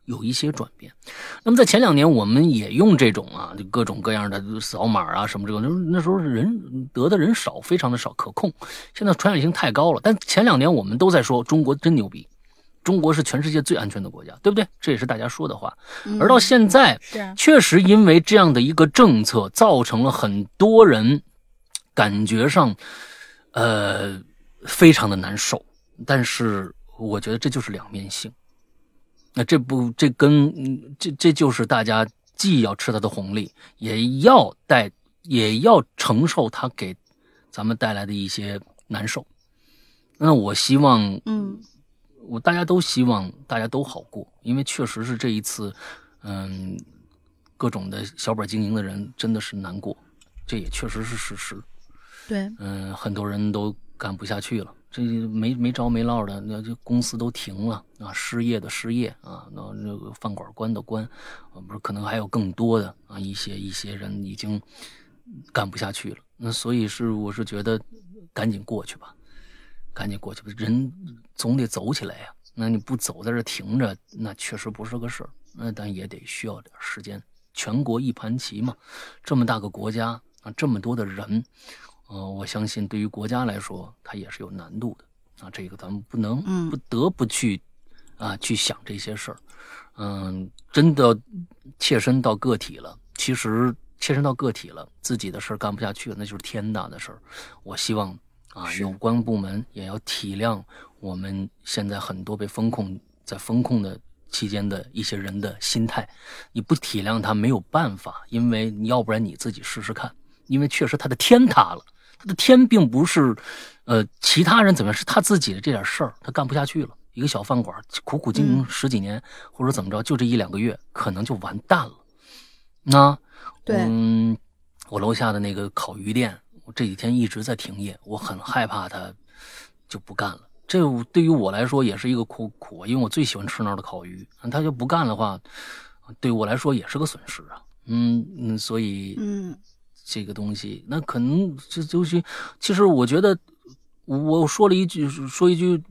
有一些转变。那么在前两年，我们也用这种啊，就各种各样的扫码啊什么这个，那时候人得的人少，非常的少，可控。现在传染性太高了，但前两年我们都在说中国真牛逼，中国是全世界最安全的国家，对不对？这也是大家说的话。而到现在， 嗯、 确实因为这样的一个政策，造成了很多人感觉上，呃，非常的难受。但是我觉得这就是两面性。那这不，这跟这这就是大家既要吃它的红利，也要带，也要承受它给咱们带来的一些难受。那我希望， 嗯， 我大家都希望大家都好过，因为确实是这一次，嗯，各种的小本经营的人真的是难过，这也确实是事实。 对， 嗯，很多人都干不下去了。这没没着没落的，那这公司都停了啊，失业的失业啊，那那个饭馆关的关，啊，不是可能还有更多的啊，一些一些人已经干不下去了。那所以是我是觉得赶紧过去吧，赶紧过去吧，人总得走起来呀。那你不走在这停着，那确实不是个事儿。那但也得需要点时间。全国一盘棋嘛，这么大个国家啊，这么多的人。呃，我相信对于国家来说，它也是有难度的啊。这个咱们不能不得不去啊去想这些事儿。嗯，真的切身到个体了，其实切身到个体了，自己的事儿干不下去了，那就是天大的事儿。我希望啊，有关部门也要体谅我们现在很多被封控在封控的期间的一些人的心态。你不体谅他没有办法，因为你要不然你自己试试看，因为确实他的天塌了。他的天并不是，呃，其他人怎么样，是他自己的这点事儿，他干不下去了。一个小饭馆苦苦经营十几年，嗯、或者怎么着，就这一两个月，可能就完蛋了。那， 对， 嗯，我楼下的那个烤鱼店，我这几天一直在停业，我很害怕他就不干了。这对于我来说也是一个苦苦，因为我最喜欢吃那儿的烤鱼，他就不干的话，对我来说也是个损失啊。嗯嗯，所以嗯。 这个东西，那可能这就是，其实我觉得，我说了一句，说一句，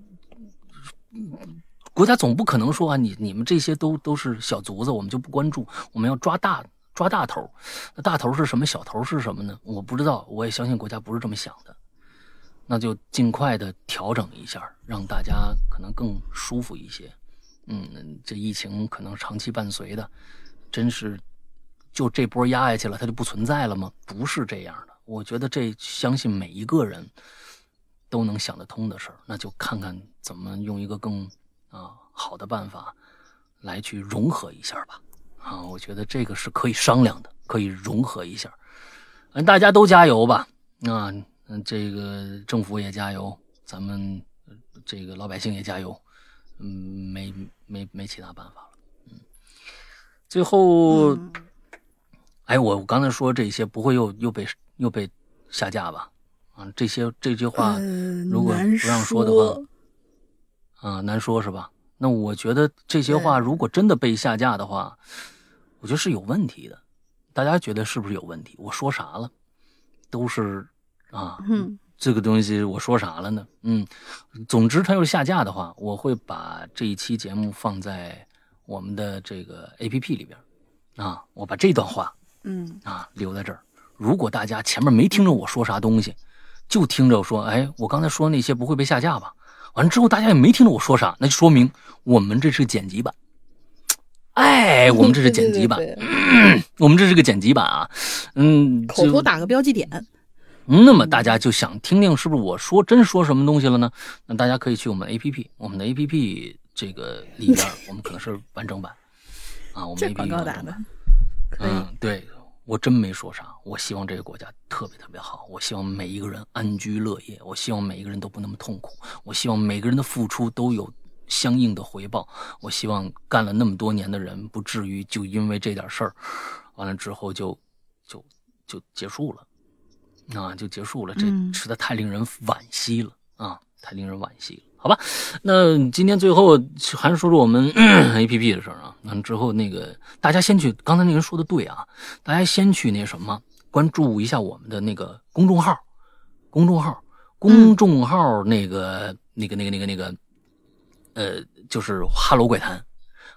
国家总不可能说啊，你你们这些都都是小卒子，我们就不关注，我们要抓大抓大头。那大头是什么？小头是什么呢？我不知道，我也相信国家不是这么想的。那就尽快的调整一下，让大家可能更舒服一些。嗯，这疫情可能长期伴随的，真是。就这波压下去了，它就不存在了吗？不是这样的。我觉得这相信每一个人都能想得通的事儿，那就看看怎么用一个更啊好的办法来去融合一下吧。啊，我觉得这个是可以商量的，可以融合一下。嗯，大家都加油吧。啊，嗯，这个政府也加油，咱们这个老百姓也加油。嗯，没没没其他办法了。嗯，最后。嗯哎，我我刚才说这些不会又又被又被下架吧？啊，这些这句话如果不让说的话，呃、啊，难说是吧？那我觉得这些话如果真的被下架的话，我觉得是有问题的。大家觉得是不是有问题？我说啥了？都是啊， 嗯， 这个东西我说啥了呢？嗯，总之它要是下架的话，我会把这一期节目放在我们的这个 A P P 里边啊，我把这段话。 嗯啊，留在这儿。如果大家前面没听着我说啥东西，就听着我说，哎，我刚才说那些不会被下架吧？完了之后大家也没听着我说啥，那就说明我们这是剪辑版。哎，我们这是剪辑版， 对对对嗯、我们这是个剪辑版啊。嗯， 口头打个标记点。 那么大家就想听听是不是我说真说什么东西了呢？那大家可以去我们 A P P， 我们的 A P P 这个里边，我们可能是完整版啊，我们 A P P 广告打的。 嗯，对，我真没说啥。我希望这个国家特别特别好，我希望每一个人安居乐业，我希望每一个人都不那么痛苦，我希望每个人的付出都有相应的回报，我希望干了那么多年的人不至于就因为这点事儿，完了之后就就就结束了，啊，就结束了，这实在太令人惋惜了啊，太令人惋惜了。好吧，那今天最后还是说说我们 A P P 的事儿啊。那之后那个大家先去，刚才那个人说的对啊，大家先去那什么，关注一下我们的那个公众号，公众号，公众号那个、嗯、那个那个那个那个，呃，就是哈喽怪谈，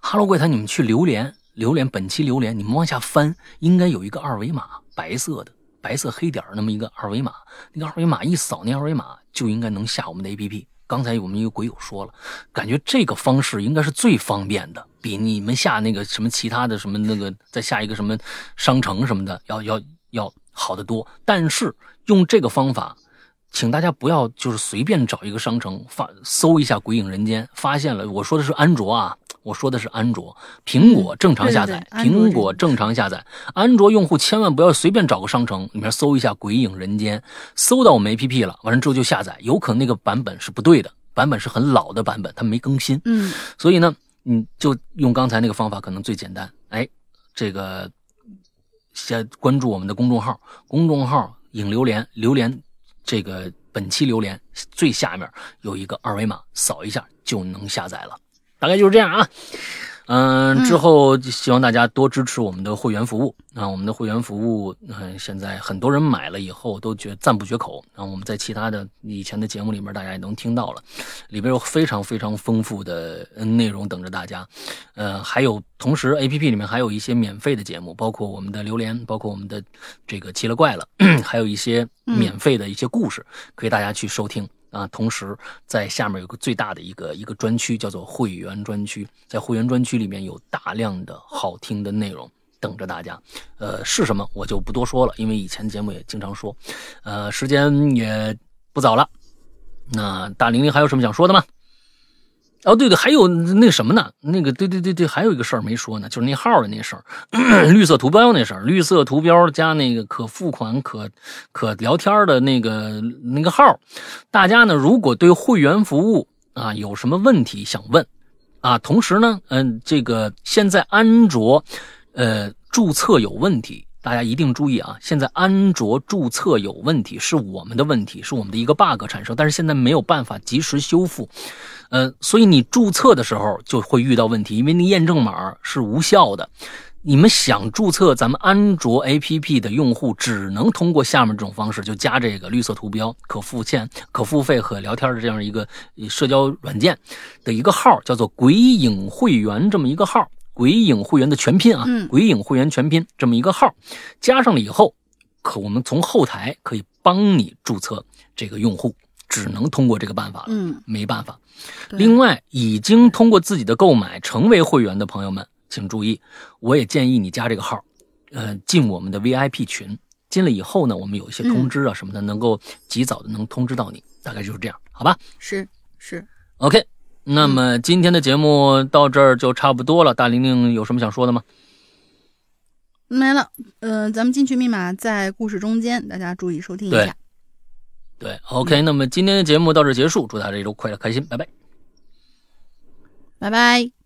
哈喽怪谈，你们去榴莲，榴莲本期榴莲，你们往下翻，应该有一个二维码，白色的，白色黑点那么一个二维码，那个二维码一扫，那二维码就应该能下我们的 A P P。刚才我们一个鬼友说了，感觉这个方式应该是最方便的，比你们下那个什么其他的什么那个再下一个什么商城什么的要要要好得多。但是用这个方法，请大家不要就是随便找一个商城发搜一下《鬼影人间》，发现了，我说的是安卓啊。我说的是安卓，苹果正常下载， 嗯、对对对苹果正常下载。安卓用户千万不要随便找个商城里面搜一下《鬼影人间》，搜到我们 A P P 了，完了之后就下载，有可能那个版本是不对的，版本是很老的版本，它没更新。 嗯， 所以呢，你就用刚才那个方法可能最简单。哎，这个先关注我们的公众号，公众号影榴莲，榴莲这个本期榴莲最下面有一个二维码，扫一下就能下载了。大概就是这样啊，嗯、呃，之后希望大家多支持我们的会员服务啊，我们的会员服务，嗯、呃，现在很多人买了以后都觉得赞不绝口啊。我们在其他的以前的节目里面，大家也能听到了，里边有非常非常丰富的内容等着大家。呃，还有同时 A P P 里面还有一些免费的节目，包括我们的榴莲，包括我们的这个奇了怪了，还有一些免费的一些故事，可以大家去收听。啊，同时在下面有个最大的一个一个专区，叫做会员专区。在会员专区里面有大量的好听的内容等着大家。呃，是什么我就不多说了，因为以前节目也经常说。呃，时间也不早了，那大玲玲还有什么想说的吗？哦，对对，还有那什么呢？那个，对对对对，还有一个事儿没说呢，就是那号的那事儿，绿色图标那事儿，绿色图标加那个可付款、可可聊天的那个那个号。大家呢，如果对会员服务啊有什么问题想问啊，同时呢，嗯，这个现在安卓呃注册有问题。大家一定注意啊！现在安卓注册有问题，是我们的问题，是我们的一个 bug 产生，但是现在没有办法及时修复，呃，所以你注册的时候就会遇到问题，因为那验证码是无效的。你们想注册咱们安卓 A P P 的用户，只能通过下面这种方式，就加这个绿色图标、可付钱、可付费和聊天的这样一个社交软件的一个号，叫做“鬼影会员”这么一个号。鬼影会员的全拼啊， 嗯， 鬼影会员全拼这么一个号，加上了以后，可我们从后台可以帮你注册这个用户，只能通过这个办法了， 嗯， 没办法。另外，已经通过自己的购买成为会员的朋友们，请注意，我也建议你加这个号，呃，进我们的 V I P 群。进了以后呢，我们有一些通知啊什么的，嗯、能够及早的能通知到你，大概就是这样，好吧？ 是是 ，OK。那么今天的节目到这儿就差不多了，大玲玲有什么想说的吗？ 没了，呃，咱们进去密码在故事中间，大家注意收听一下。 对，对 ，OK，、嗯、那么今天的节目到这儿结束，祝大家这一周快乐开心，拜拜， 拜拜。